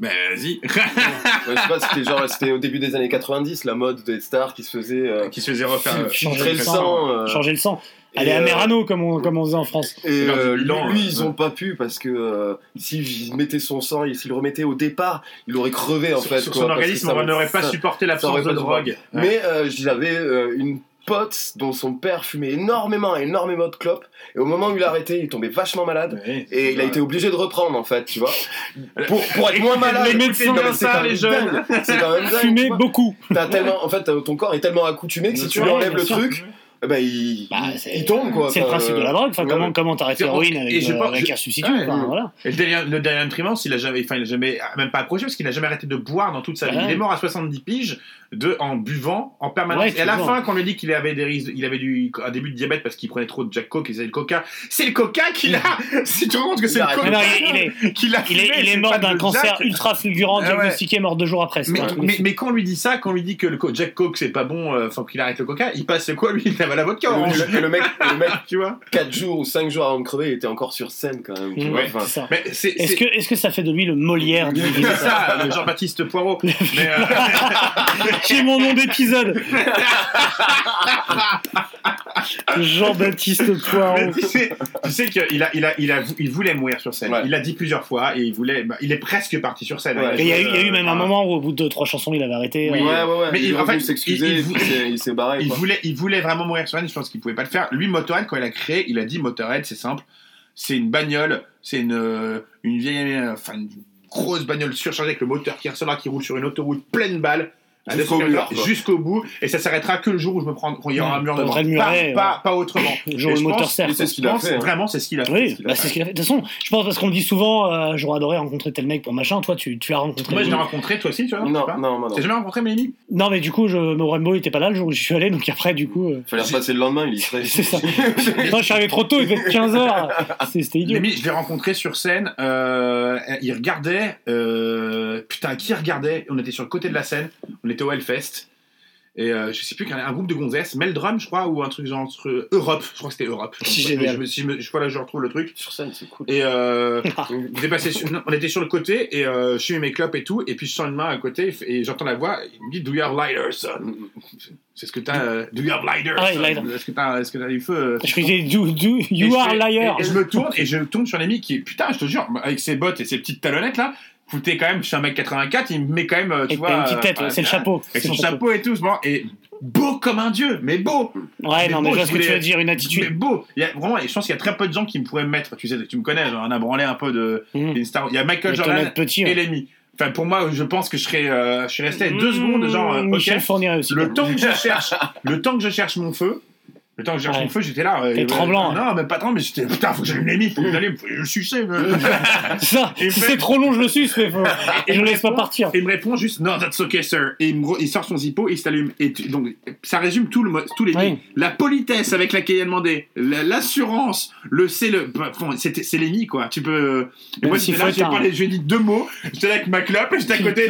Mais vas-y. Je sais pas, c'était au début des années 90, la mode des stars qui se faisait refaire changer le sang. Aller à Merano, comme on faisait en France. Et lui, ils ont pas pu parce que s'il mettait son sang et s'il le remettait au départ, il aurait crevé en fait. Son organisme n'aurait pas supporté l'absence de drogue. Mais j'avais une pote dont son père fumait énormément de clopes, et au moment où il a arrêté, il tombait vachement malade, et il a été obligé de reprendre en fait, tu vois, pour être moins malade. Les médecins, les jeunes, c'est quand même dingue. Fumer beaucoup. T'as tellement, en fait, ton corps est tellement accoutumé que si tu lui enlèves le truc, il tombe quoi. C'est le principe de la drogue. Enfin, comment t'arrêtes l'héroïne avec un substitut. Voilà. Et le Darian Trimance, il a jamais même pas approché parce qu'il n'a jamais arrêté de boire dans toute sa vie. Il est mort à 70 piges en buvant en permanence. Et à la fin, quand on lui dit qu'il avait un début de diabète parce qu'il prenait trop de Jack Coke et c'est le Coca. C'est le Coca qu'il a. Si tu te rends compte que c'est le Coca qu'il a. Il est mort d'un cancer ultra fulgurant diagnostiqué, mort 2 jours après. Mais quand on lui dit ça, quand on lui dit que le Jack Coke c'est pas bon, faut qu'il arrête le Coca, il passe quoi lui? Il avait la vodka. Le mec, tu vois, 4 jours ou 5 jours avant de crever, il était encore sur scène quand même. Tu vois, c'est ça. Est-ce que ça fait de lui le Molière du C'est ça, le Jean-Baptiste Poirot. J'ai mon nom d'épisode. Jean-Baptiste Poirot. Tu sais qu'il voulait mourir sur scène. Ouais. Il l'a dit plusieurs fois et il est presque parti sur scène. Ouais, il y a eu même un moment où au bout de 2-3 chansons, il avait arrêté. Oui, mais il a voulu s'excuser, il s'est barré. Il voulait vraiment mourir sur scène. Je pense qu'il pouvait pas le faire. Lui, Motorhead, quand il a créé, il a dit Motorhead, c'est simple. C'est une bagnole, c'est une vieille, une grosse bagnole surchargée avec le moteur qui ressort là, qui roule sur une autoroute pleine balles. Jusqu'au bout, et ça s'arrêtera que le jour où je me prends, quand il y aura un mur devant, pas autrement. Le jour où le moteur sert. C'est ce qu'il a fait. Vraiment, c'est ce qu'il a fait. Oui, c'est ce qu'il a fait. De toute façon, je pense parce qu'on dit souvent, j'aurais adoré rencontrer tel mec pour machin. Toi, tu l'as rencontré. Moi, je l'ai rencontré, toi aussi, tu vois. Non. T'as jamais rencontré Mélanie? Non, mais du coup, Morembo était pas là le jour où je suis allé, donc après, du coup. Fallait repasser le lendemain, il y serait. C'est ça. Non, je suis arrivé trop tôt, il était 15h. C'était idiot. Mélanie, je l'ai rencontré sur scène. Il regardait. Putain, qui regardait? On était sur le côté de la scène. On était au Hellfest. Et je sais plus, un groupe de gonzesses, Meldrum je crois, ou un truc genre Europe, je crois que c'était Europe. Je retrouve le truc. Sur scène, c'est cool. Et on était sur le côté, et je fumais mes clopes et tout, et puis je sens une main à côté, et j'entends la voix, il me dit Do you have lighters, son? C'est ce que t'as, do you have lighters? Est-ce que t'as du feu? Je faisais you are liar. Et je me tourne, et je tombe sur l'ami qui est, putain, je te jure, avec ses bottes et ses petites talonnettes là. Foutait quand même, je suis 1m84, il me met quand même, tu vois. Une petite tête, c'est le chapeau. Avec son chapeau et tout, et beau comme un dieu, mais beau. Ouais, mais je vois ce que tu veux dire, une attitude. Mais beau. Vraiment, je pense qu'il y a très peu de gens qui me pourraient me mettre, tu sais, tu me connais, on a branlé un peu d'une star. Il y a Michael Jordan et Lemmy. Enfin, pour moi, je pense que je suis resté 2 secondes, genre, Michel Fourniret aussi. Le temps que je cherche mon feu. Le temps que je cherche mon feu, j'étais là. T'es tremblant. Non, même pas tremblant, mais j'étais. Putain, faut que j'allume Lemmy, faut que j'allume, faut que je le sucer. Ça, si c'est trop long, je le suce, mais je le laisse pas partir. Et il me répond juste, no, that's okay, sir. Et il sort son zippo et il s'allume. Et donc, ça résume tous les lignes. La politesse avec laquelle il a demandé, l'assurance, c'est Lemmy, quoi. Tu peux. Et moi, j'étais là, je lui ai dit 2 mots, j'étais là avec ma clope et j'étais à côté.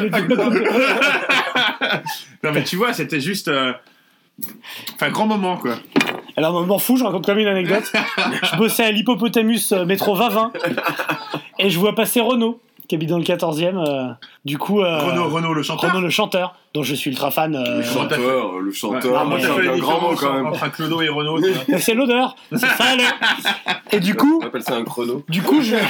Non, mais tu vois, c'était juste. Enfin, grand moment, quoi. Alors, moment fou, je raconte quand même une anecdote. Je bossais à l'Hippopotamus métro Vavin et je vois passer Renaud, qui habite dans le 14e. Du coup, Renaud le chanteur. Renaud le chanteur, dont je suis ultra fan. Le chanteur. Moi, c'est un grand mot quand même. Entre Clodo et Renaud. C'est l'odeur. C'est ça, Et du coup. On appelle ça un chrono. Du coup, je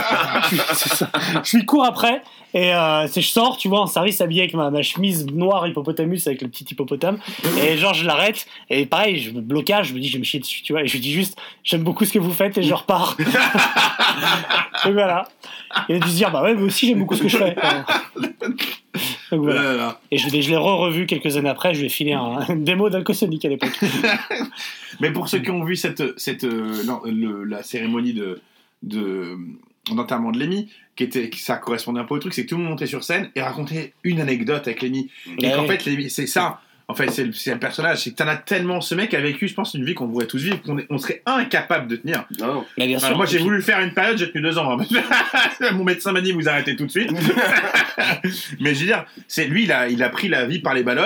lui cours après. Et je sors, tu vois, en service habillé avec ma chemise noire hippopotamus avec le petit hippopotame. Et genre, je l'arrête. Et pareil, je me blocage, je me dis, je vais me chier dessus, tu vois. Et je lui dis juste, j'aime beaucoup ce que vous faites et je repars. Et voilà. Il a dû se dire, bah ouais, moi aussi, j'aime beaucoup ce que je fais. Donc voilà. Et je l'ai revu quelques années après, je lui ai filé un démo d'Alcosonic à l'époque. Mais pour ceux qui ont vu la cérémonie d'enterrement de Lemmy, ça correspondait un peu au truc, c'est que tout le monde montait sur scène et racontait une anecdote avec Lemmy. Et qu'en fait, Lemmy, c'est ça. En fait, c'est le personnage. C'est que t'en as tellement. Ce mec a vécu, je pense, une vie qu'on pourrait tous vivre, qu'on serait incapable de tenir. Non. Mais bien sûr. Moi, j'ai voulu faire une période, j'ai tenu 2 ans. Mon médecin m'a dit, vous arrêtez tout de suite. Mais je veux dire, lui, il a pris la vie par les baloches.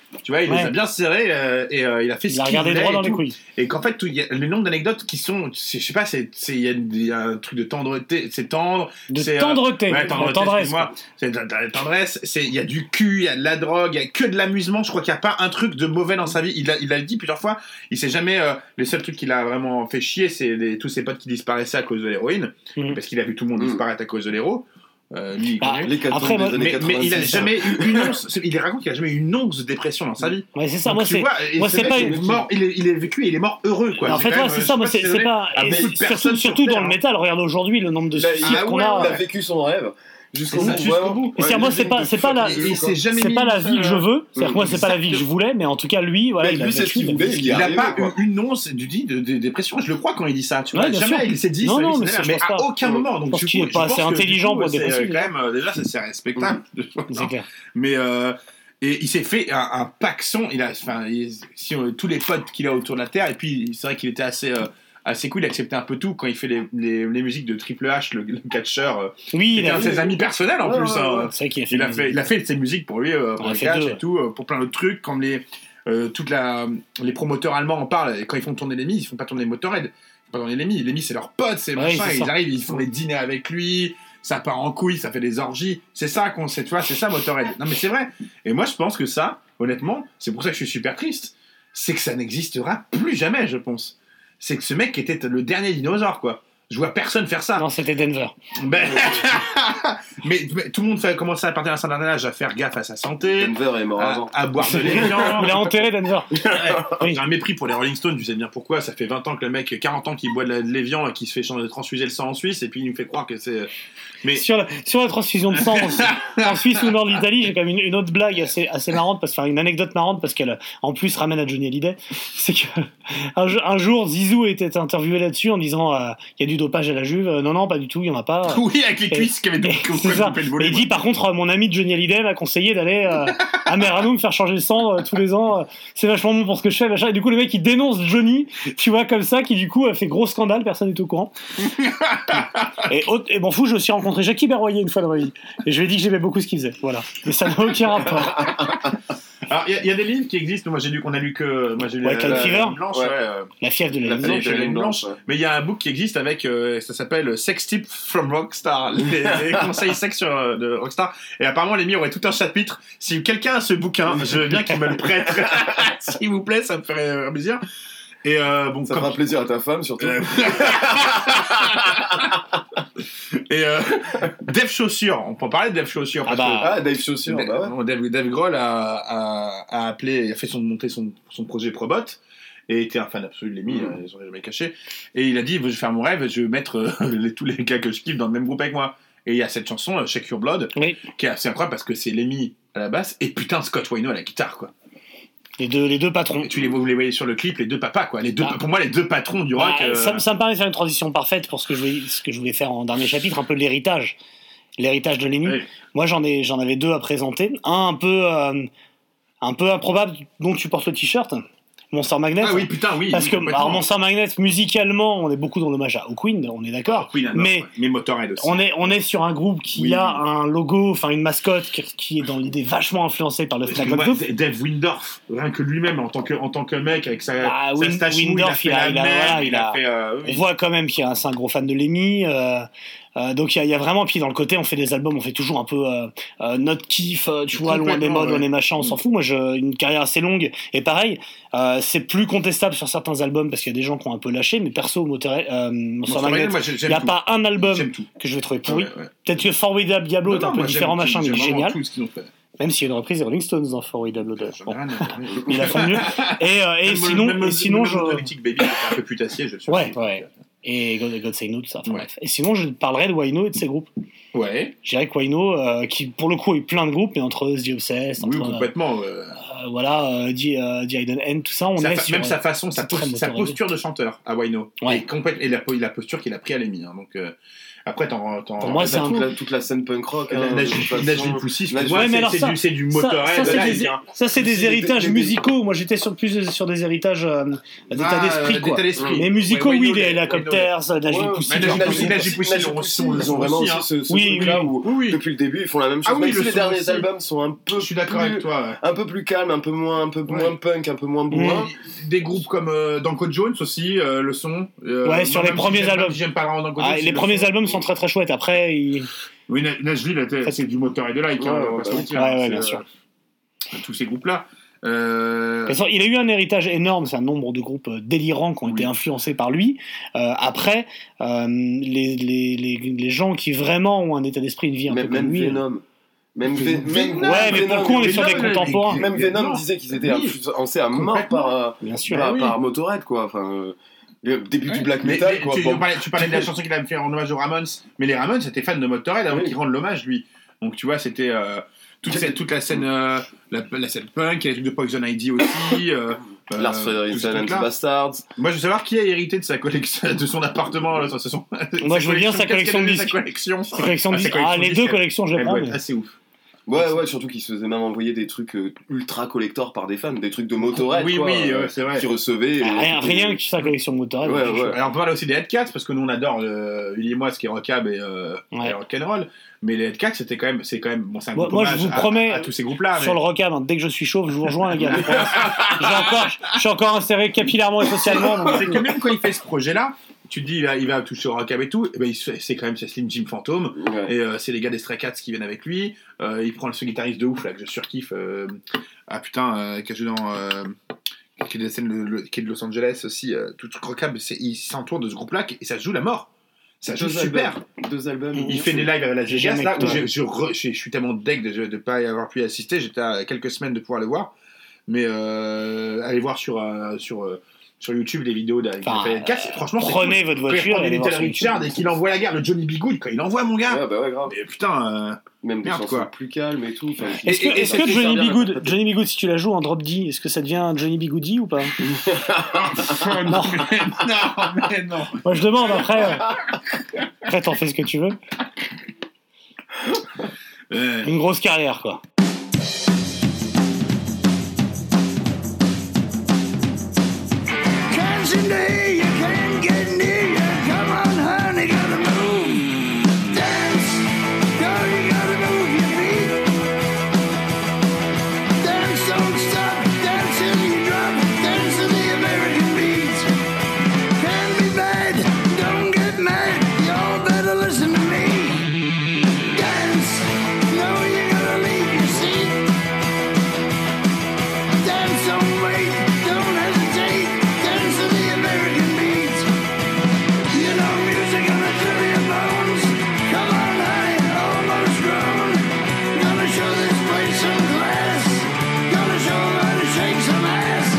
Tu vois, il les a bien serrés et il a fait ce qu'il voulait. Il a regardé droit dans les couilles. Et qu'en fait, il y a le nombre d'anecdotes qui sont, je sais pas, il y a un truc de tendreté, c'est tendre. Tendreté. Ouais, tendresse. C'est de la tendresse. Il y a du cul, il y a de la drogue, il y a que de l'amusement. Je crois qu'il n'y a pas un truc de mauvais dans sa vie. Il a dit plusieurs fois. Il s'est jamais. Les seuls trucs qu'il a vraiment fait chier, c'est tous ses potes qui disparaissaient à cause de l'héroïne, parce qu'il a vu tout le monde disparaître à cause de l'héros. Lui, mais il a jamais eu une once. Il raconte qu'il a jamais eu une once de dépression dans sa vie. Ouais, c'est ça. Donc, moi, c'est pas mort. Il est vécu et il est mort heureux, quoi. En fait, c'est ça. Moi, c'est pas. Surtout dans le métal. Regarde aujourd'hui le nombre de suicides qu'on a. Il a vécu son rêve. Jusqu'au bout. Moi, c'est pas la vie que je veux. C'est-à-dire que moi, c'est pas la vie que je voulais, mais en tout cas, lui, voilà, il a vécu. Il a pas une once de dépression. Je le crois quand il dit ça. Tu vois, jamais il s'est dit. Non, mais à aucun moment. Donc, parce qu'il est pas assez intelligent pour dépresser. Quand même, déjà, c'est respectable. C'est clair. Mais et il s'est fait un paxon. Tous les potes qu'il a autour de la Terre. Et puis, c'est vrai qu'il était assez cool, il acceptait un peu tout quand il fait les musiques de Triple H, le catcheur. Oui, il a ses amis personnels en plus. C'est vrai qu'il a fait ses musiques pour lui, pour le catch et tout, pour plein d'autres trucs, comme les promoteurs allemands en parlent. Et quand ils font tourner Lemmy, ils font pas tourner Motorhead, pas tourner Lemmy. Lemmy, c'est leurs potes, c'est machin. Ils arrivent, ils font des dîners avec lui. Ça part en couille, ça fait des orgies. C'est ça qu'on sait, tu vois, c'est ça Motorhead. Non mais c'est vrai. Et moi je pense que ça, honnêtement, c'est pour ça que je suis super triste. C'est que ça n'existera plus jamais, je pense. C'est que ce mec était le dernier dinosaure, quoi. Je vois personne faire ça. Non, c'était Denver. Mais tout le monde commencer à partir d'un certain âge à faire gaffe à sa santé. Denver est mort avant. À boire de l'évian. Il a enterré Denver. J'ai un mépris pour les Rolling Stones, tu sais bien pourquoi. Ça fait 20 ans que le mec, 40 ans qu'il boit de l'évian et qu'il se fait transfuser le sang en Suisse, et puis il nous fait croire que c'est. Mais... Sur la transfusion de sang en Suisse ou au nord de l'Italie, j'ai quand même une autre blague assez marrante, une anecdote marrante, parce qu'elle en plus ramène à Johnny Hallyday. C'est que un jour, Zizou était interviewé là-dessus en disant il y a du dopage à la Juve. Non, pas du tout, il y en a pas. Oui, avec les cuisses qui avaient coupé le volume. Et il dit par contre, mon ami Johnny Hallyday m'a conseillé d'aller à Merano me faire changer le sang tous les ans. C'est vachement bon pour ce que je fais, machin. Et du coup, le mec il dénonce Johnny, tu vois, comme ça, qui du coup a fait gros scandale, personne n'est au courant. Et m'en fous, j'ai aussi rencontré Jackie Berroyer une fois dans ma vie. Et je lui ai dit que j'aimais beaucoup ce qu'il faisait. Voilà. Mais ça n'a aucun rapport. Alors, il y a des livres qui existent. Moi, j'ai lu Fever. Blanche, La fièvre de la Laine Blanche. Mais il y a un book qui existe avec, ça s'appelle Sex Tips from Rockstar. Les conseils sexe de Rockstar. Et apparemment, Lemmy aurait tout un chapitre. Si quelqu'un a ce bouquin, je veux bien qu'il me le prête. S'il vous plaît, ça me ferait plaisir. Et ça fera plaisir à ta femme surtout. Et Dave Chaussure, on peut parler de Dave Chaussure parce que Dave Chaussure, Dave Grohl a appelé, a fait monter son projet Probot et était un fan absolu de Lemmy, ils ont jamais caché. Et il a dit, je vais faire mon rêve, je vais mettre tous les gars que je kiffe dans le même groupe avec moi. Et il y a cette chanson Shake Your Blood, qui est assez incroyable parce que c'est Lemmy à la basse et putain Scott Wayno à la guitare, quoi. Les deux patrons. Vous les voyez sur le clip, les deux papas, quoi. Pour moi, les deux patrons du rock. Ça me permet de faire une transition parfaite pour ce que je voulais faire en dernier chapitre, un peu l'héritage de Lemmy. Oui. Moi, j'en avais deux à présenter. Un peu improbable, dont tu portes le t-shirt. Monster Magnet. Ah oui, putain, oui. Parce que Monster Magnet, musicalement, on est beaucoup dans l'hommage au Queen, on est d'accord. Queen, mais Motorhead aussi. On est sur un groupe qui a un logo, une mascotte qui est dans l'idée vachement influencée par le Flag of Doom. Dave Wyndorf, rien que lui-même en tant que mec avec sa stache mou, on voit quand même qu'il c'est un gros fan de Lemmy. Donc il y a vraiment, puis dans le côté on fait des albums, on fait toujours un peu notre kiff, tu vois, loin des modes, loin des machins, on s'en fout. Moi j'ai une carrière assez longue et pareil, c'est plus contestable sur certains albums parce qu'il y a des gens qui ont un peu lâché, mais perso Monster Magnet, il n'y a pas un album que je vais trouver pourri. Peut-être que Formidable Diablo est un peu différent machin, mais il est génial. Même s'il y a une reprise des Rolling Stones dans Formidable Diablo. Il a fait mieux. Et sinon je Baby un peu putassier, je suis. Ouais. Et God Say No, tout ça. Bref. Et sinon, je parlerai de Wino et de ses groupes. Ouais. Je dirais que Wino, qui pour le coup a eu plein de groupes, mais entre The Obsessed, complètement. The Hidden End, tout ça, même sa façon, sa posture de chanteur à Wino. Ouais. Et la posture qu'il a pris à Lemmy. Hein, donc. Après, pour moi, c'est toute la scène punk rock. Najee Pussy, c'est du Motorhead. Ça, c'est des héritages musicaux. Moi, j'étais plus sur des héritages d'état d'esprit, quoi. Mais musicaux, oui, les Helicopters, Najee Pussy, ils ont vraiment aussi ce truc-là où, depuis le début, ils font la même chose. Même si les derniers albums sont un peu plus calmes, un peu moins punk, un peu moins bourrin. Des groupes comme Danko Jones aussi, le son. Sur les premiers albums. J'aime pas vraiment Danko Jones. Les premiers albums sont très très chouettes. Après, oui, Nashville, c'est du Motorhead de like, bien sûr. Tous ces groupes-là. Il a eu un héritage énorme, c'est un nombre de groupes délirants qui ont été influencés par lui. Après, les gens qui vraiment ont un état d'esprit, une vie un peu comme lui. Venom. Mais pour le coup, on est sur des contemporains. Même Venom disait qu'ils étaient influencés à mort par Motorhead, quoi. Enfin, le début du black metal, quoi. Tu parlais de la chanson qu'il avait fait en hommage aux Ramones, mais les Ramones c'était fan de Motorhead avant qu'ils rendent l'hommage, lui. Donc tu vois, c'était toute la scène, la scène punk, il y a les trucs de Poison Ivy aussi. Lars Fredriksson and the Bastards. Moi, je veux savoir qui a hérité de sa collection, de son appartement. Moi, je veux bien sa collection de disques. Les deux collections, je les prends. Assez ouf. Ouais, surtout qu'ils se faisaient même envoyer des trucs ultra collector par des fans, des trucs de Motorhead, c'est vrai. Qui recevaient. Rien que sa collection de Motorhead. Alors on peut parler aussi des Headcats, parce que nous on adore Uli et moi ce qui est rockab et rock'n'roll, mais les Headcats c'est quand même c'est un groupe moi, je vous promets, à tous ces groupes-là. Sur le rockab, dès que je suis chauve, je vous rejoins, les gars. Je suis encore inséré capillairement et socialement. C'est que même quand il fait ce projet-là, tu te dis il va toucher au rockab et tout, et ben c'est quand même Slim Jim Phantom, et c'est les gars des Stray Cats qui viennent avec lui. Il prend ce guitariste de ouf là que je surkiffe, qui joue dans qui est de la scène qui est de Los Angeles aussi, tout rockab, il s'entoure de ce groupe là et ça joue la mort. Ça joue super. 2 albums. Il fait des lives à la Vegas là où je suis tellement deg de pas y avoir pu y assister. J'étais à quelques semaines de pouvoir le voir, mais allez voir sur YouTube les vidéos franchement prenez votre voiture et Little Richard et qu'il envoie la guerre, le Johnny B. Good quand il envoie mon gars. Ouais, grave. Mais putain, même des chansons plus calmes et tout. Est-ce que Johnny B. Good, si tu la joues en drop D, est-ce que ça devient un Johnny B. Goody ou pas? Non. Moi je demande après t'en fais ce que tu veux. Une grosse carrière quoi. You can't get near you. Come on, honey, gotta move. Dance, girl, you gotta move your feet. Dance, don't stop, dance till you drop. Dance to the American beat. Can't be bad, don't get mad. Y'all better listen to me. Dance, no, you gotta leave your seat. Dance, don't wait, don't hesitate. Dance to the American beat. You know music gonna thrill your bones. Come on, honey, almost grown. Gonna show this place some class. Gonna show 'em how to shake some ass.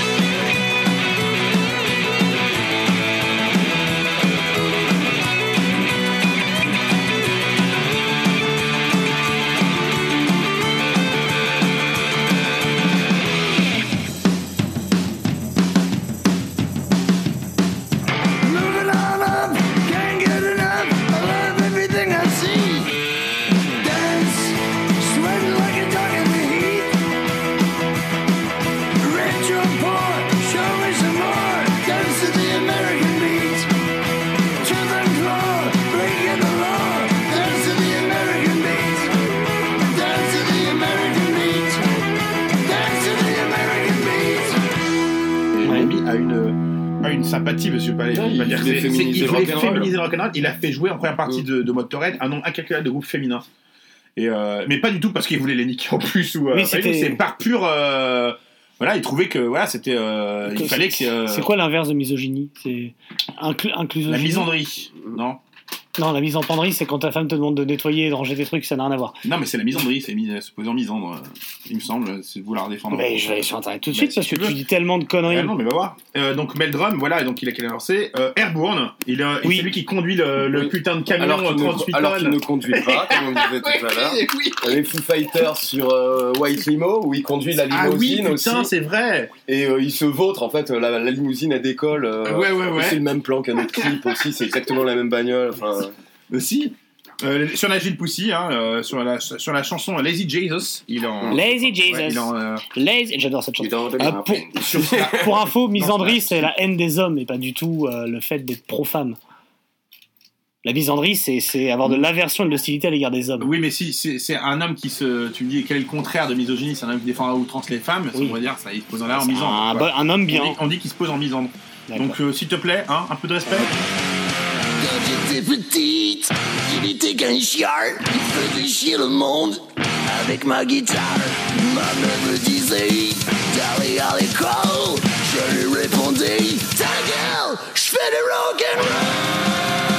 Moving on up, can't get enough. I love everything I see. Dance, sweating like a dog in the heat. Rich or poor, show me some more. Dance to the American beat. Truth and claw, breaking the law. Dance to the American beat. Dance to the American beat. Dance to the American beat. Miami a une sympathie, monsieur Palais. Il voulait féminiser le rock'n'roll. Il a fait jouer en première partie de Motorhead un nombre incalculable de groupes féminins. Mais pas du tout parce qu'il voulait les niquer en plus. C'est par pur. Il trouvait que c'était. Il fallait que. C'est quoi l'inverse de misogynie? C'est inclusion. La misandrie, non? Non, la mise en penderie, c'est quand ta femme te demande de nettoyer et de ranger tes trucs, ça n'a rien à voir. Non, mais c'est la misandrie, c'est se poser en misandre, il me semble, c'est de vouloir défendre. Mais je vais aller sur internet tout de suite parce que tu dis tellement de conneries. Non, mais va voir. Donc Meldrum, voilà, donc il a lancé. Airborne, c'est lui qui conduit le putain de camion 38 tonnes. Alors qu'il ne conduit pas, comme on disait tout à l'heure. Il y avait Foo Fighters sur White Limo, où il conduit la limousine aussi. Putain, c'est vrai. Et il se vautre, en fait, la limousine, elle décolle. C'est le même plan qu'un autre clip aussi, c'est exactement la même bagnole. Aussi. Sur Nashville Pussy, sur la chanson Lazy Jesus, Lazy Jesus. J'adore cette chanson. Pour info, misandrie, c'est la haine des hommes et pas du tout le fait d'être pro-femme. La misandrie, c'est avoir de l'aversion et de l'hostilité à l'égard des hommes. Oui, mais si c'est un homme qui se... Tu me dis, quel est le contraire de misogynie? C'est un homme qui défend à outrance les femmes, on va dire, ça, il se pose en misandre. Un homme bien. On dit qu'il se pose en misandre. Donc, s'il te plaît, un peu de respect. Quand j'étais petite, il était qu'un chiard, il faisait chier le monde avec ma guitare. Ma mère me disait d'aller à l'école, je lui répondais ta gueule, je fais du rock'n'roll.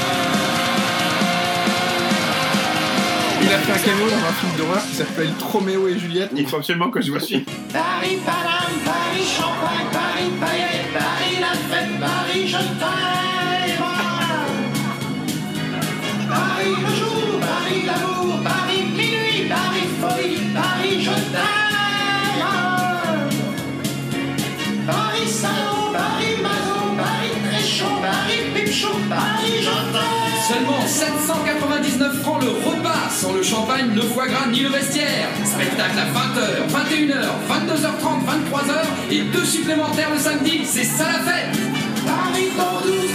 Il a fait un caméo dans un film d'horreur qui s'appelle Roméo et Juliette. Il faut absolument que je vois celui. Paris, Paname, Paris, Champagne, Paris, Paillettes, Paris, la fête, Paris, je t'aime. Paris, le jour, Paris, l'amour, Paris, minuit, Paris, folie, Paris, je t'aime. Paris, salon, Paris, maison, Paris, très chaud, Paris, pipe chaud, Paris, je t'aime. Seulement 799 francs le repas, sans le champagne, le foie gras ni le vestiaire. Spectacle à 20h, 21h, 22h30, 23h et 2 supplémentaires le samedi, c'est ça la fête. Paris, Bordeaux,